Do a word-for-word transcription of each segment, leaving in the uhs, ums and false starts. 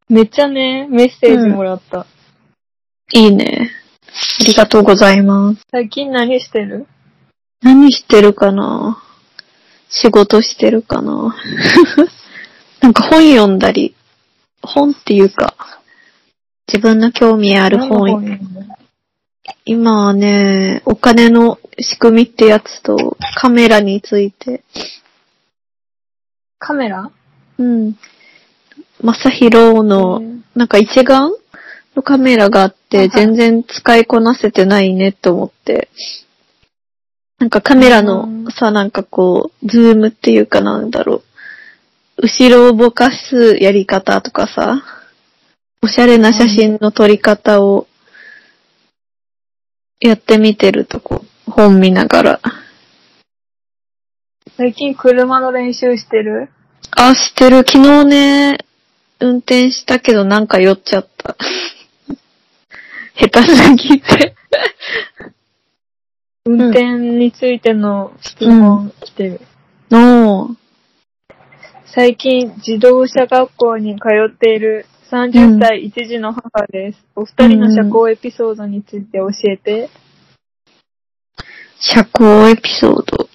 めっちゃね、メッセージもらった。 うん、いいね。ありがとうございます。 最近何してる？ 何してるかな？仕事してるかななんか本読んだり、本っていうか、自分の興味ある本。本今はね、お金の仕組みってやつと、カメラについて。 カメラ？ うん。まさひろの、なんか一眼のカメラがあって、全然使いこなせてないねって思って。なんかカメラのさ、なんかこう、ズームっていうかなんだろう。後ろをぼかすやり方とかさ、おしゃれな写真の撮り方をやってみてるとこ、本見ながら。 最近車の練習してる？ あ、してる。昨日ね、運転したけどなんか酔っちゃった。下手すぎて。 運転についての質問来てる。 うん、おー。 最近自動車学校に通っているさんじゅっさい一児の母です。うん、お二人の社交エピソードについて教えて。 社交エピソード。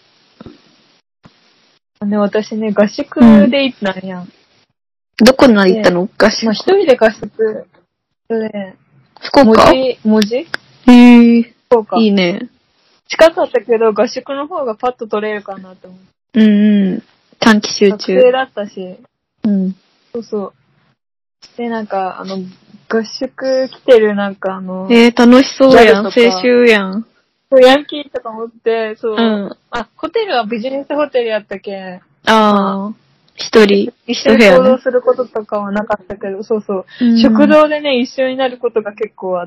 ね、私ね、合宿で行ったんやん。うん、 どこに行ったの？合宿。 まあ、一人で合宿。それ、 福岡？ 文字文字へぇー。福岡。いいね。 近かったけど、合宿の方がパッと取れるかなと思って。 うんうん。短期集中。 学生だったし。 うん。 そうそう。で、なんか、あの、合宿来てるなんかあの、 えー、楽しそうやん。青春やん。 ヤンキーとか持って、そう。 うん。 あ、ホテルはビジネスホテルやったけ。 ああ。一人。 一緒に行動することとかはなかったけど、そうそう、うん。食堂でね、一緒になることが結構あって。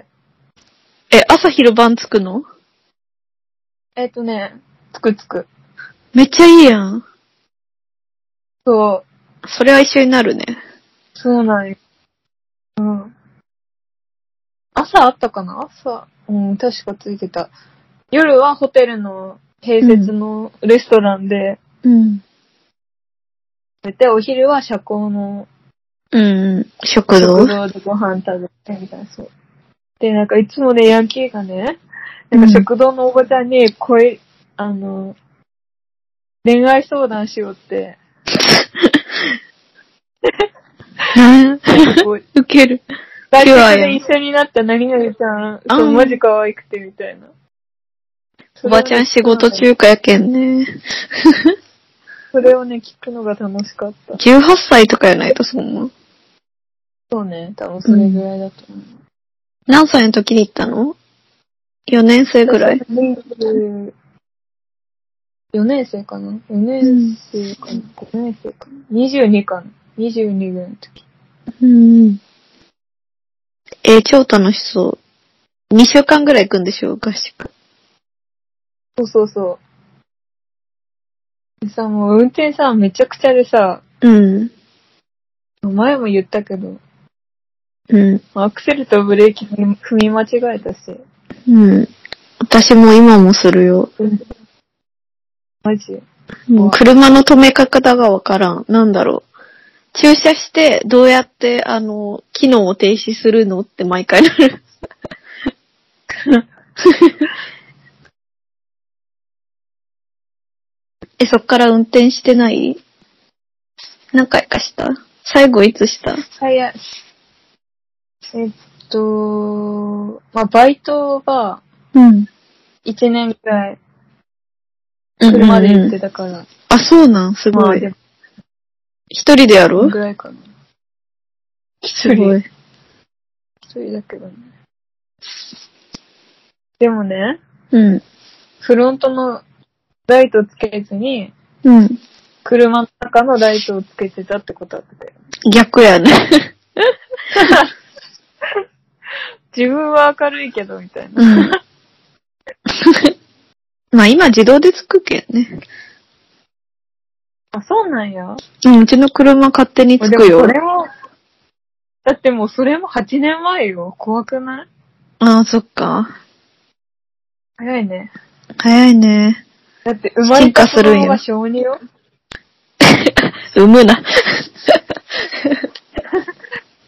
え、朝昼晩つくの？ えっとね、つくつく。 めっちゃいいやん。 そう。 それは一緒になるね。 そうなんよ。うん。朝あったかな？朝。うん、確かついてた。夜はホテルの併設のレストランで、 うん。 で、お昼は社交の、 うん、食堂食堂でご飯食べて、みたいな、そう。で、なんかいつもね、ヤンキーがね、なんか食堂のおばちゃんに恋、あの、恋愛相談しようって。 ウケる。 合宿で一緒になった何々ちゃん、そう、マジ可愛くてみたいな。 おばちゃん仕事中華やけんね。 それをね、聞くのが楽しかった。 じゅうはっさいとかやないとそんな。 そうね、多分それぐらいだと思う。うん、 何歳の時に行ったの？ よ 年生ぐらい？ よねん生かな ?よ 年生かな、ごねん生かな ?にじゅうに かな ?にじゅうに ぐらいの時。 うん。えー、超楽しそう。にしゅうかんぐらい行くんでしょ、合宿。 そうそうそう。でさ、もう運転さ、めちゃくちゃでさ、 うん。 前も言ったけど、 うん。 アクセルとブレーキ踏み間違えたし。 うん。私も今もするよ。 うん、マジ？ もう車の止め方がわからん。なんだろう。駐車してどうやってあの機能を停止するのって毎回なる。え、そっから運転してない？何回かした？最後いつした？ はいや、えっと、まあ、バイトが、うん。いちねんくらい、車で行ってたから。うんうんうん、 あ、そうなん？すごい。まあ、一人でやる？ ぐらいかな。一人。一人だけどね。でもね、うん。フロントのライトつけずに、うん。車の中のライトをつけてたってことだったよ。 逆やね。 自分は明るいけど、みたいな。うん、 まあ今自動でつくけんね。 あ、そうなんや。 うん、うちの車勝手につくよ。 でもそれも、だってもうそれもはちねんまえよ。怖くない？ ああ、そっか。 早いね。 早いね。 だって生まれた子供が小児よ。 産むな。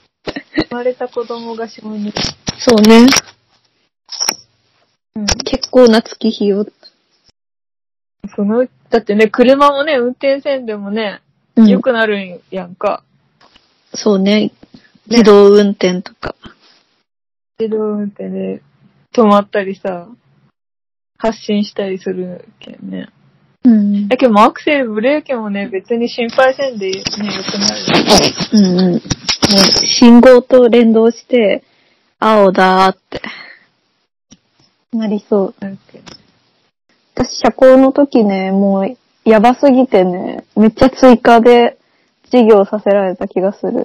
生まれた子供が小に。 そうね。 うん。 結構な月日よ。 その、だってね、車もね、運転せんでもね、 うん、 良くなるんやんか。 そうね。自動運転とか。 自動運転で止まったりさ、発進したりするけんね。 うん。 だけどもアクセル、ブレーキもね、別に心配せんでね、良くなる。 うんうん。もう、信号と連動して、青だーって、なりそう。 なんけ私、車高の時ね、もう、やばすぎてね、めっちゃ追加で授業させられた気がする。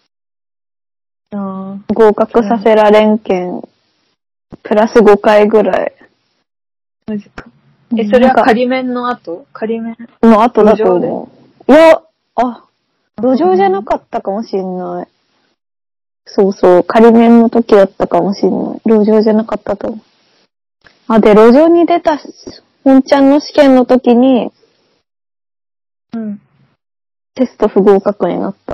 あ合格させられんけん、プラスごかいぐらい。 マジか。え、それは仮面の後仮面の後だと思う。いや、あ、路上じゃなかったかもしんない。そうそう、仮面の時だったかもしんない。路上じゃなかったと思う。あ、で、路上に出た本ちゃんの試験の時に、 うん。 テスト不合格になった。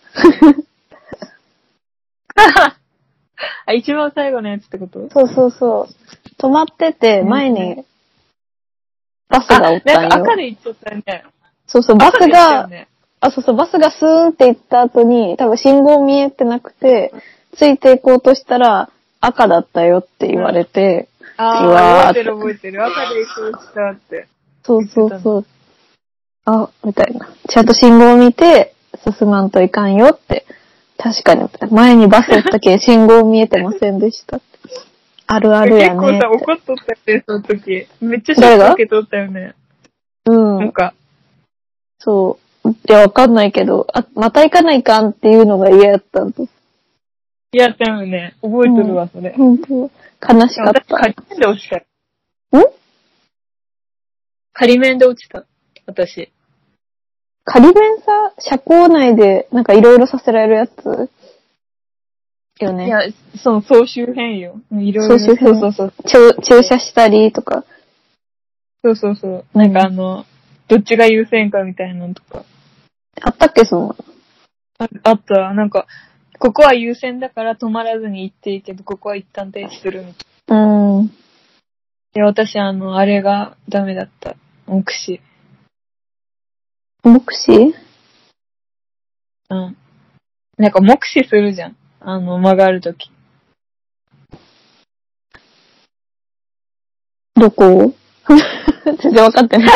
あ、一番最後のやつってこと？ そうそうそう。止まってて、前にバスがおったんよ。 なんか赤で行っちゃったよね。 そうそう、バスが、 ね、 あ、そうそう、バスがスーンって行った後に、多分信号見えてなくて、ついて行こうとしたら、赤だったよって言われて、 うん、ああ、覚えてる覚えてる。赤で行こうしたって。 そうそうそう。あ、みたいな。ちゃんと信号を見て、進まんといかんよって。確かに、前にバスおったけ信号見えてませんでしたって。あるあるやね。 結構さ、怒っとったよね、その時。めっちゃショック受け取ったよね。 うん。 なんか。 そう。いや、わかんないけど、あ、また行かないかんっていうのが嫌やったんと。 嫌やったよね。覚えとるわ、それ。 ほんと。悲しかった。 私、仮面で落ちた。 ん仮面で落ちた。私。 仮面さ、車高内でなんかいろいろさせられるやつよね。 いや、その総集編よ。いろいろ。 総集編。 そうそうそう。 駐、駐車したりとか。 そうそうそう。なんかあの、どっちが優先かみたいなのとか。 あったっけ、その。 あ, あった。なんか、ここは優先だから止まらずに行っていいけど、ここは一旦停止するみたいな。うん。 で、私あの、あれがダメだった。目視。 目視？ うん。なんか目視するじゃん。あの、曲がるとき。 どこ全然わかってない。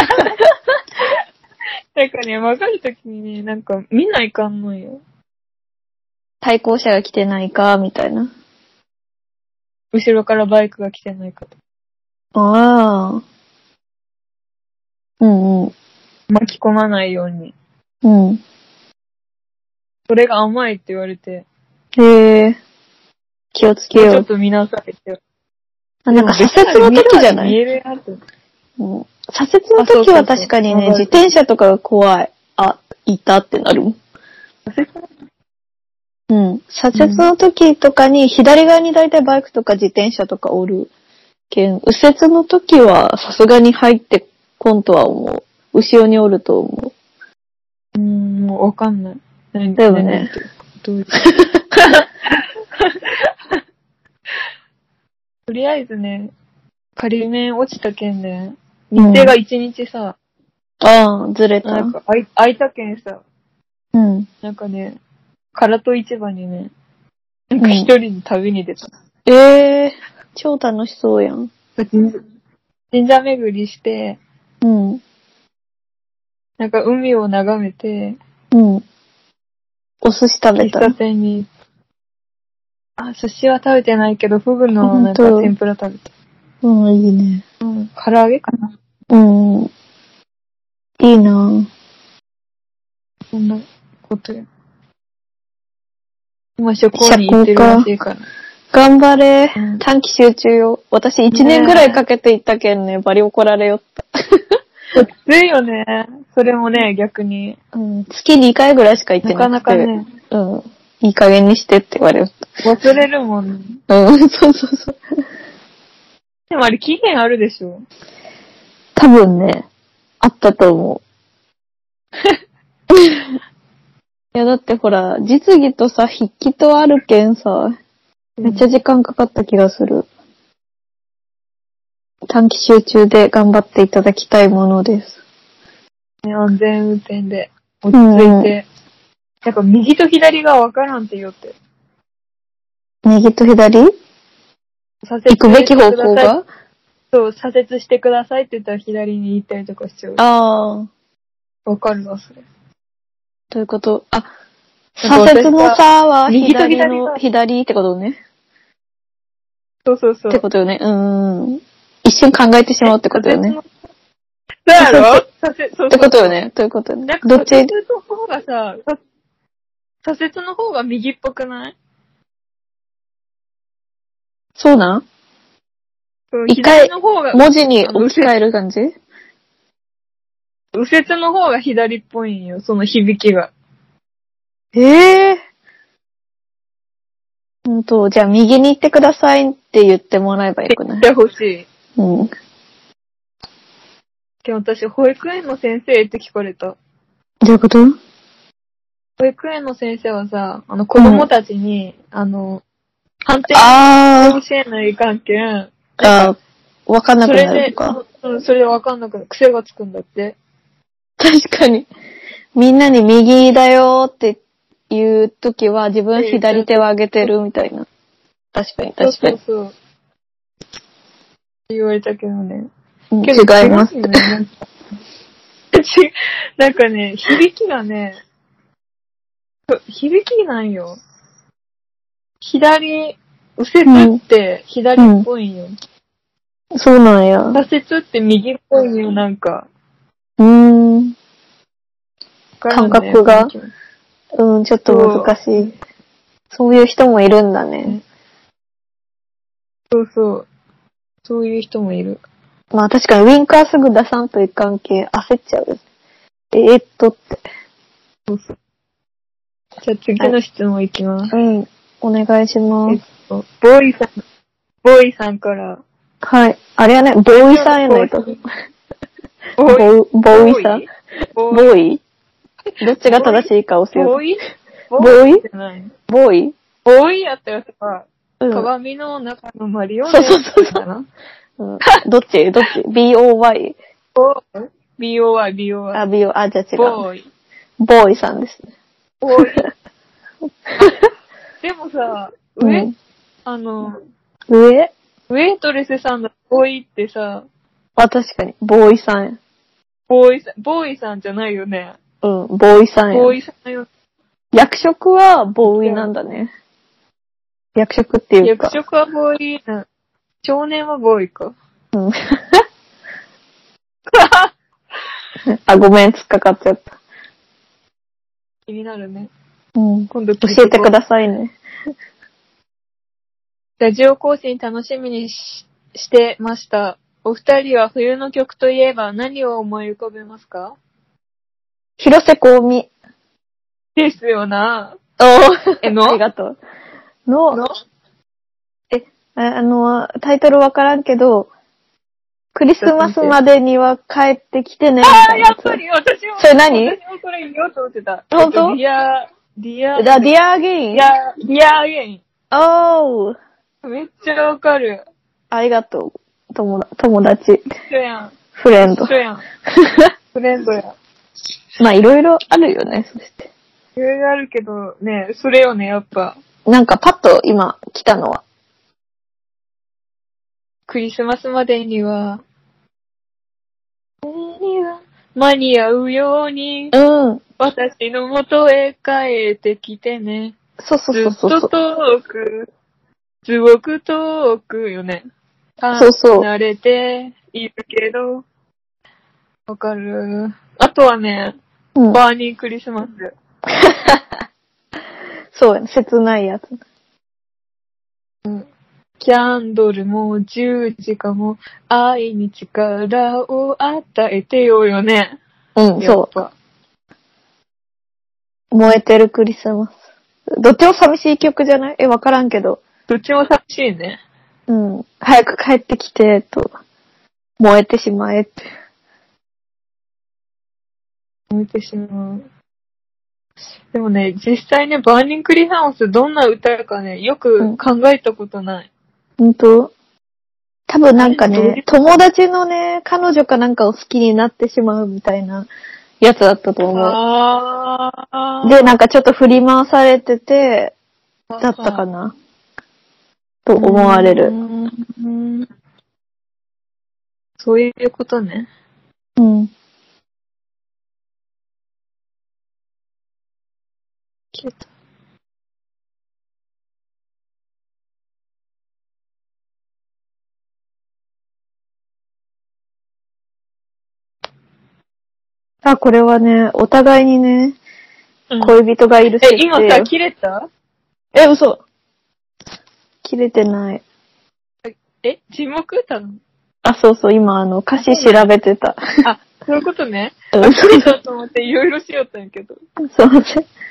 なんかね、曲がるときにね、なんか見ないかんのよ。 対向車が来てないか、みたいな。 後ろからバイクが来てないかと。 ああ。うんうん。 巻き込まないように。 うん。 それが甘いって言われて。 へえ。気をつけよう。 ちょっと見なさいって。 あ、なんか左折の時じゃない？ 見えるやつ。 うん。左折の時は確かにね、自転車とかが怖い。あ、いたってなるもん。うん。左折の時とかに、左側にだいたいバイクとか自転車とかおるけん、右折の時はさすがに入ってこんとは思う。後ろにおると思う。うーん、もうわかんない。何だよね。 どういうとりあえずね、仮面落ちたけんね、日程が一日さ、 うん、ああ、ずれた。 なんか、あい、空いたけんさ、 うん。 なんかね、唐戸市場にね、なんか一人で旅に出た。 うん、ええー、超楽しそうやん。 神社、神社巡りして、 うん。 なんか海を眺めて、 うん。お寿司食べた。 喫茶店に、あ、寿司は食べてないけど、フグのなんか天ぷら食べた。 うん、いいね。 うん、唐揚げかな。 うん。いいなぁ。 そんなことや。今、初校に行ってるらしいから。 頑張れ、 うん。 短期集中よ。私一年ぐらいかけて行ったけんね、バリ怒られよった。 きついよね。それもね、逆に。 うん。月にかいぐらいしか行ってなくて。 なかなかね。 うん。いい加減にしてって言われよった。 忘れるもんね。 うん、そうそうそう。 でもあれ期限あるでしょ？ 多分ね、あったと思う。 いやだってほら、実技とさ、筆記とあるけんさ、めっちゃ時間かかった気がする。短期集中で頑張っていただきたいものです。 ね、安全運転で落ち着いて。なんか右と左がわからんって言おって。 右と左？ 左折行くべき方向が？ そう、左折してくださいって言ったら左に行ったりとかしちゃう。 ああ。わかるわ、それ。 ということ、あ、左折の差は左の、左ってことね。 そうそうそう。 ってことよね。うーん。一瞬考えてしまうってことよね。 そうやろ？左折、そうそう。 ってことよね。ということよね。 どっち？左折の方がさ、左折の方が右っぽくない？ そうなん？一回、文字に置き換える感じ？ 右折の方が左っぽいんよ、その響きが。 ええー。ほんと、じゃあ右に行ってくださいって言ってもらえばよくない？ 言ってほしい。 うん。 でも私、保育園の先生って聞かれた。 どういうこと？ 保育園の先生はさ、あの子供たちに、うん、あの、反転を教えない関係、ああ、わかんなくなるとか。 それで、うん、それでわかんなくなる。癖がつくんだって。 確かに。みんなに右だよって言うときは自分左手を上げてるみたいな。確かに、確かに。 そうそうそう。言われたけどね。 うん、違います。 ね、なんかね、響きがね、響きなんよ。左、右折って左っぽいんよ。 うん、そうなんや。 左折って右っぽいんよ、なんか。 うーん。感覚が、うん、ちょっと難しい。そういう人もいるんだね。 そうそう。そういう人もいる。 まあ確かにウィンカーすぐ出さんといかんけ焦っちゃう。えー、っとって。 そうそう。じゃあ次の質問いきます。 うん。お願いします。えっと、ボーイさん、ボーイさんから。 はい。あれはね、ボーイさんやないと。ボー、ボーイさんボーイどっちが正しいか教えて。 ボーイボーイボーイボーイやったらさ、うん、鏡の中のマリオネットかな。 うん、どっちどっち ?ビーオーワイ? ビーオーワイ、ビーオーワイ。 あ、ビーオー、あ、じゃあ違う。 ボーイ。 ボーイさんですね。 ボーイ。でもさ、上、うん、あの、 上ウェイトレスさんのボーイってさ、 あ、確かに。ボーイさんや。 ボーイさん、ボーイさんじゃないよね。 うん、ボーイさんや。 ボーイさんよ。 役職はボーイなんだね。役職っていうか。 役職はボーイな。少年はボーイか。 うん。あ、ごめん、突っかかっちゃった。 気になるね。 うん。今度教えてくださいね。 ラジオ更新楽しみに し, してました。お二人は冬の曲といえば何を思い浮かべますか？ 広瀬香美。 ですよな。 おー。え、のありがとう。の、のえ、あの、タイトルわからんけど、クリスマスまでには帰ってきてね。 ああ、やっぱり私も。 それ何？ 私もこれ言おうと思ってた。 本当？ ディア、ディア、 ディアアゲイン。 ディア、ディアアゲイン。 おー。 めっちゃわかる。 ありがとう。友達。友達。 一緒やん。 フレンド。 一緒やん。フレンドや。 まあ、いろいろあるよね、そして。 いろいろあるけど、ね、それよね、やっぱ。 なんかパッと今来たのは。 クリスマスまでには、間に合うように、 うん。 私の元へ帰ってきてね。 そうそうそうそう。 ずっと遠く、すごく遠くよね。 そうそう。 慣れているけど、わかる。あとはね、うん、バーニークリスマス。 そうやね、切ないやつ。 うん。キャンドルも十字架も愛に力を与えてよよね。 うん、そう。燃えてるクリスマス。どっちも寂しい曲じゃない？え、わからんけど。 どっちも寂しいね。 うん。早く帰ってきて、と。燃えてしまえって。 燃えてしまう。 でもね、実際ね、バーニングクリスマスどんな歌かね、よく考えたことない。 ほんと？多分なんかね、 どういうこと？ 友達のね、彼女かなんかを好きになってしまうみたいなやつだったと思う。 あー。 で、なんかちょっと振り回されてて、だったかなと思われる。 うーん。そういうことね。 うん。 消えた。 あ、これはね、お互いにね、 うん、 恋人がいる設定。 え、今さ、切れた？ え、嘘。切れてない。 え、沈黙たの？ あ、そうそう、今あの、歌詞調べてた。 あ、そういうことね。 うんあ、切れたと思っていろいろしよったんやけど。 そうね。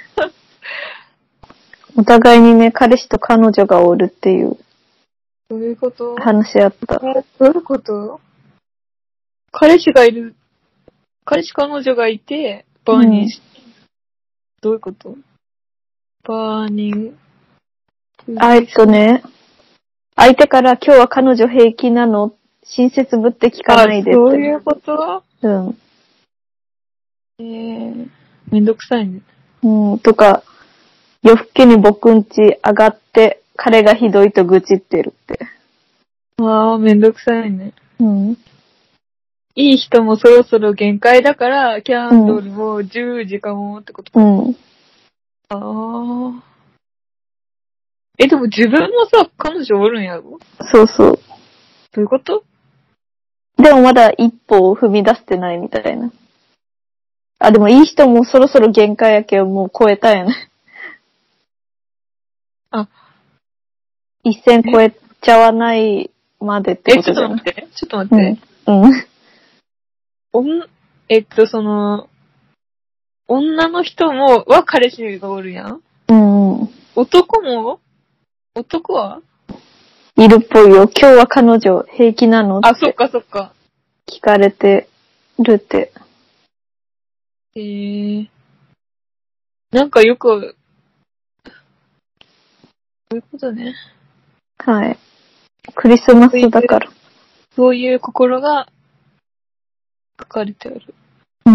お互いにね、彼氏と彼女がおるっていうどういうこと話し合った。 え、どういうこと？彼氏がいる、彼氏彼女がいて、バーニーし、うん、どういうこと？バーニー。 あ、えっとね、相手から今日は彼女平気なの？親切ぶって聞かないでって。 そういうこと？ うん。 えー、めんどくさいね。 うん、とか、夜更けに僕ん家上がって、彼がひどいと愚痴ってるって。 ああ、めんどくさいね。 うん。 いい人もそろそろ限界だから、キャンドルもじゅうじかもってことか。 うん。 ああ。え、でも自分もさ、彼女おるんやろ？ そうそう。 どういうこと？ でもまだ一歩を踏み出してないみたいな。あ、でもいい人もそろそろ限界やけどもう超えたやね。 あ。 一線超えちゃわないまでってことじゃん。 え、ちょっと待って。ちょっと待って。 うん。うん、 おん、えっと、その、女の人も、は彼氏がおるやん。 うん。 男も？男はいるっぽいよ。今日は彼女平気なのって。 あ、そっかそっか。 聞かれてるって。 へー。なんかよく、そういうことね。 はい。クリスマスだから。 そういう心が書かれてある。 うん。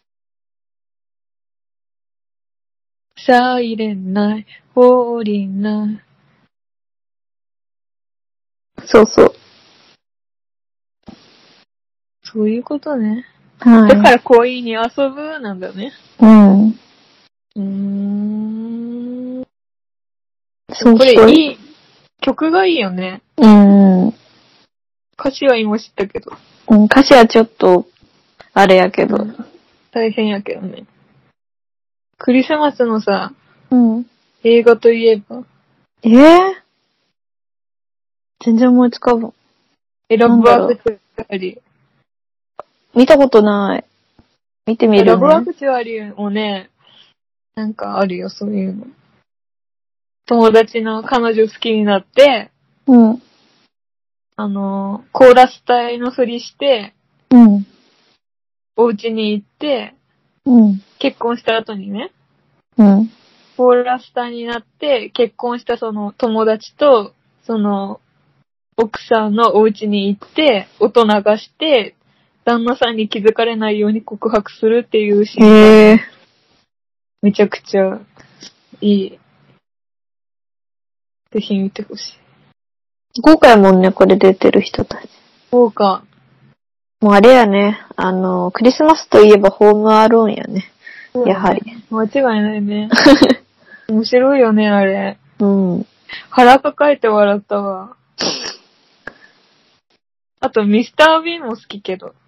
サイレンナイ、ホーリーナイ。 そうそう。 そういうことね。 はい。 だから恋に遊ぶなんだね。 うん。 うーん。 そうそう。 これいい、曲がいいよね。 うん。 歌詞は今知ったけど。 うん、歌詞はちょっと、あれやけど、うん。 大変やけどね。クリスマスのさ、 うん。 映画といえば。 えぇ、ー、全然思いつかぶ。 え、ラブアクチュアリー。 見たことない。見てみるね。 ラブアクチュアリーもね、なんかあるよ、そういうの。友達の彼女好きになって、 うん。 あの、コーラス隊のふりして、 うん。 お家に行って、 うん。 結婚した後にね、 うん。 コーラス隊になって、結婚したその友達と、その、奥さんのお家に行って、音流して、旦那さんに気づかれないように告白するっていうシーンが、 へー、 めちゃくちゃいい。ぜひ見てほしい。 豪華やもんね、これ出てる人たち。 豪華。 もうあれやね、あの、クリスマスといえばホームアローンやね。やはり。 間違いないね。面白いよね、あれ。 うん。 腹抱えて笑ったわ。あと、ミスター・ビーンも好きけど。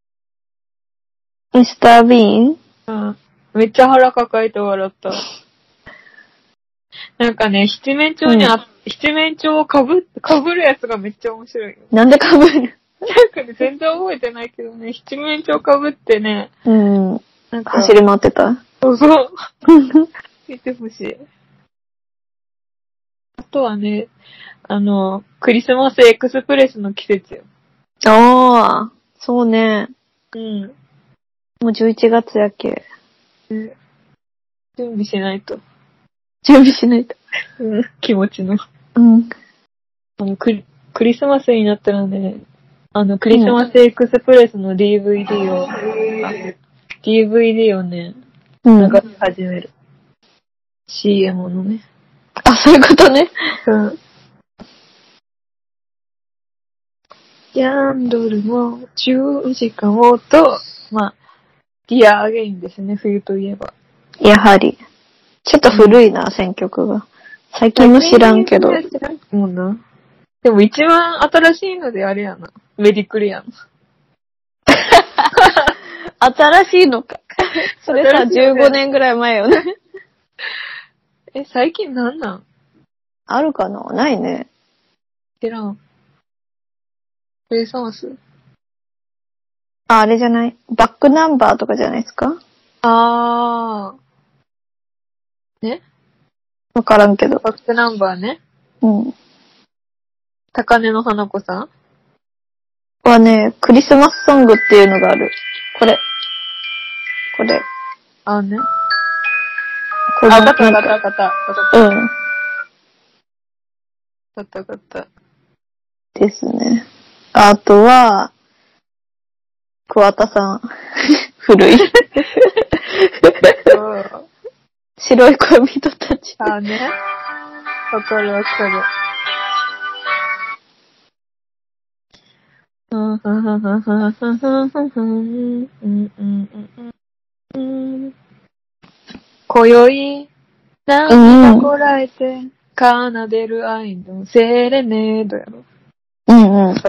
ミスター・ビーン？ うん。めっちゃ腹抱えて笑った。なんかね、七面鳥にあ、うん、七面鳥をかぶ、かぶるやつがめっちゃ面白いよ。 なんでかぶる？ なんかね、全然覚えてないけどね、七面鳥かぶってね。 うん。なんか走り回ってた？ そうそう。見てほしい。あとはね、あの、クリスマスエクスプレスの季節よ。 ああ、そうね。 うん。 もうじゅういちがつやっけ。 うん。 準備しないと。 準備しないと。 うん、気持ちの。 うん。 あのクリ、クリスマスになったらね、あの、クリスマスエクスプレスの ディーブイディー を、あ ディーブイディー をね、 うん。 流し始める。シーエム のね。 あ、そういうことね。 うん。キャンドルもじゅうじかんをと、まあ、ディアアゲインですね、冬といえば。 やはり。ちょっと古いな、選曲が。最近も知らんけど。 知らんもんな。でも一番新しいのであれやな。メディクリアン。 新しいのか。それさ、じゅうごねんぐらい前よね。 え、最近なんなん？ あるかな？ないね。 知らん。クリスマス？ あ、あれじゃない？バックナンバーとかじゃないですか？ あー。ね？ わからんけど。 バックナンバーね。 うん。 高根の花子さんはね、クリスマスソングっていうのがある。これ。これ。 あーね。 これあ、わかったわかったわかった。わかった。 うん。 わかったわかった。 ですね。あとは、桑田さん。古い。白い恋人たち。 あーね。わかるわかる。うんふんふんふんふんふんふんふんふんうんうんうんうん今宵、涙こらえて、奏でる愛のセレネードやろ。 うんうん。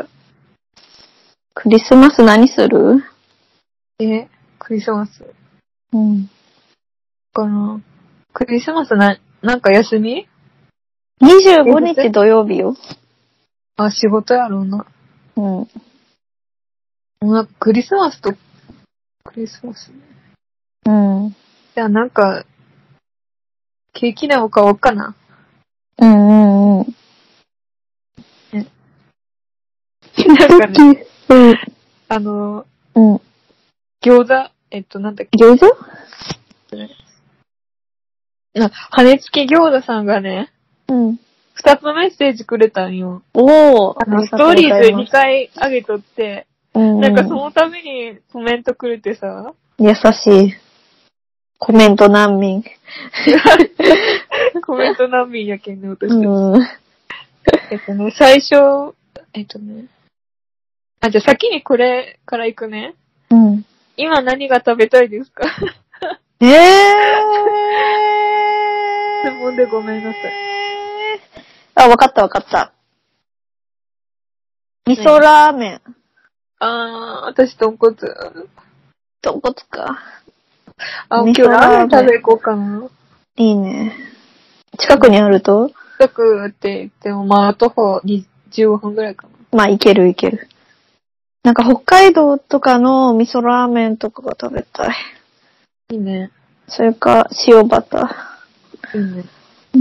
クリスマス何する？ え、クリスマスうん。 かな。クリスマスな、なんか休み？ にじゅうごにち土曜日よ。 あ、仕事やろうな。 うん。 なんかクリスマスと、クリスマスね。 うん。 じゃあなんか、ケーキでも買おうかな。 うんうんうん。 なんかね、 うん。 あの、 うん。 餃子、えっと、なんだっけ。 餃子？ な、羽根付き餃子さんがね、 うん。 二つメッセージくれたんよ。 おー。 あの、ストーリーズにかい上げとって、 うん。 なんかそのためにコメントくれてさ。 優しい。コメント難民。 コメント難民やけんね、私たち。 うん。 えっとね、最初、えっとね。あ、じゃあ先にこれから行くね。 うん。 今何が食べたいですか？ えー。 質問でごめんなさい。 あ、わかったわかった。味噌ラーメン。 あー、私豚骨。 豚骨か。 あ、今日ラーメン食べ行こうかな。 いいね。近くにあると？ 近くって言っても、まあ、徒歩にじゅうごふんぐらいかな。 まあ、いけるいける。なんか北海道とかの味噌ラーメンとかが食べたい。 いいね。 それか、塩バター。いいね。 うん。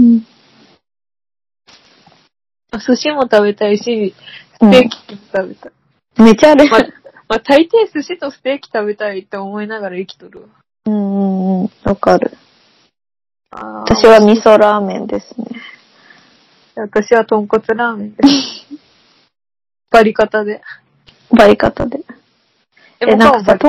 あ、寿司も食べたいし、ステーキも食べたい。 うん、めっちゃある。 ま、まあ、大抵寿司とステーキ食べたいって思いながら生きとるわ。 うんうんうん。わかる。 あ私は味噌ラーメンですね。 私は豚骨ラーメンです。バリ方で。 バリ方で。 え、なんかさ、 とん、うん。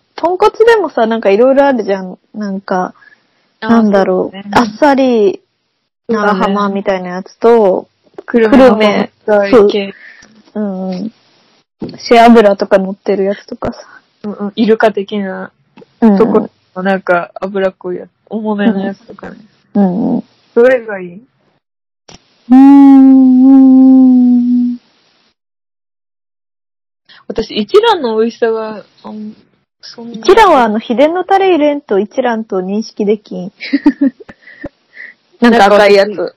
豚骨でもさ、なんかいろいろあるじゃん。なんか、なんだろう。うね、あっさり、長浜みたいなやつと、 久留米。 そう。うんうん。背脂とか乗ってるやつとかさ。 うんうん。イルカ的な、 うん、 とこのなんか脂っこいやつ。重めのやつとかね。 うんうん。 どれがいい？ うーん。 私、一蘭の美味しさが、うん、 そんな。一蘭はあの、秘伝のタレ入れんと一蘭と認識できん。なんか赤いやつ。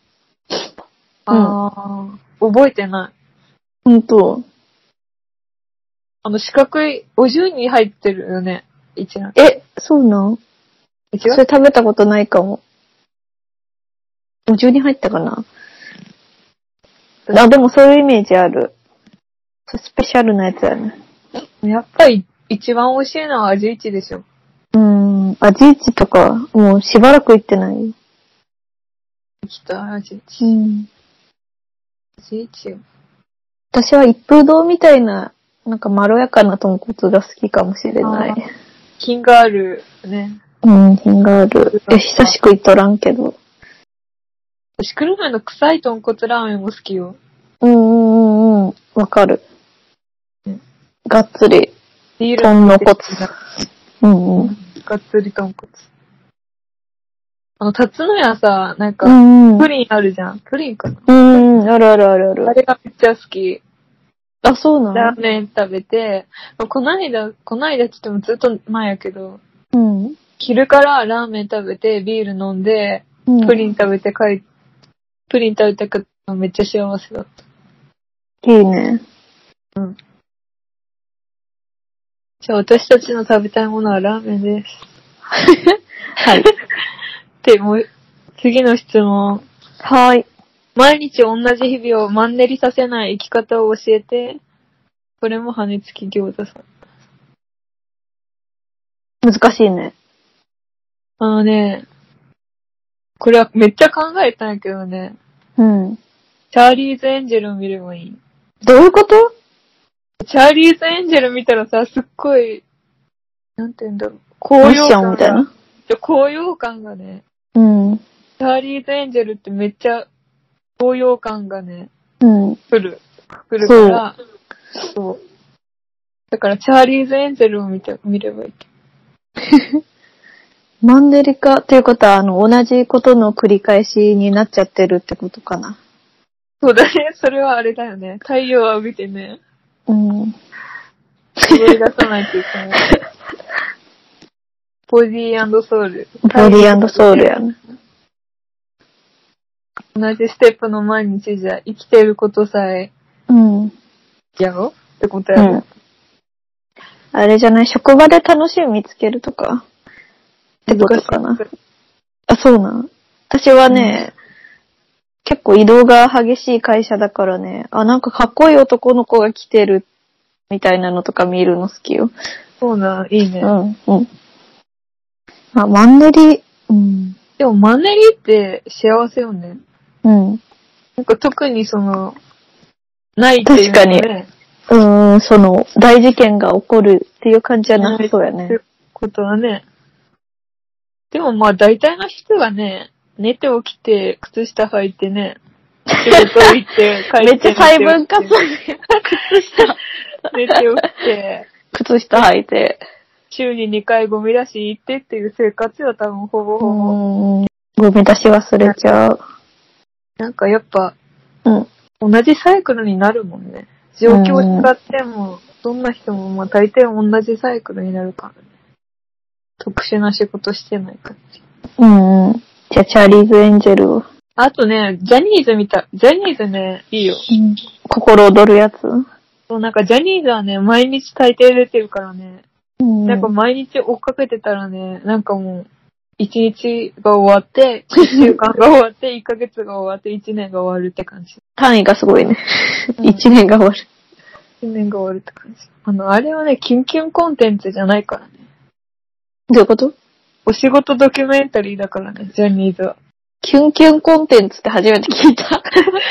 ああ、うん、覚えてない。 ほんと。 あの、四角い、お重に入ってるよね。一蘭。 え、そうなん？それ食べたことないかも。お重に入ったかな？あ、でもそういうイメージある。スペシャルなやつだね。 やっぱり一番美味しいのは味一でしょ。 うーん。 ん。あ、ジーチとか、もうしばらく行ってない。 行きたい、ジーうチ。 ん。 ジーチよ。 私は一風堂みたいな、なんかまろやかな豚骨が好きかもしれない。 品があるね。 うん、品がある。え、久しく行っとらんけど。 私、久留米の臭い豚骨ラーメンも好きよ。 うんうんうんうん。わかる。 うん、 がっつり。 ビール豚の骨。うんうん。 がっつり豚骨。あの、辰野屋さ、なんか、 うんうん、 プリンあるじゃん。プリンかな。 うんうん、あるあるあるある。 あれがめっちゃ好き。 あ、そうなの？ ラーメン食べて、こないだ、こないだって言ってもずっと前やけど、 うん。 昼からラーメン食べて、ビール飲んで、 うん、 プリン食べて帰っ、プリン食べたからめっちゃ幸せだった。 いいね。 うん。じゃあ私たちの食べたいものはラーメンです。 はい。 で、もう、次の質問。 はい。 毎日同じ日々をマンネリさせない生き方を教えて。これも羽根付き餃子さん。 難しいね。 あのね、これはめっちゃ考えたんやけどね。 うん。 チャーリーズエンジェルを見ればいい。 どういうこと？ チャーリーズエンジェル見たらさ、すっごい、なんて言うんだろう。高揚ミッション感みたいな。 が、高揚感がね、 うん。 チャーリーズエンジェルってめっちゃ高揚感がね、 うん。 来る。来るから、そう。だからチャーリーズエンジェルを見て、見ればいい。 マンネリ化っていうことは、あの、同じことの繰り返しになっちゃってるってことかな。 そうだね。それはあれだよね。太陽を浴びてね。 うん。 思い出さないといけない。ボディーソウル。 ボディーソウルやね。 同じステップの毎日じゃ生きてることさえ、 うん。 やろってことやろ、うん。 あれじゃない、職場で楽しみ見つけるとかってことかな。あ、そうな。私はね、うん、結構移動が激しい会社だからね、あ、なんかかっこいい男の子が来てるみたいなのとか見るの好きよ。 そうな、いいね。 うん、うん。あ、マンネリ、うん。 でもマンネリって幸せよね。 うん。 なんか特にその、ないっていうのね。 確かに。うーん、その、大事件が起こるっていう感じじゃなさそうやね。 ってことはね。でもまあ大体の人がね、寝て起きて、靴下履いてね、仕事行って帰って。 めっちゃ細分化する。靴下。 寝て起きて。 靴下履いて。 週ににかいゴミ出し行ってっていう生活よ、多分ほぼほぼ。 うーん、ゴミ出し忘れちゃう。 なんかやっぱ、 うん、 同じサイクルになるもんね。状況を違っても、どんな人もまあ大体同じサイクルになるからね。特殊な仕事してないから。 うんうん。じゃあ、チャーリーズエンジェルを。 あとね、ジャニーズ見た。ジャニーズね、いいよ。 うん、心躍るやつ。 そう、なんかジャニーズはね、毎日大抵出てるからね。 うん、 なんか毎日追っかけてたらね、なんかもう、一日が終わって、一週間が終わって、一ヶ月が終わって、一年が終わるって感じ。 単位がすごいね。一年が終わる。 一年が終わるって感じ。あの、あれはね、キュンキュンコンテンツじゃないからね。 どういうこと？ お仕事ドキュメンタリーだからね、ジャニーズは。 キュンキュンコンテンツって初めて聞いた。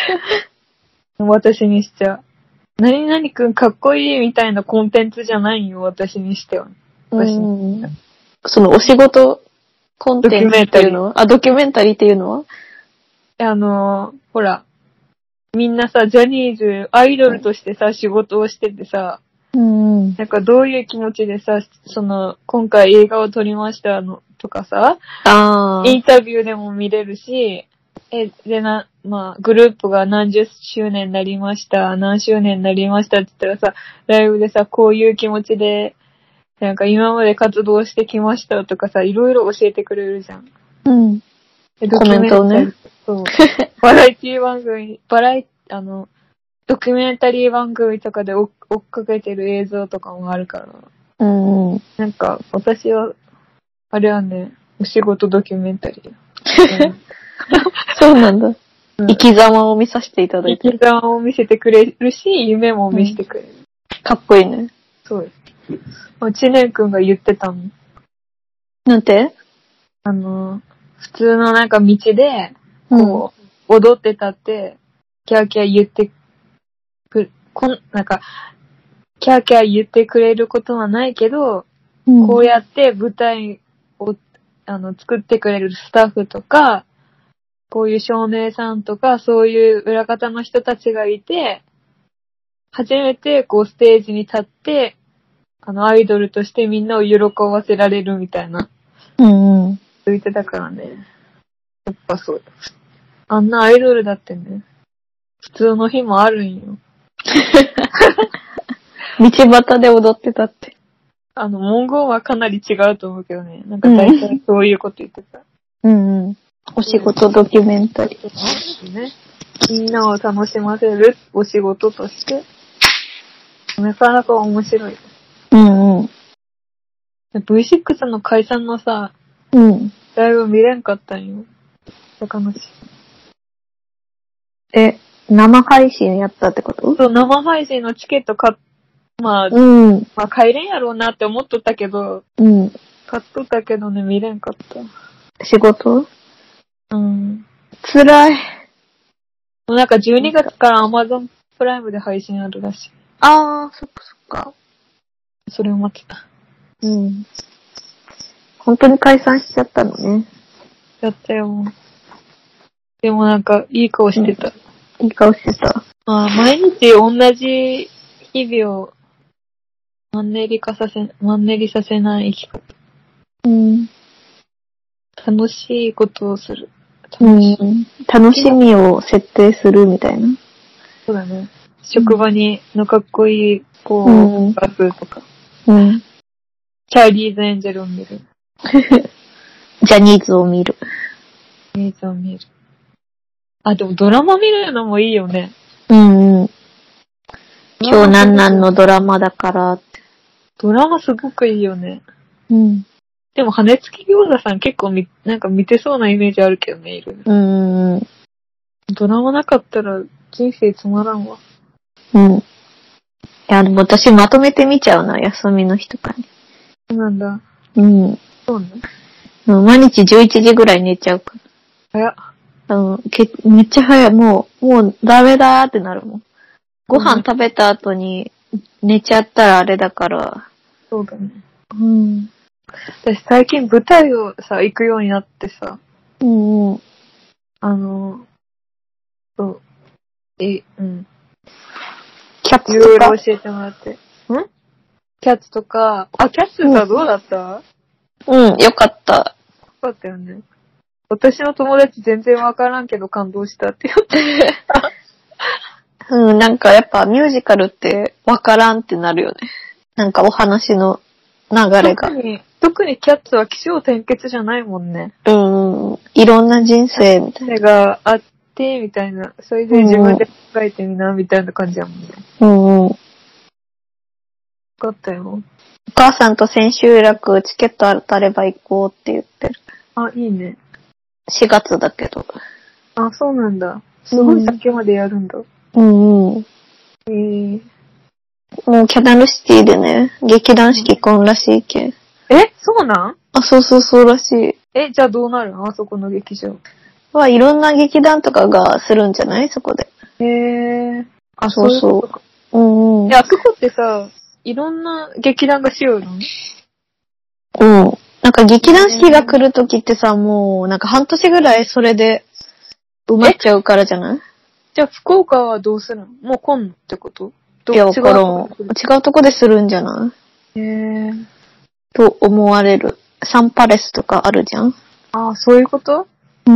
私にしちゃ。何々くんかっこいいみたいなコンテンツじゃないよ、私にしては。私にしては。 そのお仕事コンテンツっていうのはあ、ドキュメンタリーっていうのはあのー、ほら、みんなさ、ジャニーズ、アイドルとしてさ、仕事をしててさ、 うん、 なんかどういう気持ちでさ、その、今回映画を撮りましたの、とかさ、 あインタビューでも見れるし、え、でな、まあ、グループが何十周年になりました、何周年になりましたって言ったらさ、ライブでさ、こういう気持ちで、なんか今まで活動してきましたとかさ、いろいろ教えてくれるじゃん。 うん。 ドキュメンタリー、コメントをね。そう。バラエティ番組、バラエ、あの、ドキュメンタリー番組とかで追っかけてる映像とかもあるから。 うんうん。 なんか、私は、あれはね、お仕事ドキュメンタリー。 うん、そうなんだ。うん、生き様を見させていただいてる。 生き様を見せてくれるし、夢も見せてくれる。うん、 かっこいいね。 そうです。知念くんが言ってたもん。 なんて？ あの、普通のなんか道で、こう、うん、踊ってたって、キャーキャー言ってく、こん、なんか、キャーキャー言ってくれることはないけど、うん、こうやって舞台を、あの、作ってくれるスタッフとか、こういう照明さんとか、そういう裏方の人たちがいて、初めてこうステージに立って、あの、アイドルとしてみんなを喜ばせられるみたいな。 うんうん。 言ってたからね。やっぱそう。あんなアイドルだってね、普通の日もあるんよ。 道端で踊ってたって。 あの、文言はかなり違うと思うけどね。なんか大体そういうこと言ってた。 うんうん。お仕事ドキュメンタリー。 ね。みんなを楽しませるお仕事として、なかなか面白い。 うんうん。 ブイシックス の解散のさ、 うん。 だいぶ見れんかったんよ。高梨。 え、生配信やったってこと？ そう、生配信のチケット買っ、まあ、 うん。 まあ帰れんやろうなって思っとったけど、 うん。 買っとったけどね、見れんかった。 仕事？ うん。 辛い。 なんかじゅうにがつから Amazon プライムで配信あるらしい。 あー、そっかそっか。 それを待ってた。 うん。本当に解散しちゃったのね。 やったよ。でもなんか、いい顔してた。 うん、いい顔してた。 まあ、毎日同じ日々をマンネリ化させ、マンネリさせない生き方。 うん。 楽しいことをする。 楽し,、うん、楽しみを設定するみたいな。 そうだね。職場にのかっこいい子を出すとか。 うん。 チャーリーズ・エンジェルを見る。 ジャニーズを見る。 ジャニーズを見る。あ、でもドラマ見るのもいいよね。 うんうん。今日なんなんのドラマだからって。 ドラマすごくいいよね。 うん。 でも、羽根付き餃子さん結構み、なんか見てそうなイメージあるけどね、いる。 うんうん。 ドラマなかったら人生つまらんわ。 うん。いや、でも私まとめて見ちゃうな、休みの日とかに。 そうなんだ。 うん。 そうね。 毎日じゅういちじぐらい寝ちゃうから。 早っ。 あの、け、めっちゃ早い。もう、もうダメだーってなるもん。ご飯食べた後に寝ちゃったらあれだから。 そうだね。 うん。 私最近舞台をさ、行くようになってさ。 うんうん。 あの、そう。え、うん。 キャッツとか。 いろいろ教えてもらって。んキャッツとか、あ、キャッツさ、どうだった？ うん、よかった。 よかったよね。私の友達全然わからんけど感動したって言って。 うん、なんかやっぱミュージカルってわからんってなるよね。なんかお話の流れが。 特に、特にキャッツは起承転結じゃないもんね。 うん、いろんな人生みたいな。 があって、みたいな。それで自分で考えてみな、みたいな感じやもんね。 うんうん。よかったよ。 お母さんと千秋楽チケット当たれば行こうって言ってる。 あ、いいね。 しがつだけど。 あ、そうなんだ。すごい先までやるんだ。 うんうん。 えー、 もうキャナルシティでね、劇団四季婚らしいけん。 え、そうなん？ あ、そうそうそうらしい。 え、じゃあどうなるの？あそこの劇場。 は、いろんな劇団とかがするんじゃないそこで。 へー。あ、 そうそう。 そういうことか。 うんうん。 え、あそこってさ、いろんな劇団がしようの？ うん。なんか劇団四季が来るときってさ、もうなんか半年ぐらいそれで埋まっちゃうからじゃない？ じゃあ福岡はどうするの？もう来んのってこと？ いや、わからん。違うとこでするんじゃないへー。 と思われる。サンパレスとかあるじゃん？ ああ、そういうこと？ うん。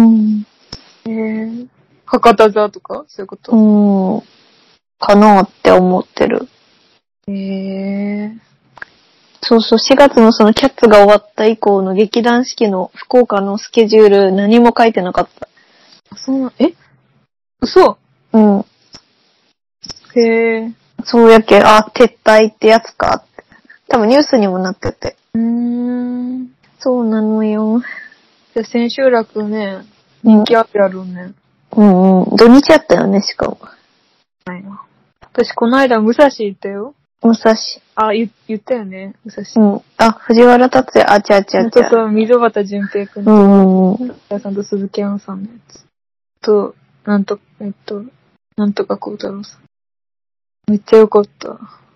へー。博多座とかそういうこと？ うん。かなって思ってる。 へー。 そうそう、しがつのそのキャッツが終わった以降の劇団四季の福岡のスケジュール何も書いてなかった。 そうな、え？嘘？ うん。 へー。 そうやけ、あ、撤退ってやつかって。多分ニュースにもなってて。 うーん。 そうなのよ。 じゃあ千秋楽ね、人気あってやるね。 うんうん。土日やったよね、しかも。 ないな。私この間武蔵行ったよ。 武蔵。 あ、言、言ったよね、武蔵。 うん。あ、藤原竜也、あ、違う違う違う。 そうそう、溝端淳平くんうと、 んうんうん。 田さんと鈴木杏さんのやつ。と、なんと、えっと、なんとか孝太郎さん。めっちゃよかった。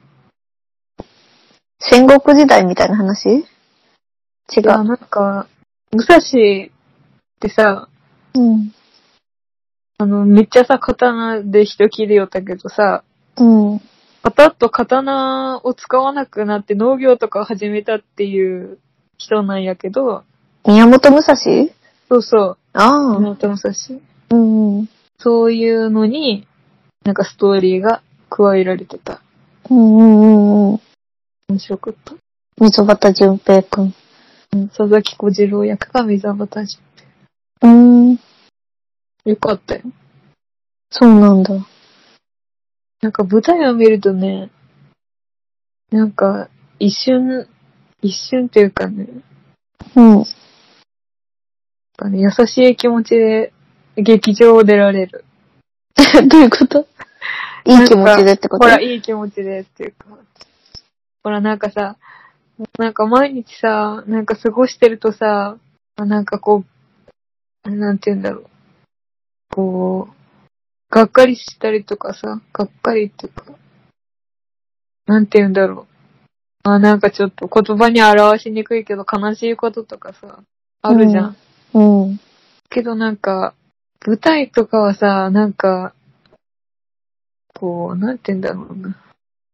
戦国時代みたいな話？違う。 いや、なんか、武蔵ってさ、 うん。 あの、めっちゃさ、刀で人切りよったけどさ、 うん。 パタッと刀を使わなくなって農業とかを始めたっていう人なんやけど、 宮本武蔵？ そうそう、 ああ。 宮本武蔵。 うんうん。 そういうのに、なんかストーリーが加えられてた。 うんうんうんうん。 面白かった。 溝端淳平くん。 うん、佐々木小次郎役が溝端淳うーん。 平。よかったよ。 そうなんだ。 なんか舞台を見るとね、なんか一瞬、一瞬っていうかね、 うん。 なんかね優しい気持ちで劇場を出られる。 どういうこと？いい気持ちでってこと？ ほら、いい気持ちでっていうか。ほら、なんかさ、なんか毎日さ、なんか過ごしてるとさ、なんかこう、なんて言うんだろう。こう、がっかりしたりとかさ、がっかりっていうか、なんて言うんだろう。あ、なんかちょっと言葉に表しにくいけど悲しいこととかさ、あるじゃん。 うん。うん。 けどなんか、舞台とかはさ、なんか、こう、なんて言うんだろうな。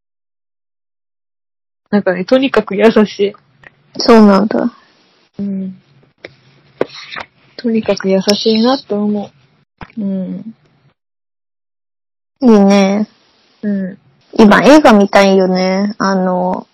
なんかね、とにかく優しい。 そうなんだ。 うん。とにかく優しいなって思う。うん。 いいね。 うん。 今映画見たいよね。あの、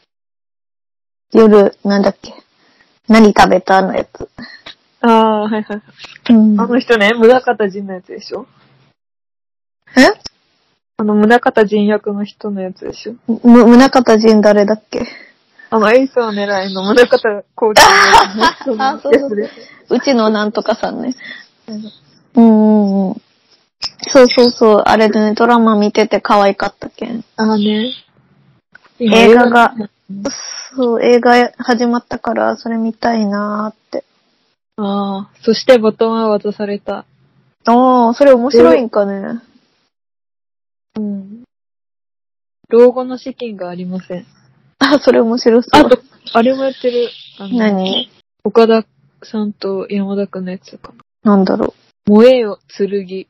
夜、なんだっけ。何食べたのやつ。 ああ、はいはい。 うん。 あの人ね、宗像仁のやつでしょ？ え？ あの、宗像仁役の人のやつでしょ？ む、宗像仁誰だっけ？ あの、エイスを狙いの宗像コーチの人のやつでしょ？ うちのなんとかさんね。うんうんうん。そうそうそう。あれでね、ドラマ見てて可愛かったけん。 ああね。 映画が、そう、映画始まったから、それ見たいなーって。 ああ、そしてバトンは渡された。 ああ、それ面白いんかね。 うん。老後の資金がありません。 あ、それ面白そう。 あと、あれもやってる。あの何？ 岡田さんと山田くんのやつかな。 なんだろ燃えよ、剣。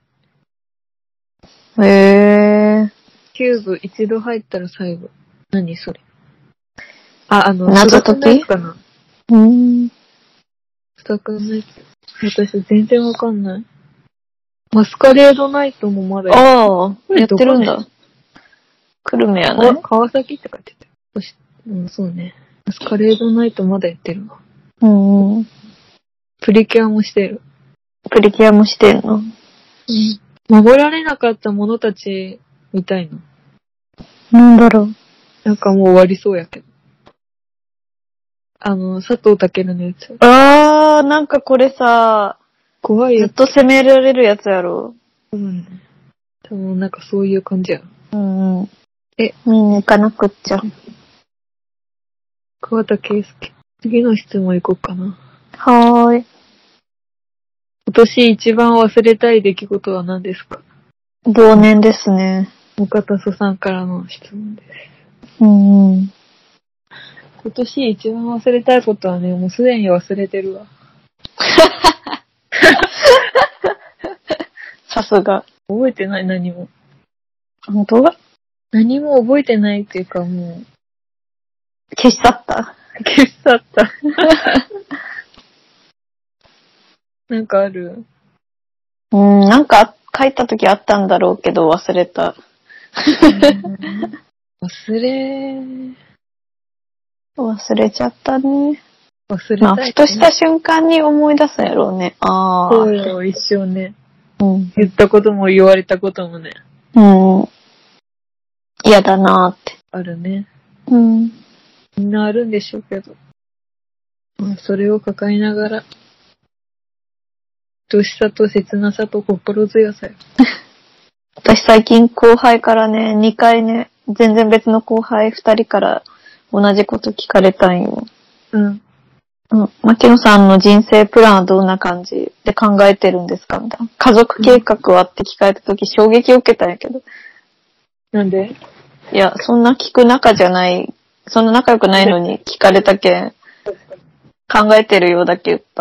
う。へえ。 キューブ一度入ったら最後。何それ。あ、あの、 謎解き須田くんのやつかな。 うーん。 須田くんのやつ。私全然わかんない。マスカレードナイトもまだやああ、やってるんどだ。久留米やかね。 川崎って書いてたよ。そしうん、そうね。マスカレードナイトまだやってるわ。 うんうん。 プリキュアもしてる。 プリキュアもしてんの？ うん。守られなかった者たちみたいな。 なんだろう。 なんかもう終わりそうやけど。あの、佐藤健のやつ。 あー、なんかこれさ、 怖いやつ。 ずっと責められるやつやろ。 うん。多分なんかそういう感じや。 うんうん。 え、 見に行かなくっちゃ。 桑田佳祐。次の質問行こうかな。 はーい。 今年一番忘れたい出来事は何ですか？ 忘年ですね。 岡田さんからの質問です。 うんうん。 今年一番忘れたいことはね、もうすでに忘れてるわ。 さすが。 覚えてない、何も。 本当は？ 何も覚えてないっていうかもう、 消し去った。 消し去った。なんかある？ うん、なんか書いた時あったんだろうけど忘れた。 忘れ、 忘れちゃったね。 忘れたい、ね。 まあ、ふとした瞬間に思い出すやろうね。ああ。 そうよ、一生ね。 うん。 言ったことも言われたこともね。 うん。嫌だなーって。 あるね。 うん。 みんなあるんでしょうけど。まあ、それを抱えながら、愛しさと切なさと心強さよ。 私最近後輩からね、にかいね、 全然別の後輩二人から同じこと聞かれたんよ。 うん。 うん。牧野さんの人生プランはどんな感じで考えてるんですかみたいな。家族計画はって聞かれたとき衝撃を受けたんやけど。 なんで？ いや、そんな聞く仲じゃない、そんな仲良くないのに聞かれたけん、考えてるようだけ言った。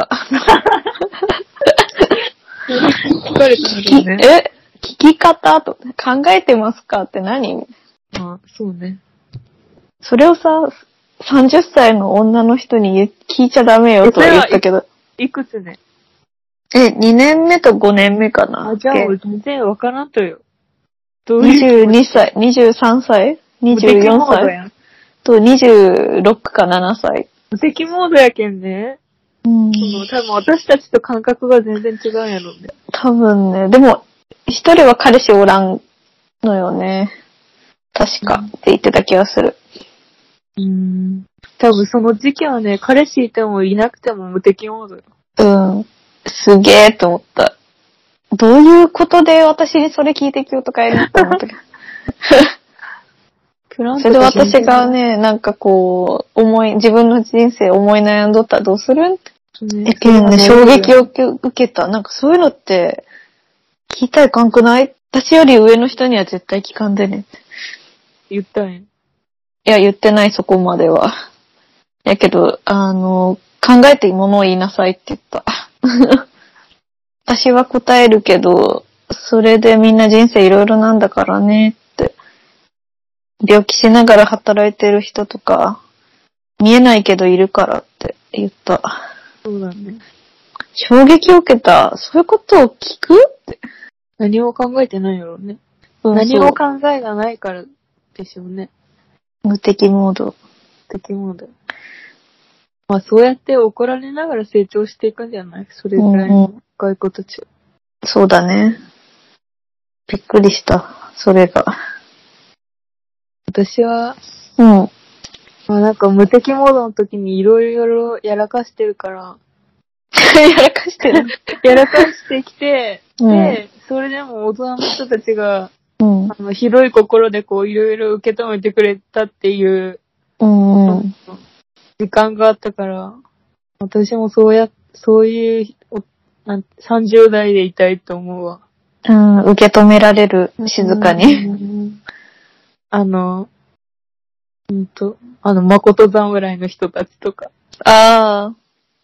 聞かれたんだね。 え聞き方と、考えてますかって何？ あ、そうね。 それをさ、さんじゅっさいの女の人に聞いちゃダメよとは言ったけど。 いくつね？ え、にねんめとごねんめかな。 あ、じゃあ俺全然わからんとよ。どうにじゅういうにさい、にじゅうさんさい ?にじゅうよん 歳とにじゅうろくかななさい。 無敵モードやけんね。 うん。 多分私たちと感覚が全然違うんやろうね。 多分ね。でも、一人は彼氏おらんのよね。確か、って言ってた気がする。 うーん。多分その時期はね、彼氏いてもいなくても無敵モードよ。 うん。すげーと思った。どういうことで私にそれ聞いてきようとかやるって思ったけど。それで私がね、なんかこう、思い、自分の人生思い悩んどったらどうするんって。え、けどね、衝撃を受けた。なんかそういうのって、聞いたらいかんくない？私より上の人には絶対聞かんでねって。 言ったんや。 いや、言ってないそこまでは。やけど、あの、考えていいものを言いなさいって言った。私は答えるけど、それでみんな人生いろいろなんだからねって。病気しながら働いてる人とか、見えないけどいるからって言った。 そうだね。 衝撃を受けた。そういうことを聞くって。 何も考えてないやろうね。 うん、 何も考えがないからでしょうね。 無敵モード。 無敵モード。まあそうやって怒られながら成長していくんじゃない？それぐらいの若い子たちは。 そうだね。びっくりした。それが。 私は、 うん。 まあなんか無敵モードの時にいろいろやらかしてるから。 やらかしてるやらかしてきて、 うん、 で、それでも大人の人たちが、 うん、 あの、広い心でこういろいろ受け止めてくれたっていう、 うんうん、 時間があったから、私もそうや、そういう、なんさんじゅう代でいたいと思うわ。 うん、受け止められる、静かに。 うん、あの、うんと、あの、誠侍の人たちとか。 ああ。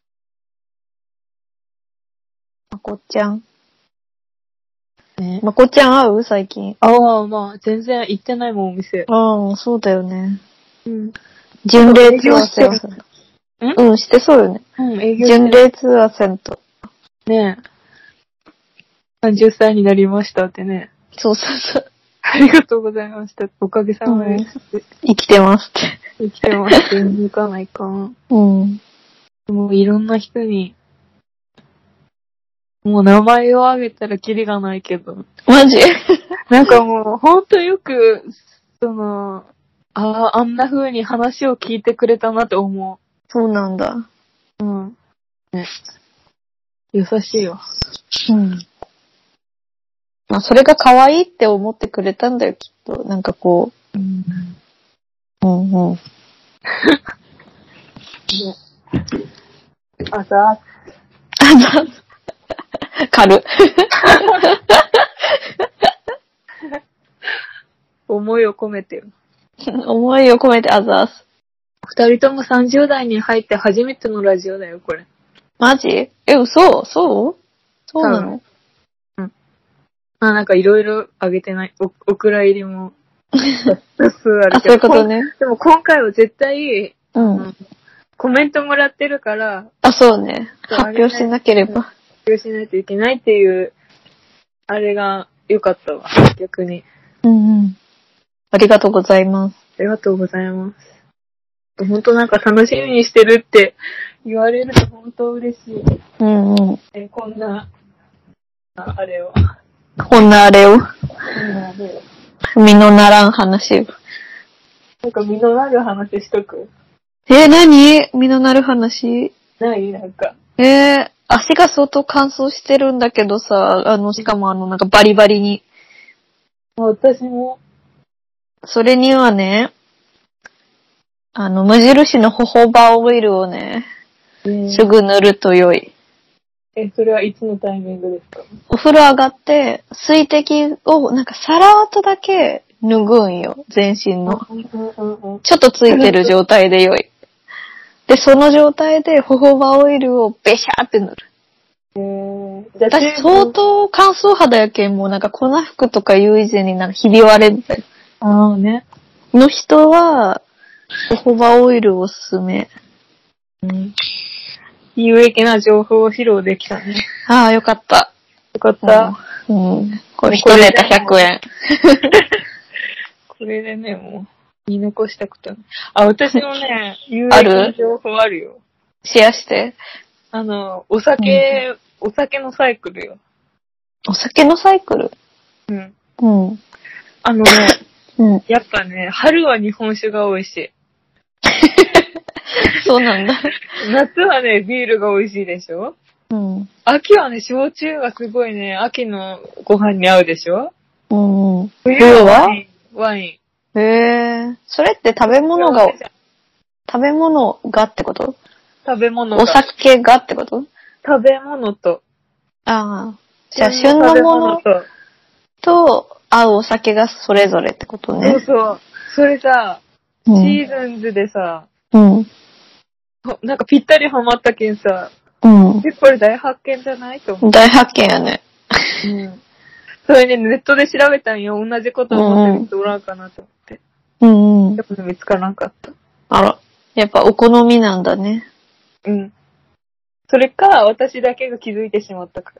まこちゃん。 ね。 まこちゃん会う最近。 ああ、まあ、全然行ってないもん、お店。 ああ、そうだよね。 うん。 巡礼ツアーせんと。うん、してそうよね。 うん、営業巡礼ツアーせんと。 ねえ。さんじゅっさいになりましたってね。 そうそうそう。 ありがとうございました。おかげさまで、うん。 生きてますって。 生きてますって言うかないかん。 うん。 もういろんな人に、もう名前を挙げたらキリがないけど。 マジなんかもう、ほんとよく、その、ああ、あんな風に話を聞いてくれたなって思う。 そうなんだ。 うん。ね。優しいわ。 うん。まあ、それが可愛いって思ってくれたんだよ、きっと。なんかこう。うん。うんうん。 あざあざ軽。 思いを込めてよ。 思いを込めてあざーす。 二人ともさんじゅう代に入って初めてのラジオだよ、これ。 マジ？え、嘘？そうそうなの？ うん。あ、なんかいろいろあげてない。お、お蔵入りも。多数あるあ、そういうことね。 でも今回は絶対、 うん。 コメントもらってるから。 あ、そうね。発表しなければ。 発表しないといけないっていう、あれが良かったわ、逆に。 うんうん。ありがとうございます。 ありがとうございます。本当なんか楽しみにしてるって言われると本当嬉しい。 うんうん。 え、こんな、ああれを。 こんなあれを。 こんなあれを。 身のならん話を。 なんか身のなる話しとく。 えー、何？身のなる話。 ないなんか。 えー、足が相当乾燥してるんだけどさ、あの、しかもあの、なんかバリバリに。 私も。 それにはね、あの、無印のホホバオイルをね、 うん、 すぐ塗ると良い。 え、それはいつのタイミングですか？ お風呂上がって、水滴をなんかさらっとだけ脱ぐんよ、全身の。ちょっとついてる状態で良い。で、その状態でホホバオイルをベシャーって塗る。 えー、 私相当乾燥肌やけん、もうなんか粉吹くとかいう以前になんかひび割れみたいな。 ああね。 の人は、ホホバオイルおすすめ。 うん。有益な情報を披露できたね。 ああ、よかった。 よかった。 うん。うん、これ一ネタひゃくえん。 これでね、もう、言い残したくて。あ、私のね、有益な情報あるよ。 シェアして。 あの、お酒、うん、お酒のサイクルよ。 お酒のサイクル？ うん。 うん。 あのね、 うん、 やっぱね、春は日本酒が美味しい。 そうなんだ。 夏はね、ビールが美味しいでしょ？ うん。 秋はね、焼酎がすごいね、秋のご飯に合うでしょ？ うんうん。 冬はワイン。ワイン。へえ。それって食べ物が、食べ物がってこと？ 食べ物が。 お酒がってこと？ 食べ物と。 ああ。じゃあ、旬のものと、と合うお酒がそれぞれってことね。 そうそう。それさ、うん、シーズンズでさ、 うん。 なんかぴったりハマったけんさ、 うん。 え、これ大発見じゃないと思う。 大発見やね。 うん。それね、ネットで調べたんよ。同じこと思ってる人おらんかなと思って。 うんうん。 やっぱ見つからなかった。 あら。やっぱお好みなんだね。 うん。それか、私だけが気づいてしまったから。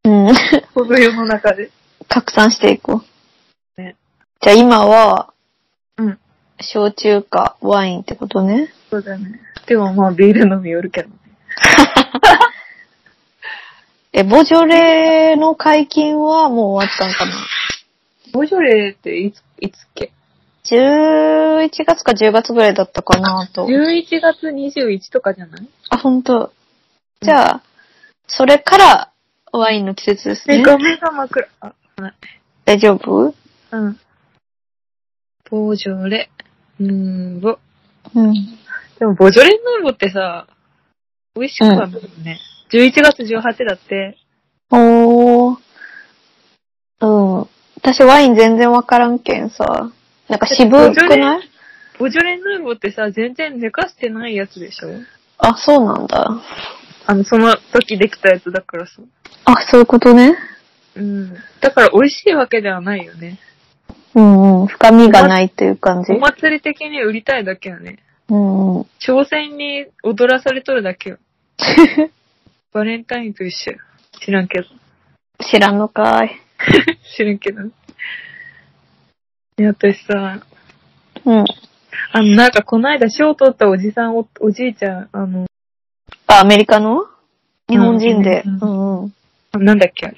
うん。 この世の中で。 拡散していこう。ね。 じゃあ今は、 うん。 焼酎かワインってことね。 そうだね。でもまあビール飲みよるけどね。 え、ボジョレの解禁はもう終わったんかな？ ボジョレっていつ、いつっけ？ じゅういちがつかじゅうがつぐらいだったかなと。 じゅういちがつにじゅういちとかじゃない？ あ、ほんと。じゃあ、うん、それからワインの季節ですね。 え、画面が真っ暗。あ、 大丈夫？ うん。ボジョレ、ヌーボ。 うん。でもボジョレ・ヌーボってさ、美味しくはないよね。うんじゅういちがつじゅうはちだって。 おー。うん。私ワイン全然わからんけんさ。なんか渋くない？ ボジョレ・ヌーボってさ、全然寝かしてないやつでしょ？ あ、そうなんだ。 あの、その時できたやつだからさ。 あ、そういうことね。 うん。だから美味しいわけではないよね。 うんうん。深みがないっていう感じ。 お祭り的に売りたいだけよね。 うんうん。 挑戦に踊らされとるだけよ。バレンタインと一緒よ。知らんけど。 知らんのかい。 知らんけど。で、私さ、 うん。 あの、なんかこの間賞取ったおじさんお、おじいちゃん、あの、 あ、アメリカの日本人で。うん、うんうん。 なんだっけあれ。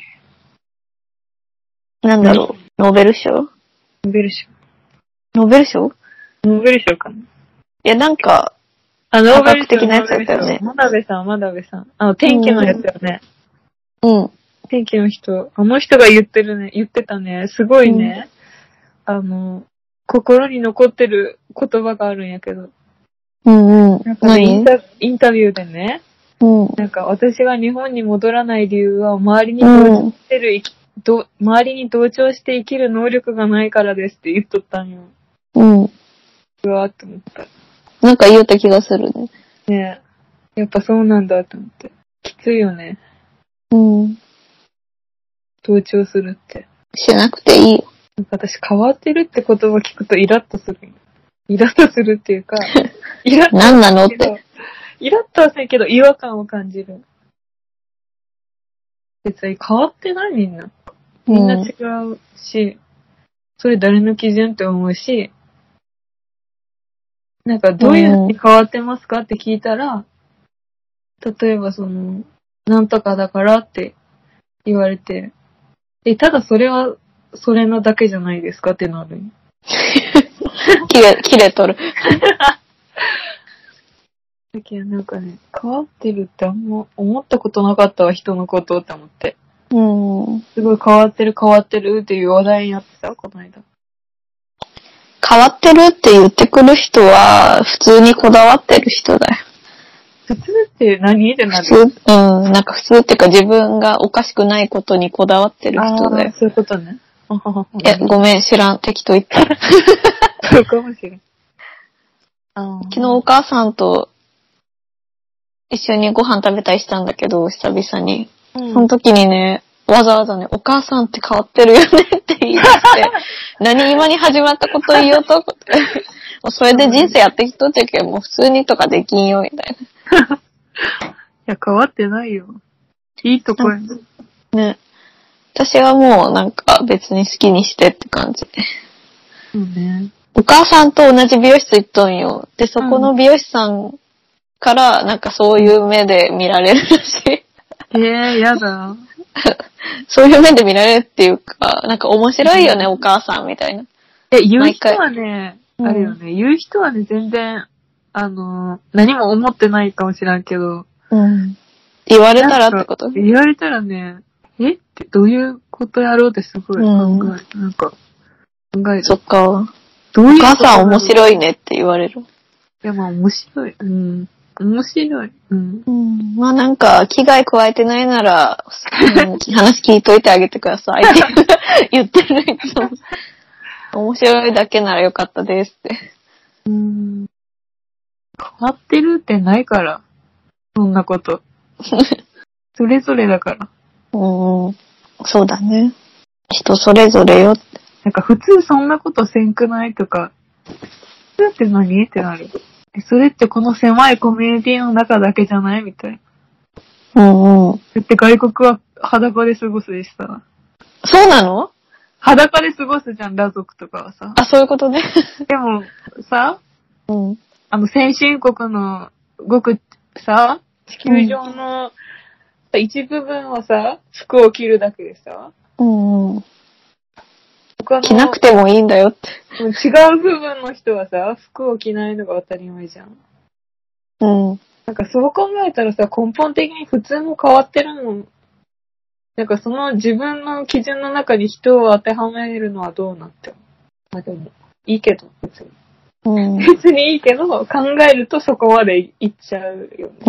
なんだろう。ノーベル賞？ノーベル賞。 ノーベル賞？ ノーベル賞かな。いや、なんか、 あ、ノーベル賞的なやつだったよね。 真鍋さん、真鍋さん。あの、天気のやつよね。 うん。 天気の人。あの人が言ってるね、言ってたね。すごいね。うん、あの、心に残ってる言葉があるんやけど。 うんうん。 なんかね、インタ、インタビューでね。 うん。 なんか、私が日本に戻らない理由は、周りに同調してる、うん、ど、周りに同調して生きる能力がないからですって言っとったんよ。 うん。 うわーって思った。 なんか言った気がするね。 ねえ。やっぱそうなんだって思って。きついよね。 うん。 同調するって。 しなくていいよ。 なんか私変わってるって言葉聞くとイラッとする。イラッとするっていうか、イラッと何なのって。 イラッとはせんけど違和感を感じる。別に変わってないみんな。みんな違うし、うん、それ誰の基準って思うし、なんかどういうふうに変わってますかって聞いたら、例えばその、なんとかだからって言われて、え、ただそれは、それなだけじゃないですかってなる。 切れ、切れとる。 だけどなんかね、変わってるってあんま思ったことなかったわ、人のことって思って。 うん。 すごい変わってる変わってるっていう話題になってた、この間。 変わってるって言ってくる人は、普通にこだわってる人だよ。 普通って何ってなる？ 普通、うん、なんか普通っていうか自分がおかしくないことにこだわってる人だよ。 そういうことね。 いや、ごめん、知らん。適当言った。 そうかもしれん。 昨日お母さんと一緒にご飯食べたりしたんだけど、久々に。うん、その時にね、わざわざね、お母さんって変わってるよねって言い出して、何今に始まったこと言おうと思って、もうそれで人生やってきとってけど、もう普通にとかできんよ、みたいな。 いや、変わってないよ。いいとこやね。 ね。私はもうなんか別に好きにしてって感じ。 そうね。 お母さんと同じ美容室行っとんよ。で、そこの美容師さんからなんかそういう目で見られるらしい。 えー、やだ。 そういう目で見られるっていうか、なんか面白いよね、うん、お母さんみたいな。 え、言う人はね、あれよね、うん、言う人はね、全然、あのー、何も思ってないかもしらんけど。 うん。言われたらってこと？ 言われたらね、えってどういうことやろうってすごい考える。うん、なんか、考える。 そっか。 どういうお母さん面白いねって言われる。 いや、まあ面白い。うん。面白い。うん。 うん、まあなんか、危害加えてないなら、うん、話聞いといてあげてくださいって言ってるいつも。面白いだけならよかったですって。 うん。変わってるってないから。そんなこと。それぞれだから。 うん。そうだね。人それぞれよって。 なんか普通そんなことせんくないとか、普通って何ってなる。それってこの狭いコミュニティの中だけじゃないみたいな。うんうん。 だって外国は裸で過ごすでした。 そうなの？ 裸で過ごすじゃん、裸族とかはさ。 あ、そういうことね。 でも、さ、 うん。 あの先進国のごくさ、地球上の一部分はさ、服を着るだけでさ。 うんうん。着なくてもいいんだよって。 違う部分の人はさ、服を着ないのが当たり前じゃん。 うん。 なんかそう考えたらさ、根本的に普通も変わってるの。なんかその自分の基準の中に人を当てはめるのはどうなっても。まあでも、いいけど、別に。うん、別にいいけど、考えるとそこまでいっちゃうよね。うん。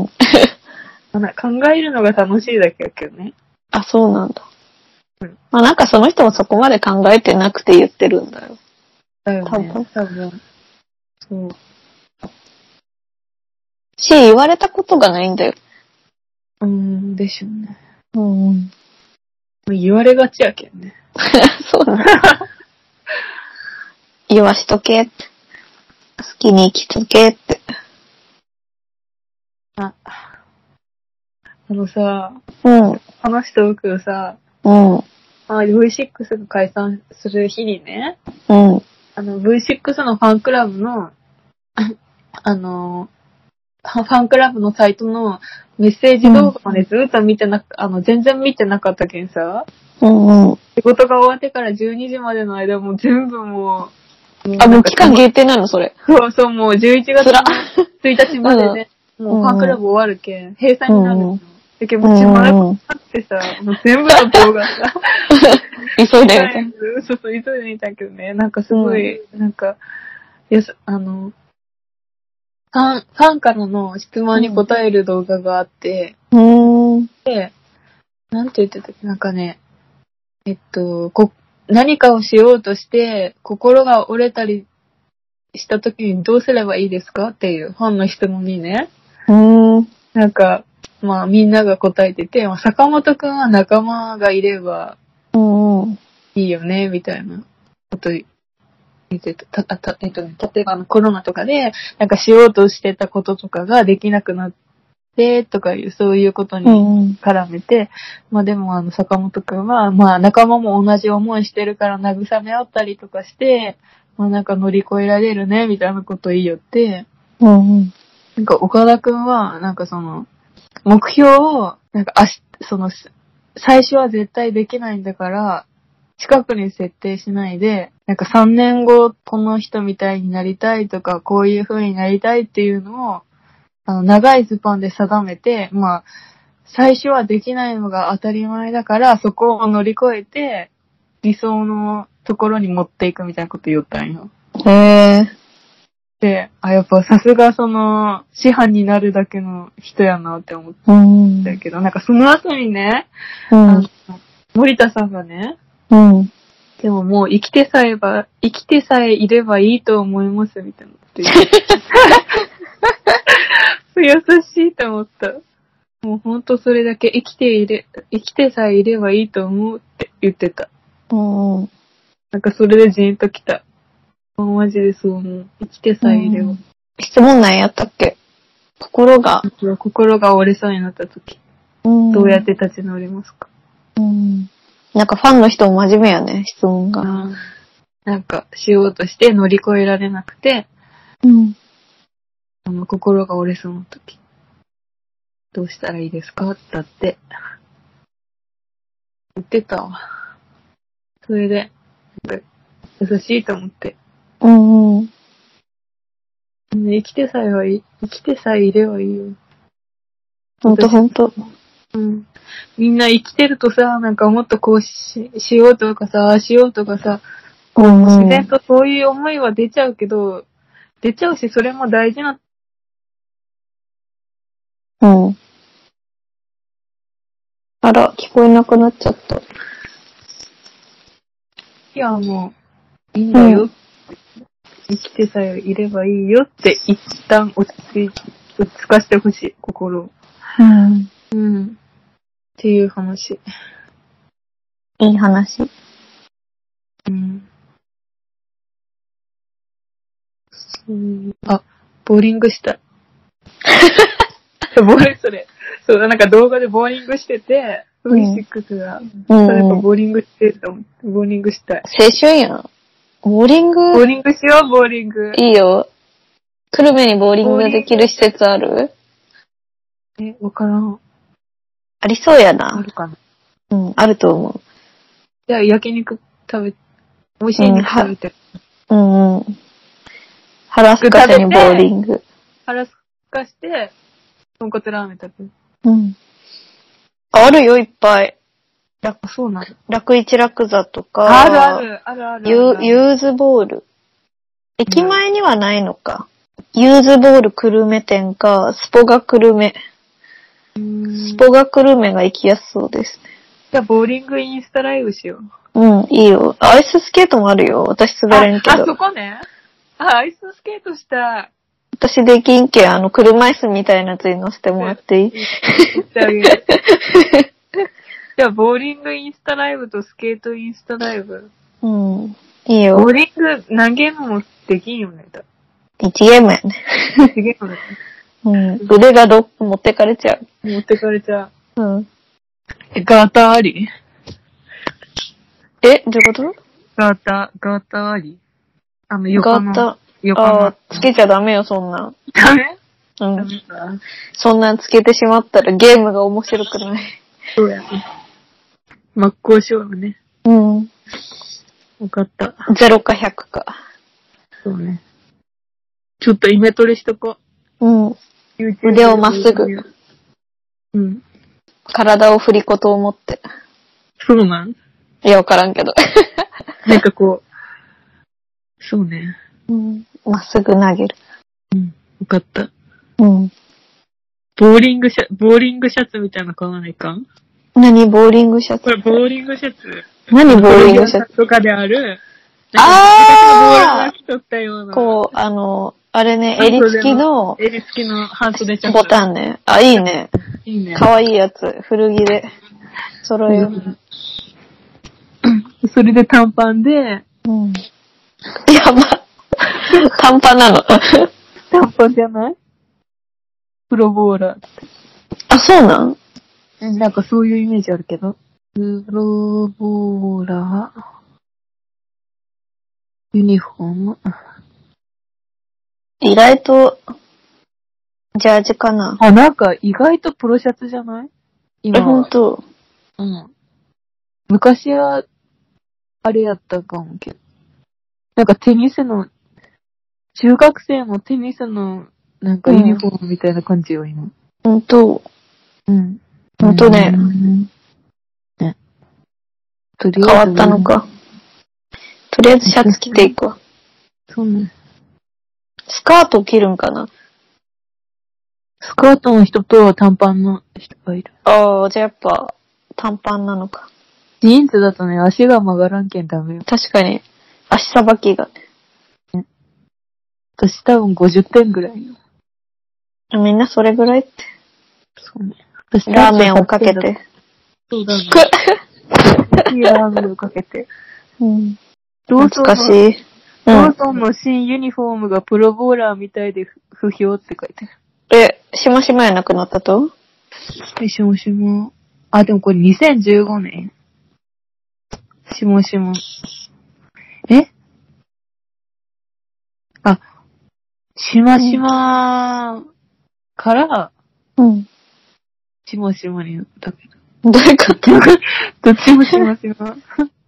考えるのが楽しいだけだけどね。 あ、そうなんだ。うん、まあなんかその人もそこまで考えてなくて言ってるんだよ。 だよね。多分。多分。そう。 し、言われたことがないんだよ。 うーん、でしょうね。 うん。 言われがちやけんね。 そうなんだ。言わしとけって。好きに生きとけって。 あ、あのさ、 うん。 話しておくよさ、 うん。 あ、ブイシックス が解散する日にね、 うん。 あの ブイシックス のファンクラブの、あの、ファンクラブのサイトのメッセージ動画をね、ずっと見てな、あの、全然見てなかったけんさ、 うんうん。 仕事が終わってからじゅうにじまでの間もう全部もう、 もうあ、もう期間限定なのそれ。 そうそう、もうじゅういちがつのついたちまでね、うん、もうファンクラブ終わるけん、閉鎖になるの。だけどもうしばらく経ってさ、もう全部の動画さ、 急いでみたいな。 そうそう、急いでみたけどね、なんかすごい、うん、なんか、やす、あの、ファン、ファンからの質問に答える動画があって、 うん、 で、なんて言ってたっけ、なんかね、えっと、こ、何かをしようとして、心が折れたりした時にどうすればいいですかっていうファンの質問にね、 うん、 なんか、まあみんなが答えてて、まあ、坂本くんは仲間がいればいいよね、みたいなこと言ってた。た、た、えっとね、例えばあのコロナとかで、なんかしようとしてたこととかができなくなって、とかいう、そういうことに絡めて、うん、まあでもあの坂本くんは、まあ仲間も同じ思いしてるから慰め合ったりとかして、まあなんか乗り越えられるね、みたいなことを言いよって、 うん、 なんか岡田くんは、なんかその、目標を、なんか、あし、その、最初は絶対できないんだから、近くに設定しないで、なんかさんねんご、この人みたいになりたいとか、こういう風になりたいっていうのを、あの、長いスパンで定めて、まあ、最初はできないのが当たり前だから、そこを乗り越えて、理想のところに持っていくみたいなこと言ったんよ。 へえ。 で、あ、やっぱさすがその、師範になるだけの人やなって思っうん。 たけど、なんかその後にね、 うんあの。森田さんがね、 うん。 でももう生きてさえば、生きてさえいればいいと思いますみたいなこと言って。優しいと思った。もうほんとそれだけ生きていれ、生きてさえいればいいと思うって言ってた。 うん。 なんかそれでジーンときた。マジでそう思う。生きてさえいれば。 質問何やったっけ？心が。 心が折れそうになった時。うん、どうやって立ち直りますか？ うん。なんかファンの人も真面目やね、質問が。 なんかしようとして乗り越えられなくて、 うん。 あの、心が折れそうな時。どうしたらいいですか？だって。言ってたわ。それで、なんか優しいと思って。 うんうん。 生きてさえはいい。生きてさえいればいいよ。 ほんとほんと。 うん。みんな生きてるとさ、なんかもっとこうし、しようとかさ、しようとかさ、うんうん、自然とそういう思いは出ちゃうけど、出ちゃうし、それも大事な。 うん。あら、聞こえなくなっちゃった。 いや、もう、いいんだよ。うん、生きてさえいればいいよって一旦落ち着い、落ち着かせてほしい、心を。 うん。 うん。っていう話。 いい話。 うん。うん、あ、ボーリングしたい。ボーリング、それ。そう、なんか動画でボーリングしてて、ブイシックスが、うん、それかボーリングしてると思って、ボーリングしたい。 青春やん。ボーリングボーリングしよう、ボーリング。 いいよ。久留米にボーリングできる施設ある？ え、わからん。 ありそうやな。 あるかな。 うん、あると思う。 じゃあ、焼肉食べ、美味しい肉食べてる。 うんうん。腹すかせにボーリング。 腹すかして、豚骨ラーメン食べる。 うん。あるよ、いっぱい。 あ、そうなの？ 楽一楽座とか。 あるある、あるある。 ユユーズボール。駅前にはないのか。うん、ユーズボール久留米店か、スポガ久留米。スポガ久留米が行きやすそうですね。 じゃあ、ボーリングインスタライブしよう。うん、いいよ。アイススケートもあるよ。私滑れんけど。 あ、あそこね。あ、アイススケートしたい。 私できんけん、あの、車椅子みたいなやつに乗せてもらっていい？してあげる。 じゃあ、ボーリングインスタライブとスケートインスタライブ。 うん。いいよ。 ボーリング何ゲームもできんよね。 いちゲームやね。 いちゲームだね。 うん。腕がどっ持ってかれちゃう。持ってかれちゃう。うん。 え、ガーターあり？ え、どういうこと？ ガーター、ガーターあり？あの、横の。 ガーター。 横の。 ああ、つけちゃダメよ、そんなん。 ダメ？ うん。そんなんつけてしまったらゲームが面白くない。 そうやね。真っ向勝負ね。 うん。 わかった。 ゼロかひゃくか。 そうね。ちょっとイメトレしとこう。うん。腕をまっすぐ。 うん。 体を振り子と思って。 そうなん？ いや、わからんけど。 なんかこう、そうね。 うん。まっすぐ投げる。 うん。わかった。 うん。 ボーリングシャ、ボーリングシャツみたいなの買わないかん？ 何ボーリングシャツ？ これボーリングシャツ。 何ボーリングシャツとかである。 ああー！ボールが着とったような。 こう、あの、あれね、襟付きの、 襟付きの半袖シャツ。 ボタンね。あ、いいね。 いいね。 かわいいやつ。古着で。揃えよう。 それで短パンで、 うん。やば。短パンなの。 短パンじゃない？プロボーラーって。 あ、そうなん？ なんかそういうイメージあるけど。プロボーラー、ユニフォーム。 意外と、ジャージかな。 あ、なんか意外とプロシャツじゃない？今。 え、ほんと？ うん。昔は、あれやったかもけど。なんかテニスの、中学生のテニスの、なんかユニフォームみたいな感じよ、今。 ほんと。 うん。 ほんとね。 ね。とりあえず。 変わったのか。とりあえずシャツ着ていくわ。 そうね。 スカート着るんかな。 スカートの人と短パンの人がいる。 ああ、じゃあやっぱ短パンなのか。 ジーンズだとね、足が曲がらんけんダメよ。 確かに、足さばきがね。 私多分ごじゅってんぐらいよ。 みんなそれぐらいって。 そうね。私ラーメンをかけて。 そうだね。いいラーメンをかけて。 うん。 ローソンの、 懐かしい。 ローソンの新ユニフォームがプロボーラーみたいで不評って書いてる。え、しましまやなくなったと？ え、しもしも。あ、でもこれにせんじゅうごねん。しもしも。えあ、しましまから、 うん。 しもしもになったけど。 どういうこと？ どっちもしましま。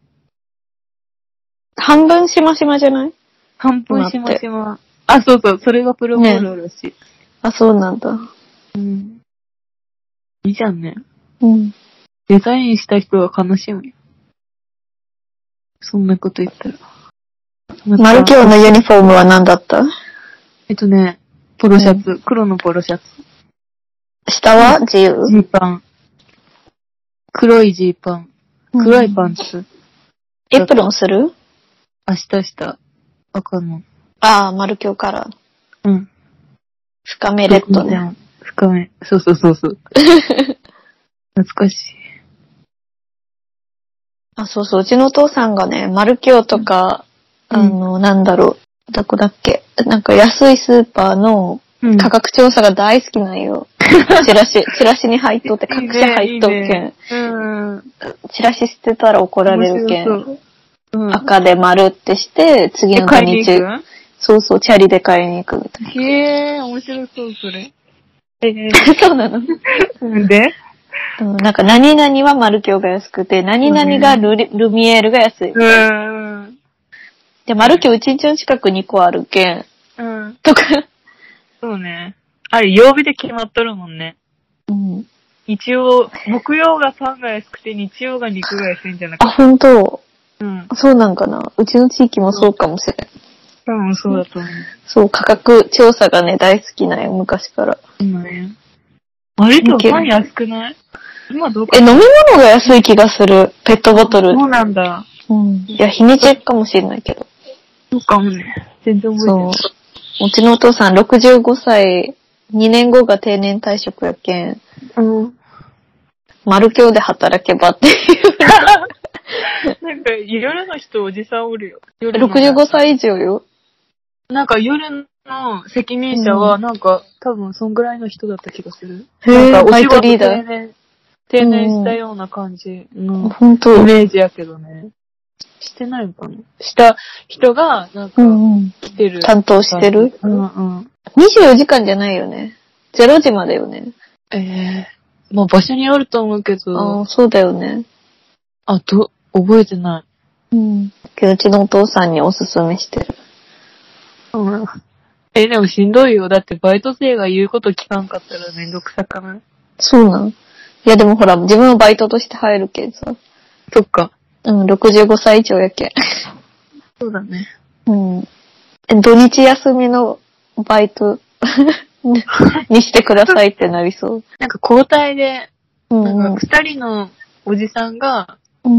半分しましまじゃない？ 半分しましま。あ、そうそう、それがプロボーラーらしい。ね、 あ、そうなんだ。 うん。いいじゃんね。 うん。 デザインした人は悲しむよ。そんなこと言ったら。 マルキョウのユニフォームは何だった？ えっとね、ポロシャツ、うん、黒のポロシャツ。 下は自由？ ジーパン。黒いジーパン。黒いパンツ。 エプロンする？ 明日した赤の。 ああ、マルキョウカラー。 うん。 深めレッドね。 深め。そうそうそうそう。懐かしい。 あ、そうそう。うちのお父さんがね、マルキョウとか、うん、あの、なんだろう。どこだっけ？なんか安いスーパーの価格調査が大好きなんよ。うん、チラシ、チラシに入っとって、各社入っとっけん。いいね、うん。チラシ捨てたら怒られるけん。うん、赤で丸ってして、次の土日。そうそう、チャリで買いに行くみたいな。 へえー、面白そう、それ。 えー、そうなの？ で、 うん、なんか、何々はマルキョウが安くて、何々がル, ルミエールが安い。うん。で、マルキョウうちんちの近くにこあるけん。うん。とか。 そうね。あれ、曜日で決まっとるもんね。うん。日曜、木曜がパンが安くて、日曜が肉が安いんじゃなくて。 あ、ほんと？ うん。 そうなんかな。うちの地域もそうかもしれん。 多分そうだと思う。 そう、価格調査がね、大好きなんよ、昔から。 今ね。あれとパン安くない？今どうかえ、飲み物が安い気がする。ペットボトル。 そうなんだ。 うん。いや、日にちかもしれないけど。 そうかもね。全然覚えてない。 そう。うちのお父さんろくじゅうごさい、にねんごが定年退職やけん。うん。マルキョウで働けばっていう。 なんか、夜の人おじさんおるよ。 ろくじゅうごさい以上よ。 なんか夜の責任者は、なんか、うん、多分そんぐらいの人だった気がする。 へぇー、 なんかバイトリーダー。 定年、定年したような感じのイメージやけどね。してないのかな？した人が、なんか、来てる、うんうん。 担当してる？ うんうん。 にじゅうよじかんじゃないよね。れいじまでよね。 ええー。まあ場所によると思うけど。 ああ、そうだよね。 あ、ど、覚えてない。 うん。けどうちのお父さんにおすすめしてる。 うん。え、でもしんどいよ。だってバイト生が言うこと聞かんかったらめんどくさかない？ そうなん？いやでもほら、自分はバイトとして入るけどさ。 そっか。 うん、ろくじゅうごさい以上やけ。 そうだね。 うん。土日休みのバイトにしてくださいってなりそう。 なんか交代で、なんか二人のおじさんが、うん、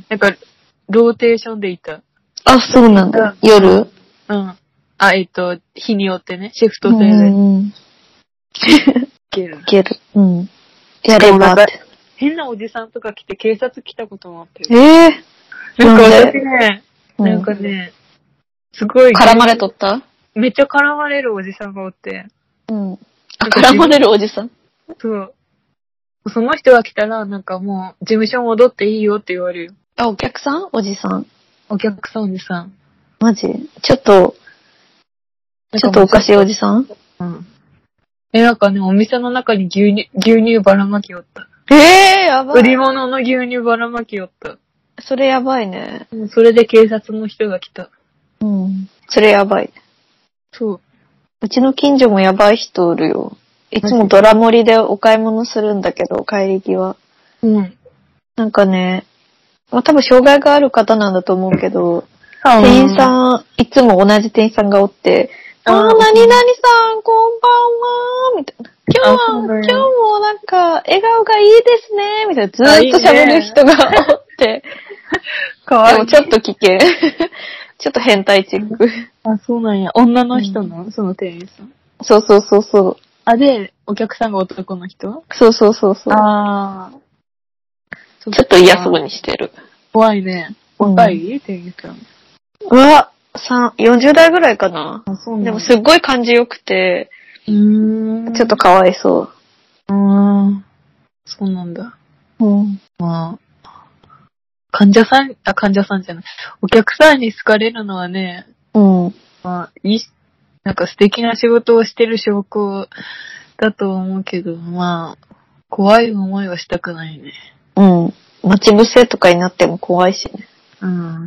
なんかローテーションでいた。 あ、そうなんだ。夜？ うん。あ、えっと、日によってね、シフト制で。うん。いける。 いける。うん。やればって。 変なおじさんとか来て警察来たこともあってる。ええー、なんか私ね、なんかね、すごい。 絡まれとった？ めっちゃ絡まれるおじさんがおって。 うん。あ、絡まれるおじさん？ そう。その人が来たら、なんかもう、事務所戻っていいよって言われるよ。 あ、お客さん？おじさん。 お客さんおじさん。 マジ？ちょっと、ちょっとおかしいおじさん？ うん。え、なんかね、お店の中に牛乳、牛乳ばらまきおった。 ええー、やばい。 売り物の牛乳ばらまきおった。 それやばいね。 それで警察の人が来た。 うん。それやばい。 そう。 うちの近所もやばい人おるよ。いつもドラ盛りでお買い物するんだけど、帰り際。うん。なんかね、まあ、多分障害がある方なんだと思うけど、 さん。 店員さん、いつも同じ店員さんがおって、あー、何々さん、こんばんはみたいな。今日は、今日もなんか、笑顔がいいですねみたいな。ずーっと喋る人がおって。かわいい。でもちょっと危険。ちょっと変態チック。 あ、そうなんや。女の人の、うん、その店員さん。 そうそうそうそう。 あ、で、お客さんが男の人？ そうそうそうそう。 ああ。 ちょっと嫌そうにしてる。 怖いね。若い、うん、店員さん。 うわ、さん、よんじゅう代ぐらいかな。 あ、そうなんだ。 でもすっごい感じよくて、 うーん。 ちょっとかわいそう。 ああ。そうなんだ。 うん。 まあ。患者さん、あ、患者さんじゃない。お客さんに好かれるのはね、 うん。 まあ、いい、なんか素敵な仕事をしてる証拠だと思うけど、まあ、怖い思いはしたくないね。 うん。待ち伏せとかになっても怖いしね。 うん。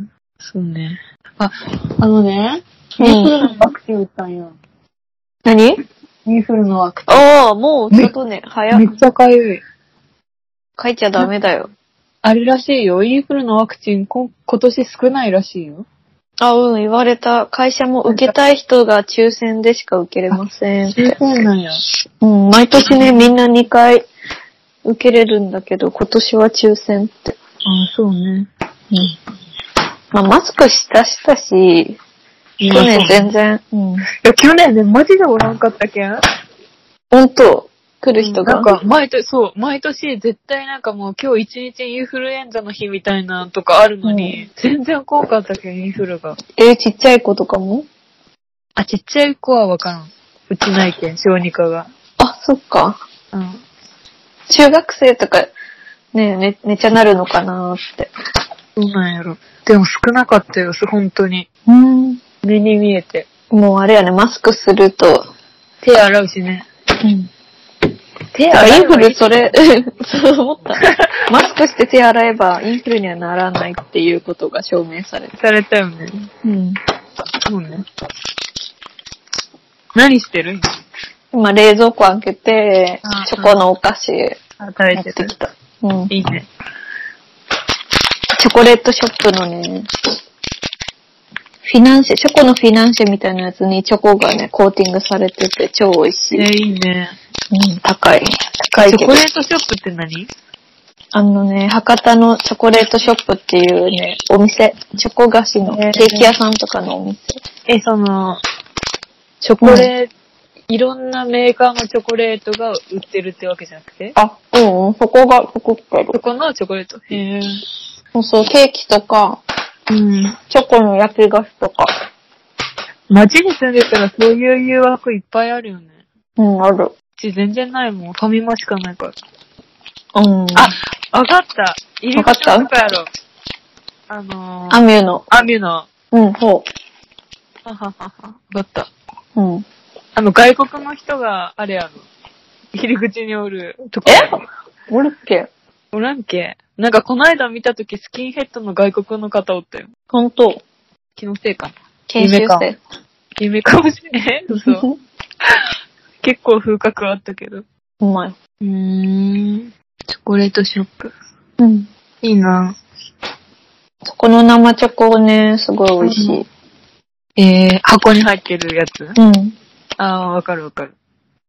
そうね。あ、あのね、インフルのワクチン打ったんよ。 何？ インフルのワクチン。 ああ、もう打ったとね、早っ。 めっちゃかゆい。 書いちゃダメだよ。 あれらしいよ。インフルのワクチン、こ今年少ないらしいよ。 あ、うん、言われた。会社も受けたい人が抽選でしか受けれませんって。 抽選なんや。 うん、毎年ね、みんなにかい受けれるんだけど、今年は抽選って。 あ、そうね。うん。 まあ、マスクしたしたし、去年全然。うん。いや、去年ね、マジでおらんかったけん。 ほんと来る人が。 なんか、毎年、そう、毎年絶対なんかもう今日一日インフルエンザの日みたいなとかあるのに、うん、全然来んかったけん、インフルが。 えー、ちっちゃい子とかも？ あ、ちっちゃい子はわからん。うちないけん、小児科が。 あ、そっか。 うん。 中学生とか、ねえ、め、めっちゃなるのかなーって。 そうなんやろ。でも少なかったよ、本当に。 うん。 目に見えて。 もうあれやね、マスクすると。 手洗うしね。 うん。手洗う。インフルそれ、そう思った。マスクして手洗えばインフルにはならないっていうことが証明された。 されたよね。 うん。 そうね。何してる？ 今冷蔵庫開けて、チョコのお菓子あ、食べ持っててきた。うん。 いいね。 チョコレートショップのね、フィナンシェ、チョコのフィナンシェみたいなやつにチョコがね、コーティングされてて超美味しい。 えー、いいね。 うん、高い。高いけど。 チョコレートショップって何？ あのね、博多のチョコレートショップっていうね、お店。チョコ菓子のケーキ屋さんとかのお店。 えー、その、チョコレート、うん、いろんなメーカーのチョコレートが売ってるってわけじゃなくて？ あ、うん、そこが作ってる。 そこのチョコレート。へー。 そうそう、ケーキとか、 うん。 チョコの焼き菓子とか。 街に住んでたらそういう誘惑いっぱいあるよね。 うん、ある。 うち全然ないもん。ファミマしかないから。 うん。 あ、わかった。入り口のとかやろ。あのー、 アミューの。 アミューの。 うん、そう。はははは。わかった。 うん。 あの、外国の人が、あれやろ。入り口におるとこ。 え？おるっけ？ おらんけ？なんかこの間見たときスキンヘッドの外国の方おったよ。 ほんと？ 気のせいかな。 研修生。 夢かもしれん。嘘。結構風格あったけど。 うまい。 うーん。チョコレートショップ。 うん。 いいな。 そこの生チョコね、すごい美味しい。 うん、えー、箱に入ってるやつ？ うん。 あー、わかるわかる。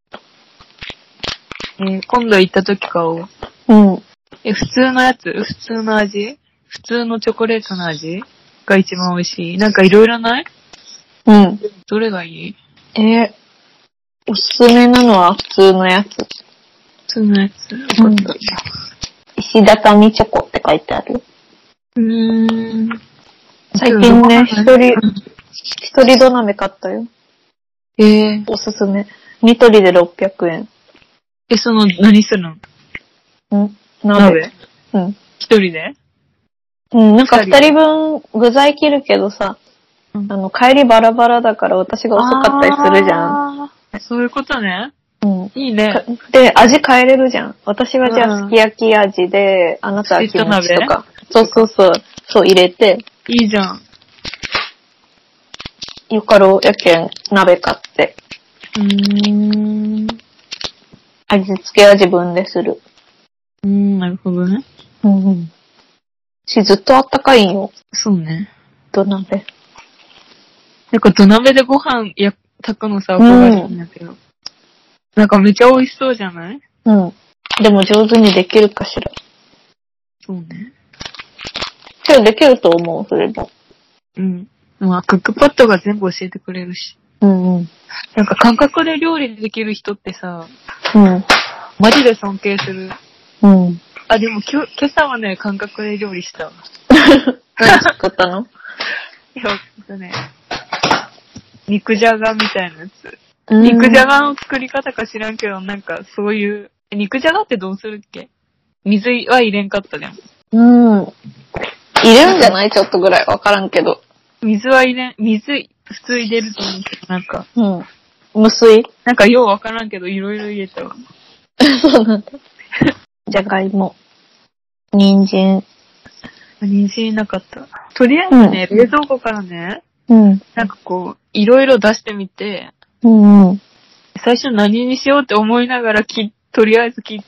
えー、今度行った時買おう。 うん。 え、普通のやつ？普通の味？普通のチョコレートの味が一番美味しい。なんかいろいろない？ うん。 どれがいい？ えー、おすすめなのは普通のやつ。 普通のやつ。わかった。うん、 石畳チョコって書いてある。 うーん。 最近ね、一人、一人土鍋買ったよ。 ええー。 おすすめ。二人でろっぴゃくえん。 え、その、何するの？ ん鍋。うん。 一人で？ うん、なんか二人分具材切るけどさ、うん、あの、帰りバラバラだから私が遅かったりするじゃん。 あー、そういうことね。 うん。 いいね。 で、味変えれるじゃん。私はじゃあすき焼き味で、うん、あなたはキムチとか。そうそうそう。そう入れて。 いいじゃん。 よかろうやけん鍋買って。 うーん。 味付けは自分でする。 うーん、なるほどね。 うんうん。し、ずっとあったかいんよ。 そうね。 土鍋。 なんか土鍋でご飯や炊くのさ、憧れるんだけど。うん、なんかめっちゃ美味しそうじゃない？ うん。でも上手にできるかしら。 そうね。 けどできると思う、それも。 うん。まあ、クックパッドが全部教えてくれるし。 うんうん。 なんか感覚で料理できる人ってさ、 うん。 マジで尊敬する。 うん。 あ、でも今日、今朝はね、感覚で料理したわ。 何作ったの？ いや、えっとね、肉じゃがみたいなやつ。肉じゃがの作り方か知らんけど、なんかそういう、肉じゃがってどうするっけ？水は入れんかったじゃん。 うん。入れるんじゃない？ちょっとぐらいわからんけど。 水は入れん、水、普通入れると思うけど、なんか。 うん。無水？ なんかようわからんけど、いろいろ入れたわ。 そうなんだ。じゃがいも。人参。 人参なかった。とりあえずね、うん、冷蔵庫からね、 うん。 なんかこう、いろいろ出してみて、 うんうん。 最初何にしようって思いながらき、とりあえず切って、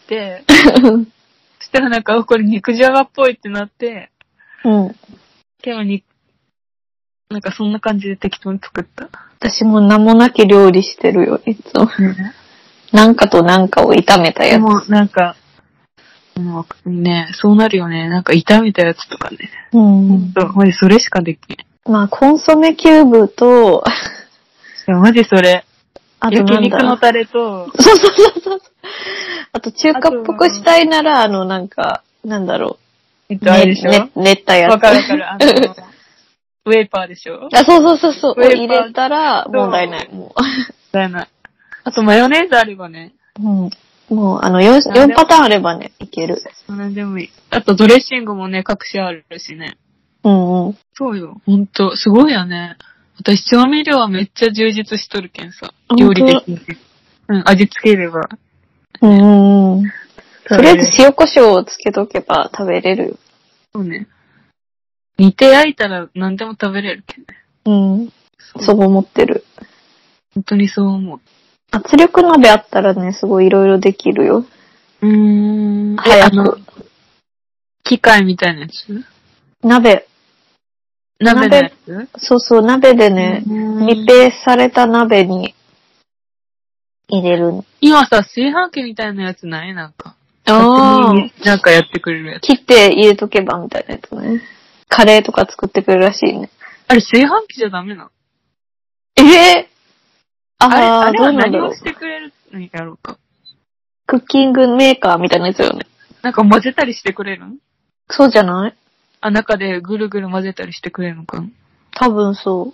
そしたらなんか、これ肉じゃがっぽいってなって、 うん。 でもに、なんかそんな感じで適当に作った。 私も名もなき料理してるよ、いつも。ね、なんかとなんかを炒めたやつ。 でもなんか、もうね、そうなるよね。なんか炒めたやつとかね。 うん。 ほんと、マジそれしかできん。 まあ、コンソメキューブと、 いや、マジそれ。 あと焼肉のタレと、 そうそうそうそう。あと中華っぽくしたいなら、あの、なんか、なんだろう。えっと、あれでしょ？ ね、練ったやつ。 わかるわかる。あの、ウェイパーでしょ？ あ、そうそうそうそう。入れたら、問題ない。もう。 問題ない。あと、マヨネーズあればね。 うん。もう、あの、よん、よんパターンあればね、いける。 なんでもいい。あと、ドレッシングもね、隠しあるしね。 うんうん。 そうよ。ほんと、すごいよね。私、調味料はめっちゃ充実しとるけんさ。料理できる。うん、味付ければ。 うんうん。とりあえず塩コショウをつけとけば食べれるよ。 そうね。煮て焼いたら何でも食べれるけんね。 うん。そう思ってる。 本当にそう思う。 圧力鍋あったらね、すごいいろいろできるよ。 うーん。 早く。 機械みたいなやつ？ 鍋。 鍋のやつ？ そうそう、鍋でね、密閉された鍋に入れる。 今さ、炊飯器みたいなやつない？なんか。 ああ。 なんかやってくれるやつ。 切って入れとけばみたいなやつね。カレーとか作ってくれるらしいね。 あれ、炊飯器じゃダメなの？ ええー、あれ、 あれは何をしてくれるんやろうか。 クッキングメーカーみたいなやつよね。 なんか混ぜたりしてくれるん？ そうじゃない？ あ、中でぐるぐる混ぜたりしてくれるのかな？ 多分そう。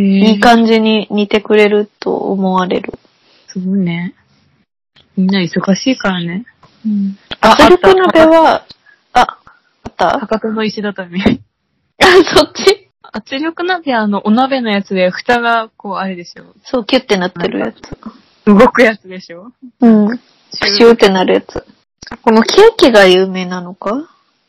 えー、 いい感じに煮てくれると思われる。 すごいね。みんな忙しいからね。 うん。圧力鍋は、あ、あった博多の石畳。 あ、そっち？ 圧力鍋はあの、お鍋のやつで、蓋がこう、あれでしょ。 そう、キュッてなってるやつ。 動くやつでしょ？ うん。シューってなるやつ。このケーキが有名なのか？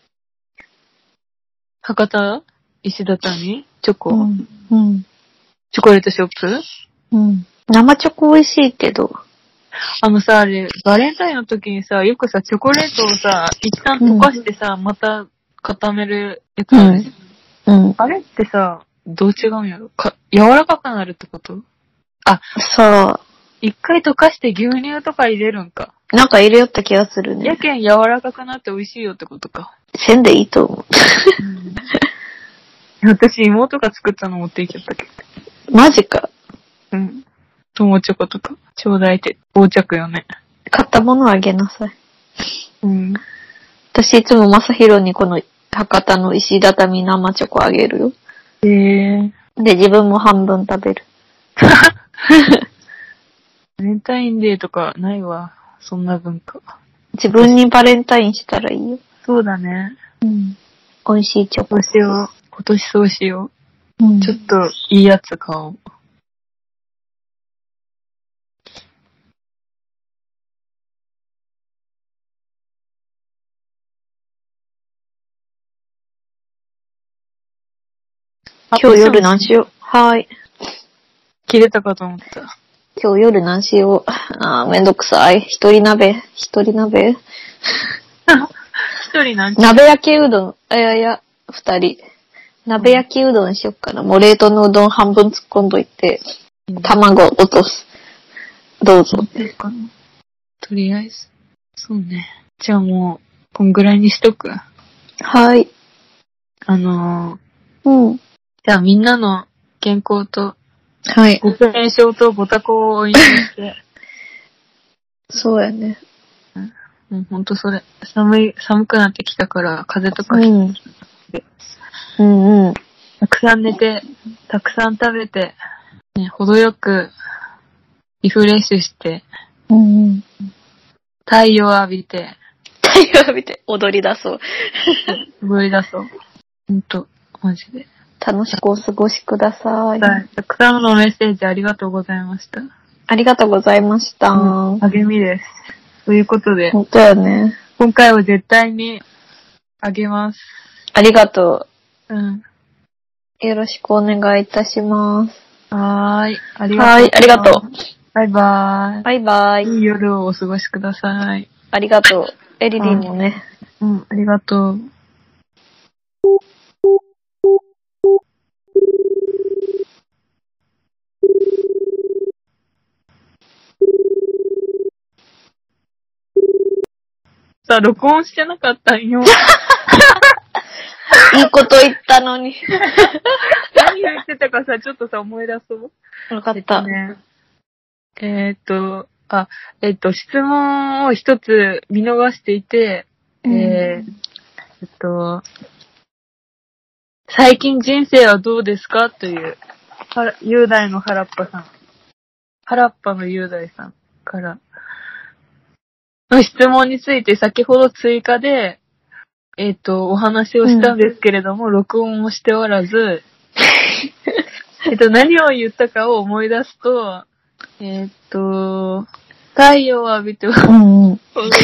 博多石畳チョコ、うん、 うん。 チョコレートショップ？ うん。生チョコ美味しいけど。 あのさ、あれ、バレンタインの時にさ、よくさ、チョコレートをさ、一旦溶かしてさ、うん、また固めるやつあるじゃん。うん。うん。あれってさ、どう違うんやろ？か、柔らかくなるってこと？あ、 そう。 一回溶かして牛乳とか入れるんか。 なんか入れよった気がするね。 やけん柔らかくなって美味しいよってことか。 せんでいいと思う。 うん、私妹が作ったの持っていきちゃったけど。 マジか。 うん。友チョコとか、ちょうだいって横着よね。 買ったものあげなさい。 うん。 私いつもまさひろにこの博多の石畳生チョコあげるよ。 へえー。で、自分も半分食べる。 バレンタインデーとかないわ。そんな文化。 自分にバレンタインしたらいいよ。 そうだね。 うん。美味しいチョコ。 そうしよう。今年そうしよう。うん。 ちょっといいやつ買おう。 今日夜何しよう。はーい。 切れたかと思った。 今日夜何しよう。あー、めんどくさい。一人鍋。一人鍋一人何鍋焼きうどん。いやいや、二人。 鍋焼きうどんしよっかな。もう冷凍のうどん半分突っ込んどいて、うん、卵落とす。どうぞ。 とりあえず。そうね。じゃあもう、こんぐらいにしとく。 はい。 あのー、うん。 じゃあみんなの健康と、 はい。 ご健勝とご多幸をお祈りして。 そうやね。 うん、ほんとそれ。寒い、寒くなってきたから、風邪とかひいて、 うん。うんうん。 たくさん寝て、たくさん食べて、ね、程よくリフレッシュして、 うんうん、 太陽浴びて、 太陽浴びて踊り出そう。 踊り出そう。ほんと、マジで。 楽しくお過ごしください。 はい。たくさんのメッセージありがとうございました。 ありがとうございました。 うん、励みです。ということで。 本当やね。 今回は絶対にあげます。 ありがとう。うん。 よろしくお願いいたします。 はーい。ありがとう。 はい、ありがとう。 バイバーイ。 バイバイ。 いい夜をお過ごしください。 ありがとう。エリリンもね。 うん、ありがとう。さ、録音してなかったんよ。 いいこと言ったのに。 何言ってたかさ、ちょっとさ、思い出そう。 わかった。 えっと、あ、えっと、質問を一つ見逃していて、うん、えー、えっと、最近人生はどうですかという、は雄大の原っぱさん。原っぱの雄大さんからの質問について先ほど追加で、えっと、お話をしたんですけれども、うん、録音をしておらず、えっと、何を言ったかを思い出すと、えっと、太陽を浴びて、うんうん、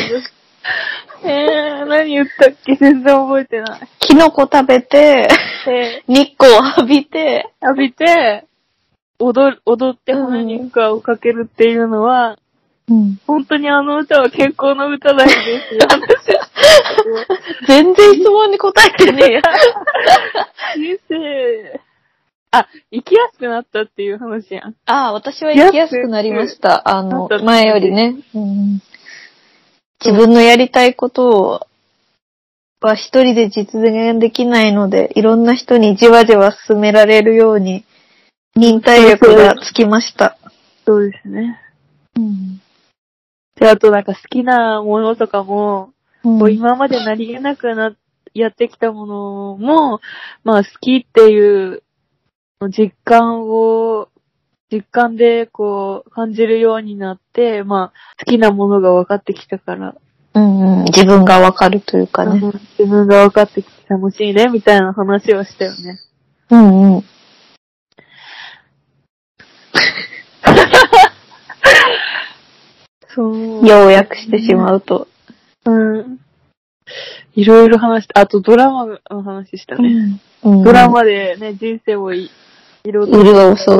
えー、何言ったっけ全然覚えてない。 キノコ食べて、えー、日光を浴びて、 浴びて、踊る、踊って鼻に負荷をかけるっていうのは、うん、本当にあの歌は健康の歌なんですよ。 全然質問に答えてねえや。 人生、あ、生きやすくなったっていう話やん。 ああ、私は生きやすくなりました。あの、前よりね、うん。自分のやりたいことを、は一人で実現できないので、いろんな人にじわじわ進められるように、忍耐力がつきました。 そうですね。 うん。 で、あとなんか好きなものとかも、うん、こう今まで何気なくな、やってきたものも、まあ好きっていう実感を、実感でこう感じるようになって、まあ好きなものが分かってきたから。 うんうん、自分が分かるというかね。 うん、自分が分かってきて楽しいね、みたいな話をしたよね。 うんうん。 そう。 要約してしまうと。 うん。いろいろ話した。あとドラマの話したね。 うんうん、 ドラマでね、人生をい彩るそうって。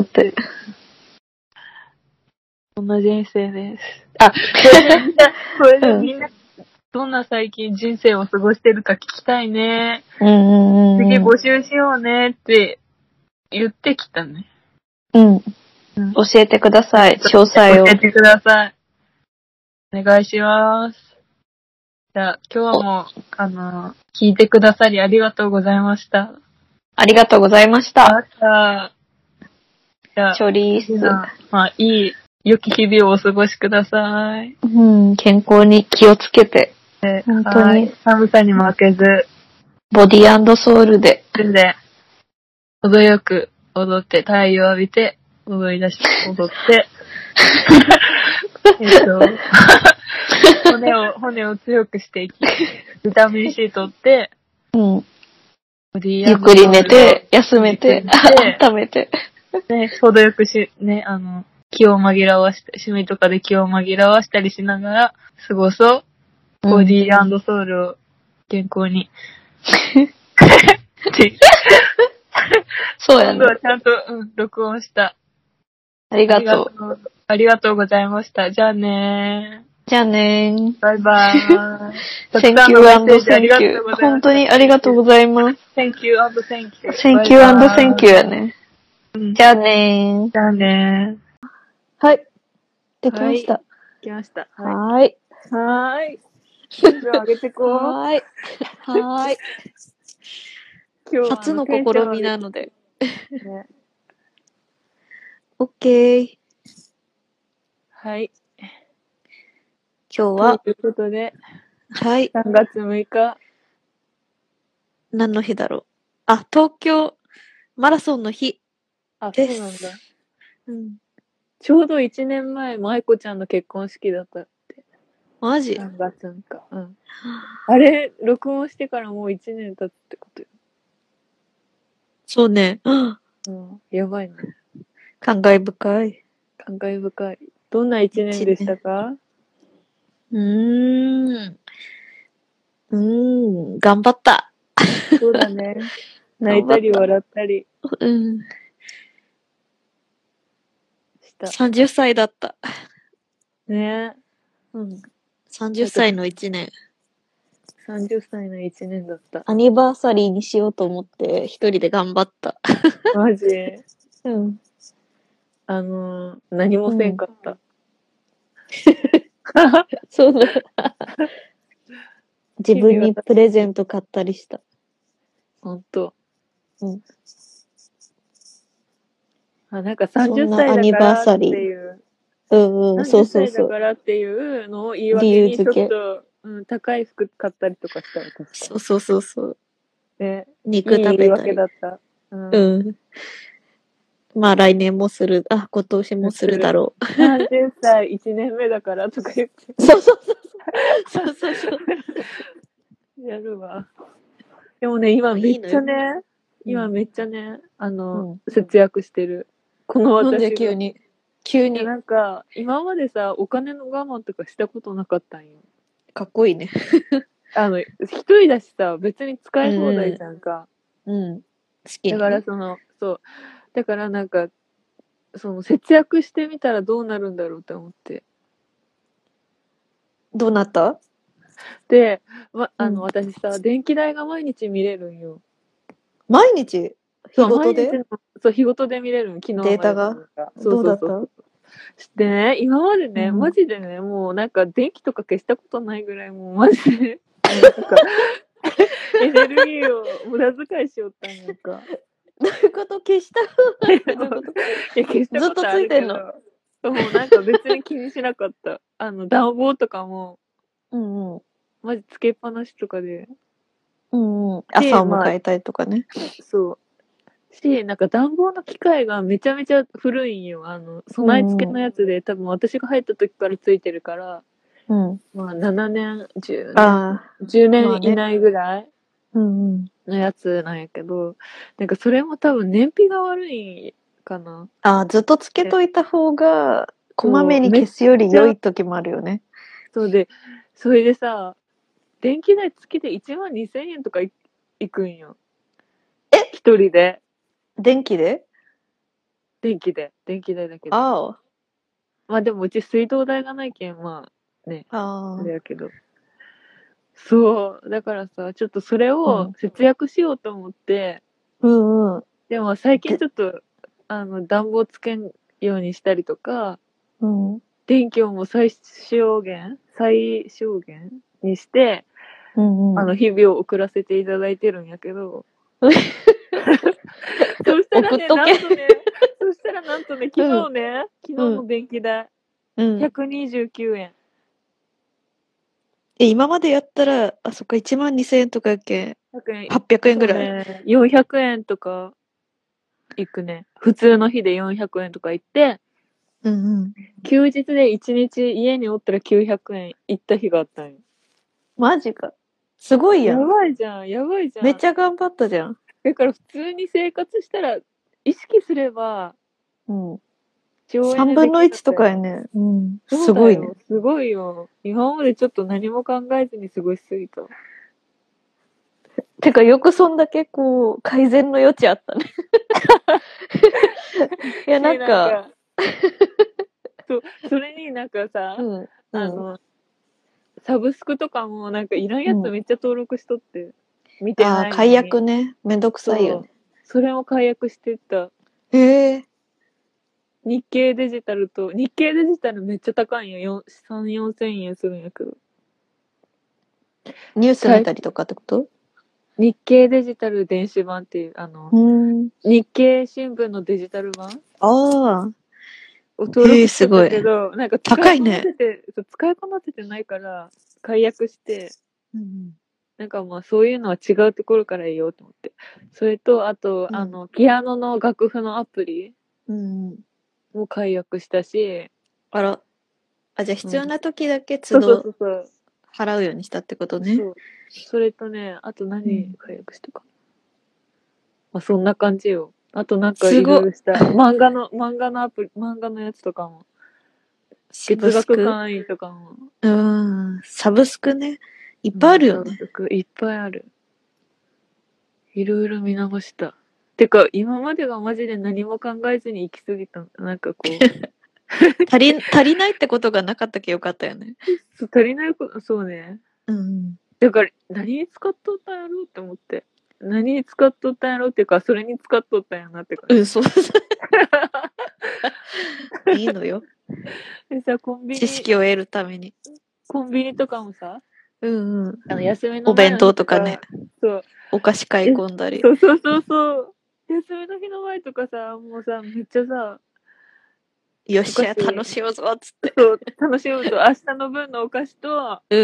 そんな人生です。あ、これでみんな、どんな最近人生を過ごしてるか聞きたいね。 うんうんうん、 次募集しようねって言ってきたね。 うん。うん、教えてください、詳細を。 教えてください。お願いします。じゃあ、今日も、あの、聞いてくださりありがとうございました。 ありがとうございました。 じゃあ、じゃあ、 チョリース。 まあ、いい、良き日々をお過ごしください。 うん、健康に気をつけて。 え本当に。寒さに負けず。 ボディーソウルで。 で、程よく踊って、太陽浴びて、踊り出して、踊って、えっと、骨を、骨を強くしていき、ビタミン C 取って、 うん。ゆっくり寝て、休めて、温めて。 ね、程よくし、ね、あの、気を紛らわして、趣味とかで気を紛らわしたりしながら過ごそう。うん、ボディーソウルを健康に。 そうやね。 今度はちゃんと、うん、録音した。 ありがとう。 ありがとうございました。じゃあねー。 じゃあねー。 バイバーイ。 Thank you and thank you. 本当にありがとうございます。 Thank you and thank you. Thank you and thank you やね。じゃあねー。 じゃあねー。 はい。できました。 はい、できました。 はーい。 はーい。テンション上げてこう。 はーい。はーい。今日初の試みなので。ね、OK。 はい。 今日は。 ということで。 はい。 さんがつむいか。 何の日だろう。あ、東京マラソンの日。 あ、そうなんだ。 うん。ちょうどいちねんまえ、舞子ちゃんの結婚式だったって。 マジ ? さんがつむいか。うん。あれ、録音してからもういちねん経つってことよ。 そうね。 うん。やばいね。 感慨深い。 感慨深い。どんないちねんでしたか？ うーん。うーん。頑張った。 そうだね。泣いたり笑ったり。 うん。した。さんじゅっさいだった。ねえ。うん。さんじゅっさいのいちねん。 さんじゅっさいのいちねんだった。 アニバーサリーにしようと思って一人で頑張った。 マジ？ うん。 あのー、何もせんかった。うん、 そうだ。自分にプレゼント買ったりした。 ほんと。 うん。 あ、なんかさんじゅっさいだからっていう。 うんうん、そうそうそう。 さんじゅっさいだからっていうのを言い訳にちょっと、うん、高い服買ったりとかしたら確かに。 そうそうそうそう。 ね、 肉食べたり。いい言い訳だった。 うん。うん、まあ来年もする、あ、今年もするだろう。 さんじゅっさいいちねんめだからとか言って。 そうそうそう。そうそうそう。 やるわ。でもね、今めっちゃね、いいね今めっちゃね、あの、うん、節約してる。この私が。 なんで急に急に。 なんか、今までさ、お金の我慢とかしたことなかったんよ。 かっこいいね。 あの、一人だしさ、別に使い放題じゃんか。 うん。うん、好きに、ね。 だからその、そう。だからなんか、その節約してみたらどうなるんだろうって思って。 どうなった？ で、ま、あの、うん、私さ、電気代が毎日見れるんよ。 毎日？日ごとで？ そう、日ごとで見れるの、昨日まで。 データが？ そうそうそう。でね、今までね、うん、マジでね、もうなんか電気とか消したことないぐらい、もうマジで、なんか、エネルギーを無駄遣いしよったんやんか。 どういうこと？消したいや、 消したことあるけど。ずっとついてんの？もうなんか別に気にしなかった。あの、暖房とかも、 うんうん。 マジつけっぱなしとかで。 うんうん。朝を迎えたいとかね。 まあ、そう。し、なんか暖房の機械がめちゃめちゃ古いんよ。あの、備え付けのやつで、うん、多分私が入った時からついてるから、うん。まあななねん、じゅうねん、じゅうねん以内ぐらいのやつなんやけど、まあね、なんかそれも多分燃費が悪いかな。 ああ、ずっとつけといた方が、こまめに消すより良い時もあるよね。 そうで、それでさ、電気代月でいちまんにせんえんとか い, いくんよ。 え？ 一人で。 電気で？ 電気で。電気代だけど。 ああ。 まあでもうち水道代がないけん、まあね。 ああ。 だけど。そう。だからさ、ちょっとそれを節約しようと思って。 うんうん。 でも最近ちょっと、あの、暖房つけんようにしたりとか、 うん。 電気をもう最小限最小限にして、うんうん、あの、日々を送らせていただいてるんやけど。そしたらね、なんとね、そしたらなんとね、昨日ね、うん、昨日の電気代、うん、ひゃくにじゅうきゅうえん。 え、今までやったら、あ、そっか、いちまんにせんえんとかやっけ、はっぴゃくえんぐらい、 ね、よんひゃくえんとか、いくね。普通の日でよんひゃくえんとかいって、 うんうん、 休日でいちにち家におったらきゅうひゃくえんいった日があったんよ。 マジか。すごいやん。 やばいじゃん、やばいじゃん。 めっちゃ頑張ったじゃん。 だから普通に生活したら、意識すれば、 うん。さんぶんのいちとかやね。うん。すごいね。 すごいよ。今までちょっと何も考えずに過ごしすぎた。 てか、よくそんだけこう、改善の余地あったね。いや、なんか、 そう、それになんかさ、うんうん、あの、 サブスクとかもなんかいらんやつめっちゃ登録しとって。見てああ、 ないのに。 解約ね。めんどくさいよね。 それも解約してた。 へえ。 日経デジタルと、日経デジタルめっちゃ高いんよ。さん、よんせんえんするんやけど。 ニュース見たりとかってこと？ 日経デジタル電子版っていう、あの、日経新聞のデジタル版ああ。 を登録してたけど、なんか高いね。 使いこなせてないから、解約して、 うん、 なんかまあそういうのは違うところから言おうと思って。それと、あと、うん、あの、ピアノの楽譜のアプリも解約したし。 あら。あ、じゃあ必要な時だけ都度払うようにしたってことね。 そう。それとね、あと何解約したか。うん、まあそんな感じよ。あとなんかいろいろした。漫画の、漫画のアプリ、漫画のやつとかも。月額会員とかも。 うん。サブスクね。いっぱいあるよね。 サブスクいっぱいある。いろいろ見直した。てか、今までがマジで何も考えずに行き過ぎた。なんかこう。 足り、足りないってことがなかったけよかったよね。 そう、足りないこと、そうね。 うん。 だから、何に使っとったんやろうって思って。何に使っとったんやろうっていうか、それに使っとったんやなって感じ。 うん、そう。いいのよ。 でさ、コンビニ。 知識を得るために。 コンビニとかもさ、 うんうん。 あの、休みのお弁当とかね。 そう。 お菓子買い込んだり。 そうそうそうそう。休みの日の前とかさ、もうさ、めっちゃさ、 よっしゃ、楽しようぞ、つって。 そう、楽しようぞ。明日の分のお菓子と、 うん。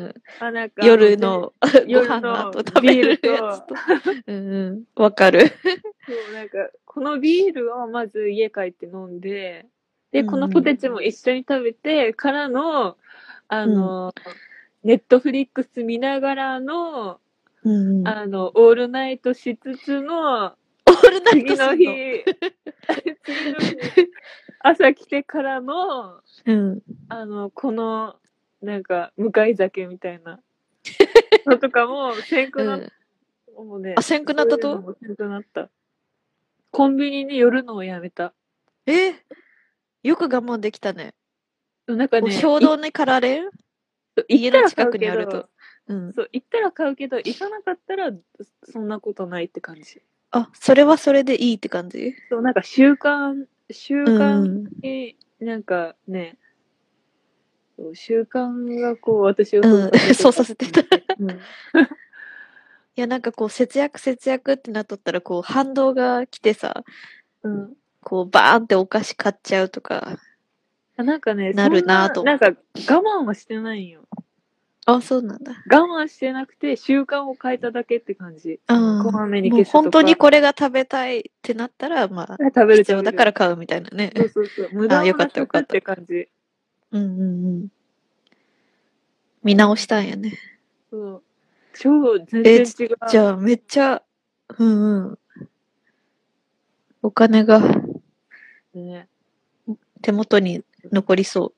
あ、なんか、 夜のご飯の後食べるビーやつと。うんうん。わかる。 そう、なんか、このビールをまず家帰って飲んで、で、このポテチも一緒に食べて、からの、あの、ネットフリックス見ながらの、 うん、 あの、オールナイトしつつの、 オールナイト次の日、次の日、朝来てからの、 うん、 あの、この、なんか、向かい酒みたいなのとかも、せんくな、うん、もうね、 あ、せんくなったと？ せんくなった。コンビニに寄るのをやめた。 えー、よく我慢できたね。 なんかね、 衝動に駆られる？家の近くにあると。 うん。そう、行ったら買うけど、行かなかったら、そんなことないって感じ。 あ、それはそれでいいって感じ？ そう、なんか習慣、習慣に、なんかね、そう習慣がこう、私をそうさせてた。うん、いや、なんかこう、節約節約ってなっとったら、こう、反動が来てさ、うん、こう、バーンってお菓子買っちゃうとか。 なんかね、 なるなと思って。 なんか、我慢はしてないんよ。 あ、そうなんだ。 我慢してなくて、習慣を変えただけって感じ。 うん。 こまめに消すとか。 もう本当にこれが食べたいってなったら、まあ、食べる必要だから買うみたいなね。 そうそうそう。無駄をなくすって感じ。 うんうんうん。見直したんやね。 そう。超全然違う。 じゃあ、めっちゃ、うんうん。お金が、ね、手元に残りそう。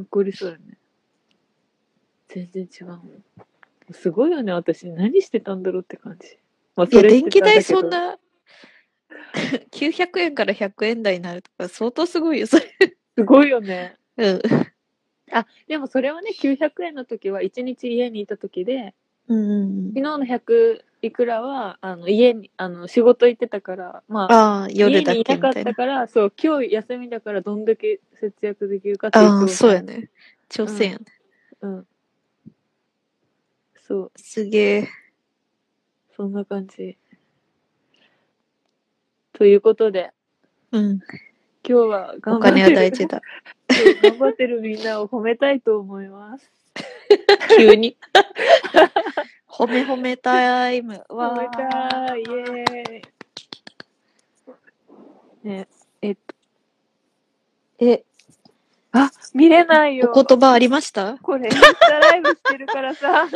残りそうよね。全然違う。すごいよね、私。何してたんだろうって感じ。 まあ、いや、電気代そんな、きゅうひゃくえんからひゃくえん台になるとか、相当すごいよ、それ。 すごいよね。 うん。 あ、でもそれはね、きゅうひゃくえんの時はいちにち家にいた時で、 うんうん、 昨日のひゃくいくらは、あの、家に、あの、仕事行ってたから、まあ、あ夜だけみたいな。 家にいなかったから、そう、今日休みだからどんだけ節約できるかっていう調査。ああ、そうやね。挑戦やね。うん。うん、そう。すげえ。 そんな感じ。ということで。 うん。 今日は頑張ってる。 お金は大事だ。 頑張ってるみんなを褒めたいと思います。 急に。褒め褒めタイム。 褒めたい。イェーイ。ね、えっと。え、あ、見れないよ。 お言葉ありました？ これ、インスタライブしてるからさ。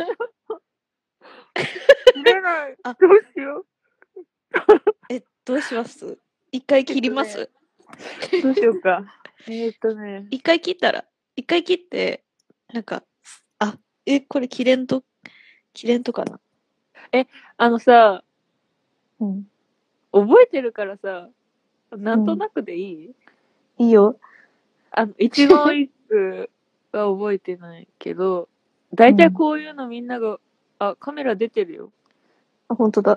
見れない。あ、どうしよう。 え、どうします？一回切ります？ どうしようか。えっとね。 一回切ったら、一回切って、なんか、あ、え、これ切れんと、切れんとかな。 え、あのさ、 うん。 覚えてるからさ、なんとなくでいい？ うん、いいよ。 あの、一言一句は覚えてないけど、 だいたいこういうのみんなが、あ、カメラ出てるよ。 あ、ほんとだ。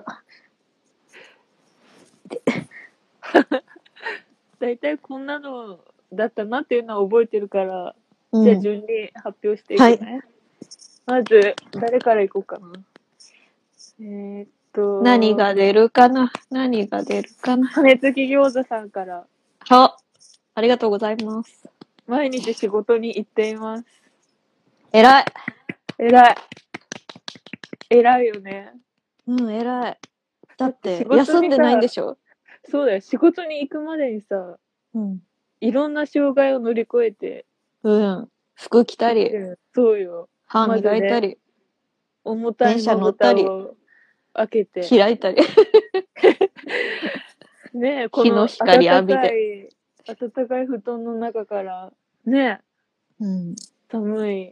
だいたいこんなのだったなっていうのは覚えてるから、 うん、 じゃあ順に発表していくね。はい、まず、誰からいこうかな。えー、っと。 何が出るかな何が出るかな羽根付き餃子さんから。 は、ありがとうございます。 毎日仕事に行っています。 えらい。 えらい。えらいよね。 うん、えらい。だって、休んでないんでしょ？ そうだよ。仕事に行くまでにさ、 うん。 いろんな障害を乗り越えて。 うん。服着たり。 そうよ。 歯磨いたり。まね、 重たいまぶたを開けて。 開いたり。 ねえ、この光浴びて。暖かい布団の中から、ねえ、うん、寒い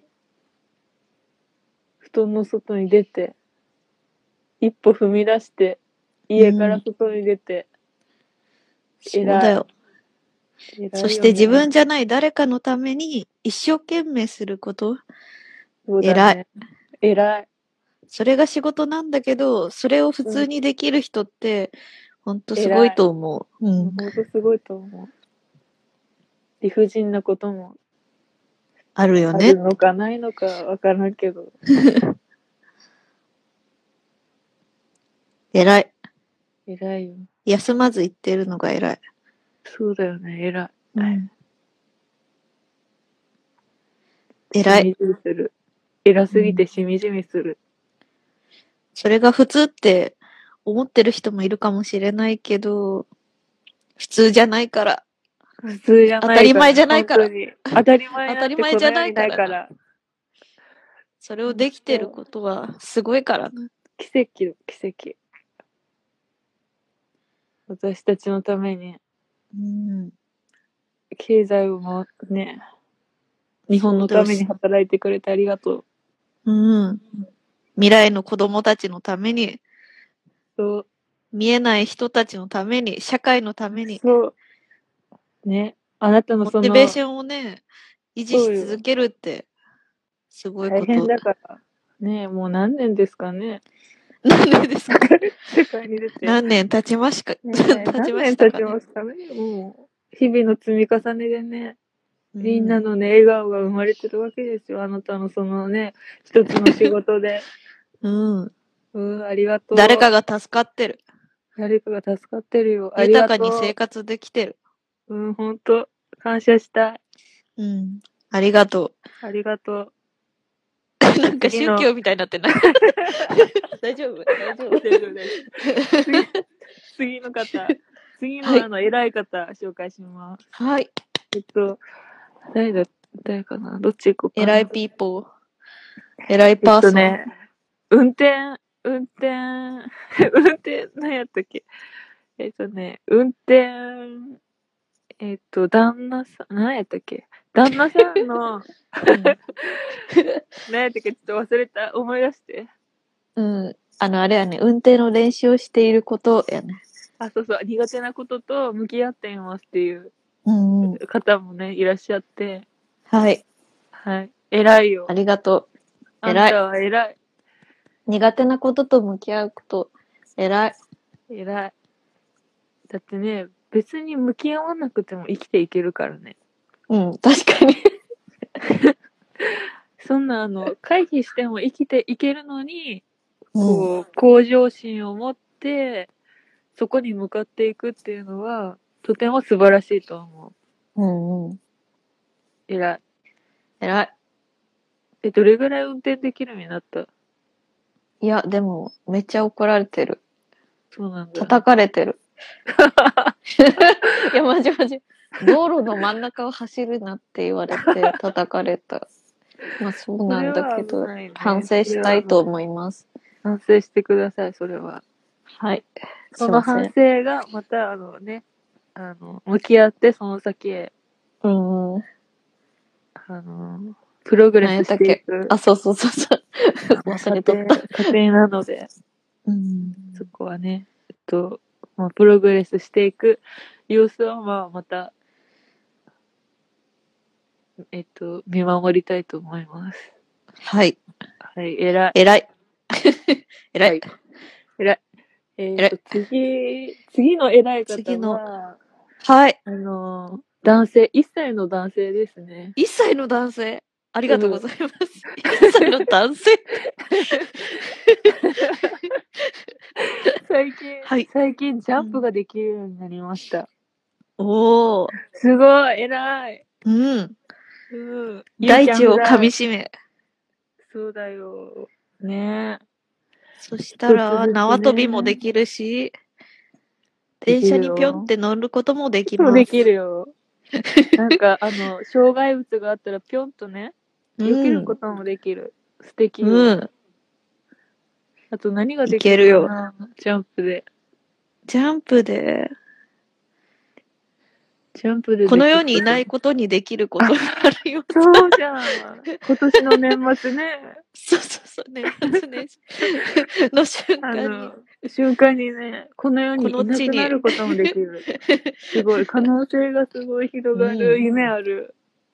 布団の外に出て、一歩踏み出して、家から外に出て、 うん、そうだよ。偉い。そして自分じゃない誰かのために一生懸命すること。偉い。 偉い。 それが仕事なんだけど、それを普通にできる人って、ほんとすごいと思う。 うん。ほんとすごいと思う。理不尽なことも。 あるよね。 あるのかないのかわからんけど。 偉い。 偉いよ。 休まず言ってるのが偉い。 そうだよね、偉い。 うん、偉い。 しみじみする。偉すぎてしみじみする。うん、 それが普通って思ってる人もいるかもしれないけど、普通じゃないから。 普通じゃないから。 当たり前じゃないから。 当たり前なんてこの世にないから。 それをできてることはすごいからな。 奇跡、奇跡。私たちのために。うん。経済を回ってね。日本のために働いてくれてありがとう。うん。未来の子供たちのために。そう。見えない人たちのために、社会のために。 そう。ね。あなたのその。 モチベーションをね、維持し続けるって、すごいこと。 大変だから。ねもう何年ですかね。 何年ですか世界に出て。 何年経ちましか、ね、 経ちましたかね。何年経ちますかね。もう、日々の積み重ねでね、うん、みんなのね、笑顔が生まれてるわけですよ。あなたのそのね、一つの仕事で。うん。うん、ありがとう。 誰かが助かってる。 誰かが助かってるよ。 豊かに生活できてる。 うん、ほんと。感謝したい。 うん。ありがとう。 ありがとう。 なんか宗教みたいになってない大丈夫大丈夫大丈夫です。 次、次の方。次のあの、偉い方、紹介します。 はい。 えっと、誰だ、誰かなどっち行こうかな。 偉いピーポー。偉いパーソン。 えっとね、運転、運転、運転、何やったっけえっとね、運転、えっと、旦那さん、何やったっけ旦那さんの、何やったっけちょっと忘れた。思い出して。 うん。あの、あれやね、運転の練習をしていることやね。 あ、そうそう、苦手なことと向き合っていますっていう方もね、いらっしゃって。 はい。 はい。偉いよ。 ありがとう。 偉い。あんたは偉い。 苦手なことと向き合うこと、偉い。 偉い。だってね、別に向き合わなくても生きていけるからね。 うん、確かに。 そんなあの、回避しても生きていけるのに、こう、向上心を持って、そこに向かっていくっていうのは、とても素晴らしいと思う。うんうん。 偉い。 偉い。 え、どれぐらい運転できるようになった？ いや、でも、めっちゃ怒られてる。 そうなんだ。 叩かれてる。いや、まじまじ。道路の真ん中を走るなって言われて叩かれた。まあそうなんだけど、ね、反省したいと思います。 反省してください、それは。 はい。 その反省がまたあのね、あの、向き合ってその先へ。 うん。 あの、プログレスしていく。 あ、そうそうそうそう。忘れとった。 過程なので、うん、そこはね、えっと、まあ、プログレスしていく様子を、まあ、また、えっと、見守りたいと思います。 はい。 はい、偉い。 偉い。偉い。 はい偉い。えー、と、次、次の偉い方次のは、 はい。 あの、男性、いっさいの男性ですね。 いっさいの男性。ありがとうございます。いっさいの男性。 最近、 はい最近ジャンプができるようになりました。 おー。 すごい、偉い。 うん。 うん。 大地を噛みし締め。 そうだよ。ねそしたら、 一つずつね縄跳びもできるし、電車にぴょんって乗ることもできます。 そうできるよ。なんか、あの、障害物があったらぴょんとね、避けることもできる。素敵よ。 うん。 あと何ができいけるよるかなジャンプで。 ジャンプで、 ジャンプでできるこの世にいないことにできることがあるよ。 そうじゃん。今年の年末ね。 そうそうそう、年末年始の瞬あ間に。 の、瞬間にね、この世にいなくなることもできる。すごい、可能性がすごい広がる、 うん夢ある。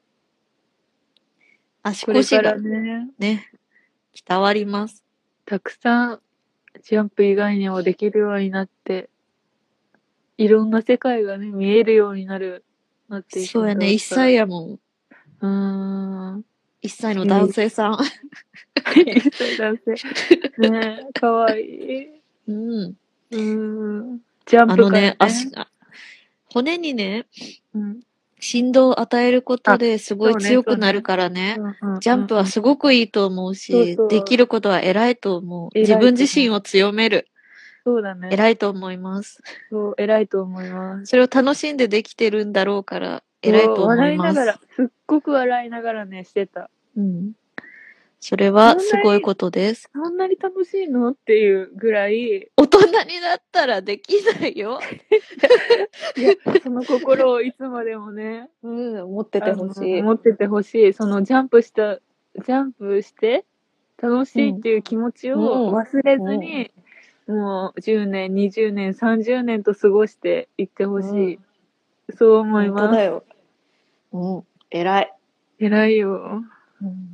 足これか腰がらね、 ね、鍛わります。 たくさんジャンプ以外にもできるようになって、いろんな世界がね、見えるようになる、なっていくんだそうやね、一歳やもん。 うーん。 一歳の男性さん。 一歳男性。ねえ、かわいい。 うん。 うーん。ジャンあのね、 プからね。 足が、骨にね、 うん。 振動を与えることですごいそうね強くなるからね。 うんうんうんジャンプはすごくいいと思うし、 そうそうできることは偉いと思う。 偉いと思う自分自身を強める。 そうだね。 偉いと思います。 そう、偉いと思います。 それを楽しんでできてるんだろうから、偉いと思います。 笑いながら、すっごく笑いながらね、してた。 うん。それはすごいことです。 そんなに楽しいのっていうぐらい、 大人になったらできないよ。 いや、その心をいつまでもね、 うん、持っててあのほしい。 持っててほしい。そのジャンプした、ジャンプして楽しいっていう気持ちを忘れずに、もうじゅうねん、にじゅうねん、さんじゅうねんと過ごしていってほしい。そう思います。 本当だよ。うん、偉い。 偉いよ。 うん、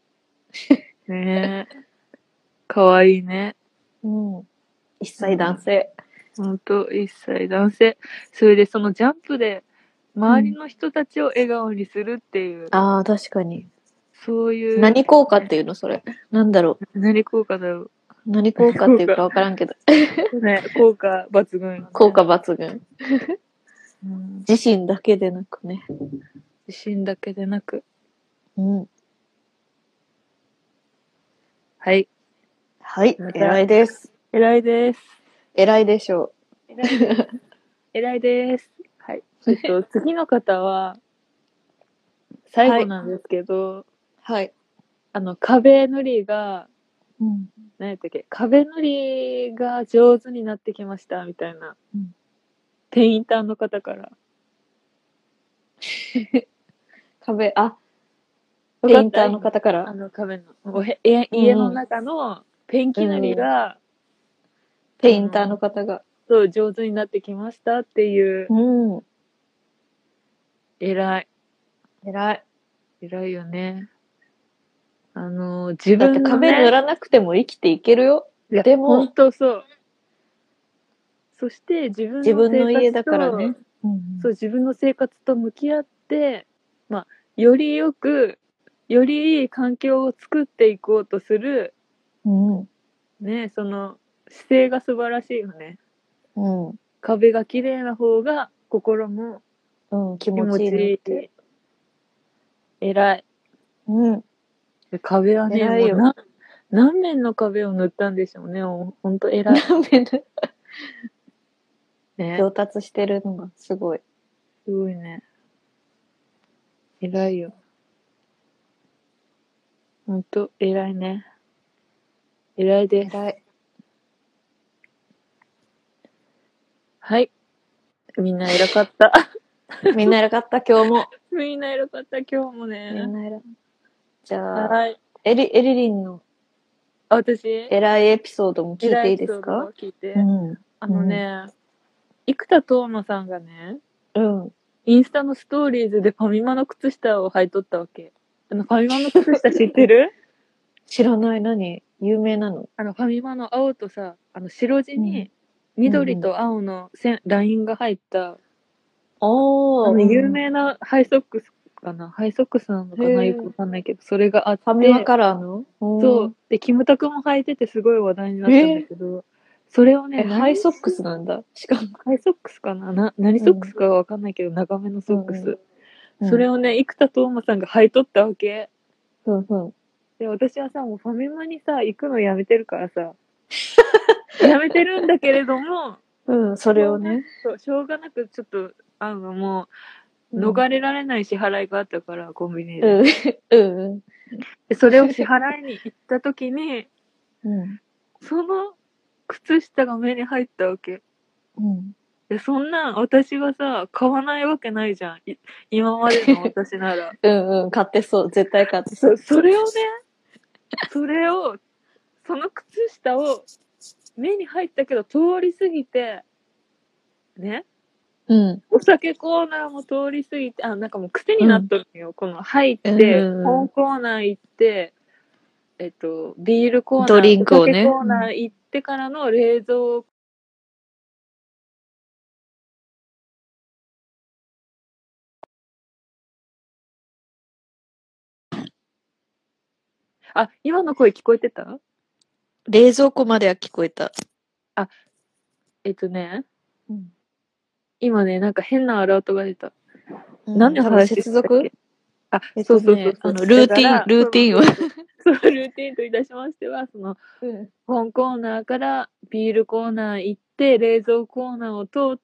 ねえ。かわいいね。 うん。一歳男性。 ほんと、一歳男性。それでそのジャンプで、周りの人たちを笑顔にするっていう。 ああ、確かに。 そういう。 何効果っていうのそれ。なんだろう。何効果だろう。 何効果っていうかわからんけど。 ね、効果抜群、ね。 効果抜群。 うん、 自信だけでなくね。 自信だけでなく。 うん。 はい。 はい。偉いです。 偉いです。 偉いでしょう。偉いです。偉いです。はい。えっと、次の方は、最後なんですけど、 はい。 あの、壁塗りが、 うん、 何やったっけ、壁塗りが上手になってきました、みたいな。うん、店員さんの方から。 壁、あ、ペインターの方から。 あの壁の、おへ家家の中のペンキ塗りが、うん、 ペインターの方が。 そう、上手になってきましたっていう。 うん。 偉い。 偉い。 偉いよね。あの、自分の、ね、 だって壁塗らなくても生きていけるよ。 いや、でも、本当そう。そして自分の生活と、 自分の家だからね。 うん、そう、自分の生活と向き合って、まあ、よりよく、よりいい環境を作っていこうとする、 うん、 ね、その姿勢が素晴らしいよね。 うん、 壁が綺麗な方が心も気持ちいい、うん、いいって偉い。 うん。 壁はね、もうな何面の壁を塗ったんでしょうね。ほんと偉い。 何面ね、 上達してるのがすごい。 すごいね。偉いよ。ほんと、偉いね。偉いです。 偉い。 はい。みんな偉かった。 みんな偉かった、今日も。 みんな偉かった、今日もね。 みんな偉い。じゃあ、 はい。 エリ、エリリンの、 あ、私偉いエピソードも聞いていいですか？ 聞いて。 うん、 あのね、生田斗真さんがね、 うん。 インスタのストーリーズでファミマの靴下を履いとったわけ。あの、ファミマの靴下知ってる？ 知らない、何有名なの？ あの、ファミマの青とさ、あの、白地に緑と青の線、ラインが入った、あおー。 の、有名なハイソックスかな、ハイソックスなのかな、 へーよくわかんないけど、それがあって、 ファミマカラーの？ そう。で、キムタクも履いててすごい話題になったんだけど、それをね、 え、ハイソックスなんだ。しかも。 ハイソックスかなな、何ソックスかはわかんないけど、長めのソックス。 うんうん、 それをね、生田斗真さんが履いとったわけ。 うんうん。 で、私はさ、もうファミマにさ、行くのやめてるからさ、やめてるんだけれども、 うん、それをね。 そう、しょうがなくちょっと、あの、もう、 うん逃れられない支払いがあったから、コンビニうで。 ん、うん、 で、それを支払いに行った時に、 うん。 その靴下が目に入ったわけ。 うん。 で、そんなん私がさ、買わないわけないじゃん。い今までの私なら。 うんうん、買ってそう。絶対買ってそ。 そうそれをね、それを、その靴下を目に入ったけど通り過ぎて、ね。 うん。 お酒コーナーも通り過ぎて、あ、なんかもう癖になっとるのよ。うん、この入って、 うん、 本コーナー行って、えっと、ビールコーナー、 ドリンクをね。 お酒コーナー行ってからの冷蔵庫、あ、今の声聞こえてた？ 冷蔵庫までは聞こえた。 あ、えっとね、 うん、 今ね、なんか変なアラートが出た。 うん、 何の話接続？ あ、 えっとそうそうそうね、 そう。 あの、ルーティン、ルーティンを。 そうそうそう、ルーティンといたしましては、その、 うん、 本コーナーからビールコーナー行って、冷蔵コーナーを通って、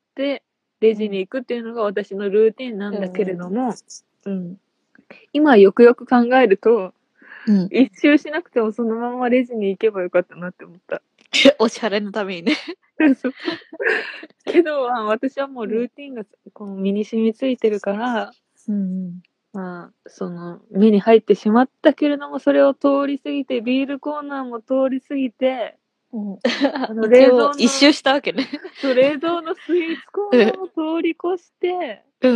レジに行くっていうのが私のルーティンなんだけれども、 うん。うん、 今よくよく考えると、 うん。 一周しなくてもそのままレジに行けばよかったなって思った。 おしゃれのためにね。 けど、私はもうルーティンがこの身に染みついてるから、 うん、 まあ、その、目に入ってしまったけれども、それを通り過ぎて、ビールコーナーも通り過ぎて、 うん、 あの、冷蔵の、 一周したわけね。 そう、冷蔵のスイーツコーナーを通り越して、 うん。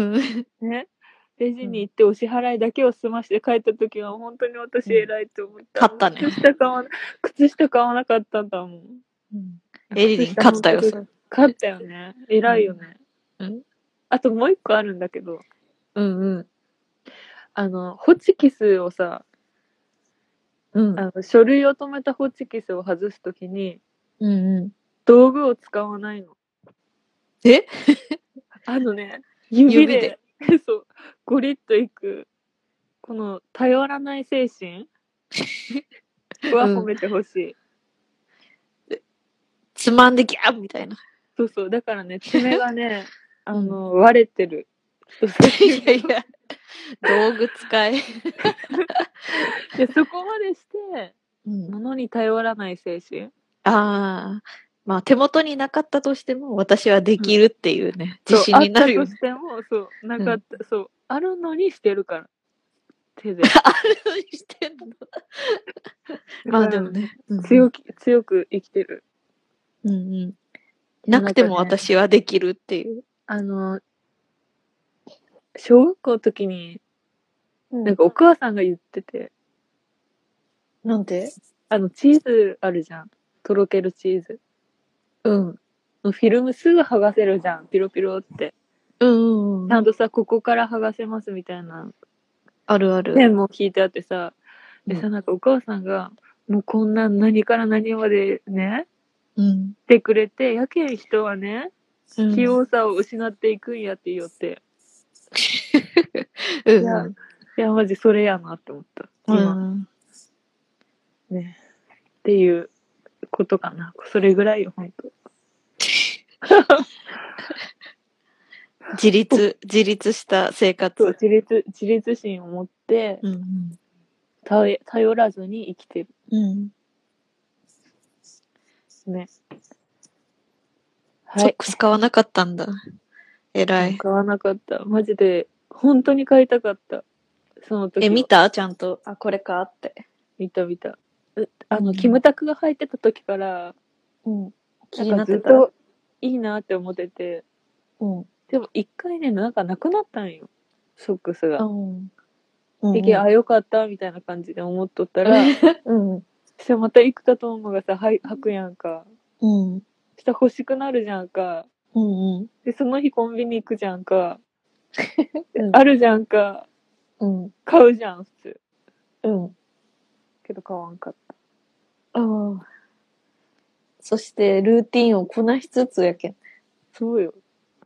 ね、レジに行ってお支払いだけを済まして帰った時は、本当に私偉いって思った。 買ったね。 靴下買わな、靴下買わなかったんだもん。 うん、エリリン買ったよ、それ。 買ったよね。偉いよね。 うん。 あともう一個あるんだけど、 うんうん。 あの、ホチキスをさ、 うん。 あの書類を留めたホチキスを外すときに、 うんうん。 道具を使わないの。 えあのね、指指で、 でそう、ゴリッといく、この頼らない精神は褒めてほしい。 つまんでギャーみたいな。 そうそう、だからね、爪がね、あの、割れてる。 いやいや、道具使え。 で、そこまでして、 うん、 物に頼らない精神。 ああ、まあ手元になかったとしても私はできるっていうね、 そう、 自信になるよね。 あったとしても、そう、なかった、そう、あるのにしてるから。手で。 あるのにしてんの。まあでもね、うんうん強き、強く生きてる。 うんうん。なくても私はできるっていう。 あの、小学校の時に、 うんなんかお母さんが言ってて、 なんて？ あの、チーズあるじゃん。とろけるチーズ。 うん。 フィルムすぐ剥がせるじゃん。ピロピロって。 うんうんうん。 ちゃんとさ、ここから剥がせますみたいな。 あるある。 ペンも聞いてあってさ、でさ、なんかお母さんが、もうこんな何から何までね、 うん。 してくれて、やけん人はね、 うん、 器用さを失っていくんやって言おって。 うん、 いや、いや、マジそれやなって思った。今。うん、ね。っていうことかな。それぐらいよ、ほんと。 自立、自立した生活。 そう、自立、自立心を持って、うんうん、頼、頼らずに生きてる。うん。ね。 はい。ソックス買わなかったんだ。偉い。 買わなかった。マジで、本当に買いたかった。その時は。 え、見た？ちゃんと。あ、これかって。 見た見た。あの、うん、キムタクが履いてた時から、 うん。 気になってた。ずっといいなって思ってて。うん。でも一回ね、なんかなくなったんよ。ソックスが。うん。 うんで、あ、よかったみたいな感じで思っとったら、 うん。 そしたらまた生田斗真がさ、はい履くやんか。 うん。 そしたら欲しくなるじゃんか。 うんうん。 で、その日コンビニ行くじゃんか。 うんあるじゃんか。 うん。 買うじゃん、普通。 うん。 けど買わんかった。 ああ。そして、ルーティンをこなしつつやけん。 そうよ。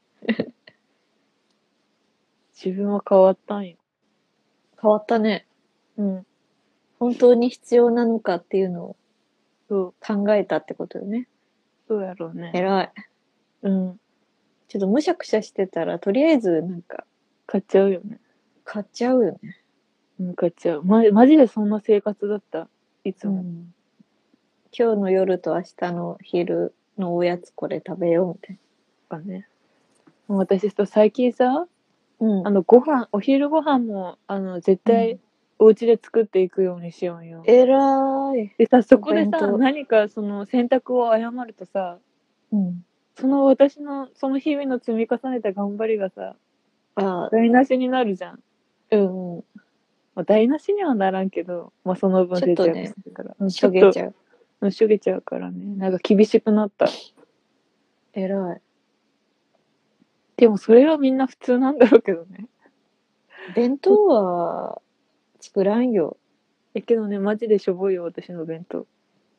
自分は変わったんよ。 変わったね。 うん。 本当に必要なのかっていうのをそう。 考えたってことよね。 そうやろうね。 偉い。 うん。 ちょっとむしゃくしゃしてたら、とりあえずなんか、 買っちゃうよね。 買っちゃうよね。 うん、買っちゃう。ま、マジでそんな生活だった。いつも。 うん。今日の夜と明日の昼のおやつこれ食べようみたいとかね。もう私と最近さ、 な。うん。 あの、ご飯、お昼ご飯も、あの、絶対、お家で作っていくようにしようよ。 偉い。 でさ、そこでさ、 お弁当何かその選択を誤るとさ、 うん。 その私の、その日々の積み重ねた頑張りがさ、 ああ、 台無しになるじゃん。 うんうん。 まあ、台無しにはならんけど、まあその分節約ちょっとねしてるから。 しょげちゃう。 うん、しょげちゃうからね。なんか厳しくなった。 偉い。 でもそれはみんな普通なんだろうけどね。 弁当は作らんよ。 え、けどね、マジでしょぼいよ、私の弁当。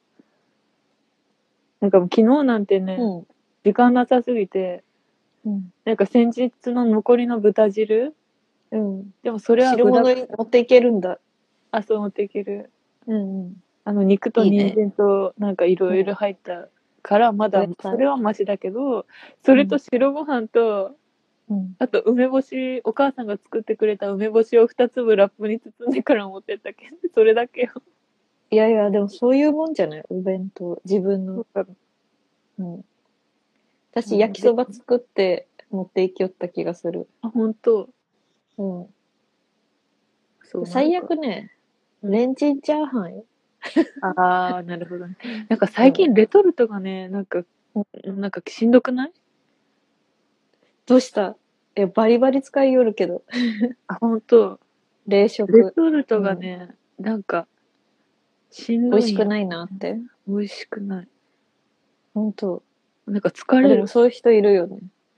なんかもう昨日なんてね、 うん。 時間なさすぎて、 うん。 なんか先日の残りの豚汁うん。 でもそれは汁物に持っていけるんだ。 あ、そう持っていける。 うんうん。 あの、肉といいね人参となんかいろいろ入ったから、まだお野、菜それはマシだけど、それと白ご飯と、 うん。 あと梅干し、お母さんが作ってくれた梅干しを二粒ラップに包んでから持ってったけど、それだけよ。 いやいや、でもそういうもんじゃないお弁当。自分の。うん。私、焼きそば作って持っていきよった気がする。 あ、本当。 うん。 そう最悪ね、レンチンチャーハンよ。 ああ、なるほどね。なんか最近レトルトがね、なんか、なんかしんどくない？ どうしたえ、バリバリ使いよるけど。 あ、本当。 冷食。 レトルトがね、なんか、しんどい。 美味しくないなって。 美味しくない。 ほんと。 なんか疲れる。 でもそういう人いるよね。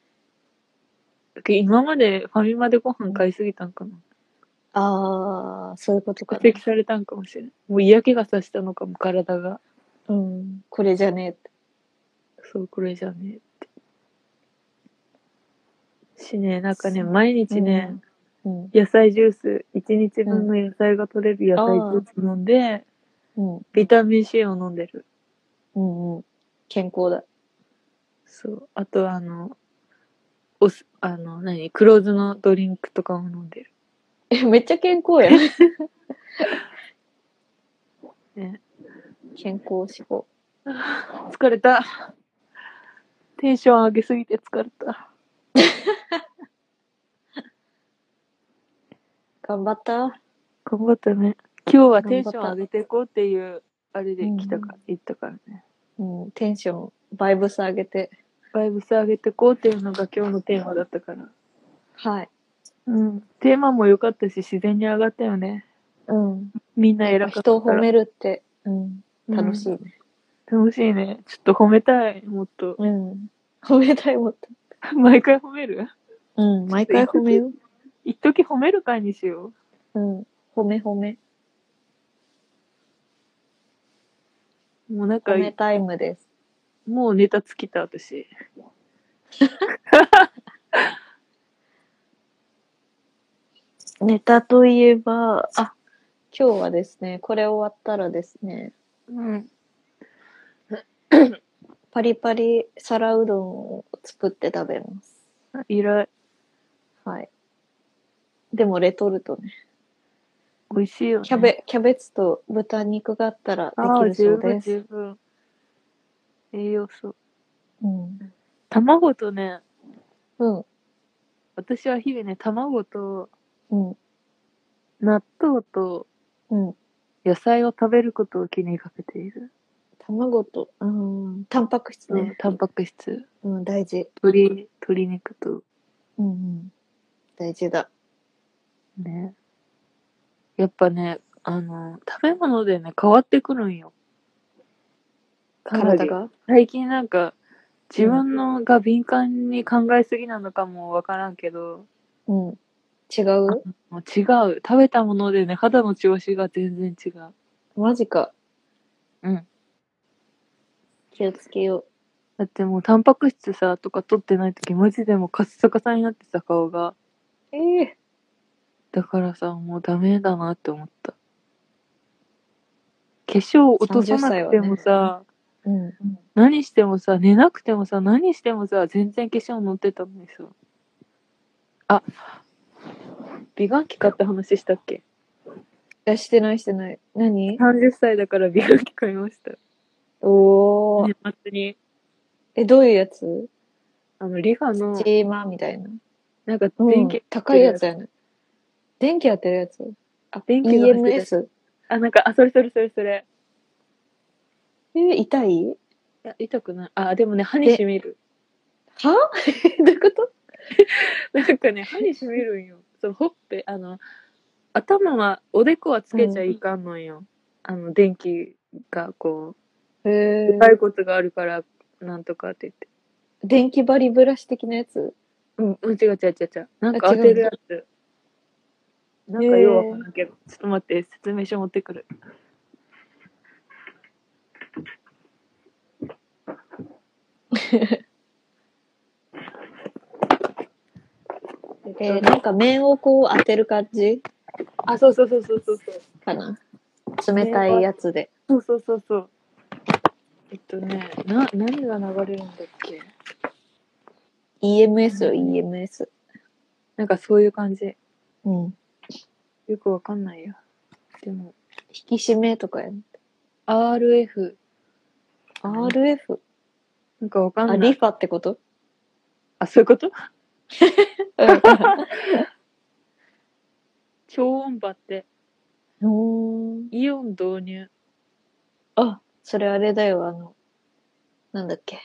今までファミマでご飯買いすぎたんかな。 ああ、そういうことか蓄積されたんかもしれない。もう嫌気がさしたのかも、体が。 うん。これじゃねえって。 そう、これじゃねえって。しね、なんかね、毎日ね、 うん。 野菜ジュース、いちにちぶんの野菜が取れる野菜ジュース飲んで、 うん。 ビタミン C を飲んでる。 うんうん。健康だ。 そう。あとあの、おす、あの、何黒酢のドリンクとかも飲んでる。 え、めっちゃ健康やん。 ね。 健康志向。 疲れた。テンション上げすぎて疲れた。 頑張った。 頑張ったね。今日はテンション上げていこうっていう、あれで来たから、言ったからね。 うん、テンション、バイブス上げて。 バイブス上げていこうっていうのが今日のテーマだったから。 はい。 うん。テーマも良かったし、自然に上がったよね。 うん。 みんな偉かったから。 人を褒めるって、うん、楽しいね、 うん。楽しいね。ちょっと褒めたい、もっと。 うん。褒めたいもっと。 毎回褒める？ うん、毎回褒めよう。 一時褒める会にしよう。うん。褒め褒め。 もうなんか、 褒めタイムです。 もうネタ尽きた、私。 ネタといえば、あ、今日はですね、これ終わったらですね、 うん。 パリパリ皿うどんを作って食べます。 依頼。 はい。でもレトルトね。 美味しいよね。 キャベ、キャベツと豚肉があったらできるそうです。 十分十分。栄養素。 うん。 卵とね、 うん。 私は日々ね、卵と、 うん。 納豆と、 うん。 野菜を食べることを気にかけている。 卵と、うん。タンパク質ね。 うん、タンパク質。 うん、大事。 鶏、鶏肉と。 うんうん。大事だ。 ね。 やっぱね、あの、食べ物でね、変わってくるんよ。かなり体が最近なんか、自分のが敏感に考えすぎなのかもわからんけど、 うん。違うもう違う。食べたものでね、肌の調子が全然違う。 マジか。 うん。 気をつけよだってもうタンパク質さ、とか取ってないとき、マジでもうカッサカサになってさ、顔が。 う。ええだからさ、もうダメだなって思った。化粧落とさなくてもさ、 うん。 何してもさ、寝なくてもさ、何してもさ、全然化粧乗ってたのにさ。あ、美顔器買った話したっけ？ いや、してないしてない。何さんじゅっさいだから美顔器買いました。 おー。 年末に。 え、どういうやつあの、リファスの、 チーマーみたいな。 なんかうん。 電気、 高いやつやね。電気当てるやつあ、 電気が走ってるやつイーエムエス? あ、なんか、あ、それそれそれそれ。 えー、痛いいや、痛くない。あ、でもね、歯にで染みる。 はどういうことなんかね、歯に染みるんよ。そう、ほっぺ、あの、頭は、おでこはつけちゃいかんのよ。あの、電気がこへう、 え骸骨があるから、なんとかって言って。 電気バリブラシ的なやつうん、うん、違う違う違う違う。なんかあ違うの当てるやつ。なんかようわからんけど、ちょっと待って、説明書持ってくる。 えー、なんか面をこう当てる感じあ、そうそうそうそうそうそう。 かな冷たいやつで。 そうそうそうそう。えっとね、な、何が流れるんだっけ？ イーエムエス よ、イーエムエス。 なんかそういう感じ。 うん。 よくわかんないや。でも、 引き締めとかやん。 アールエフ。 アールエフ? なんかわかんなあ、 い。 リファってことあ、そういうこと？ うん超音波って、 うーん。 イオン導入。 あ、それあれだよ、あの、なんだっけ。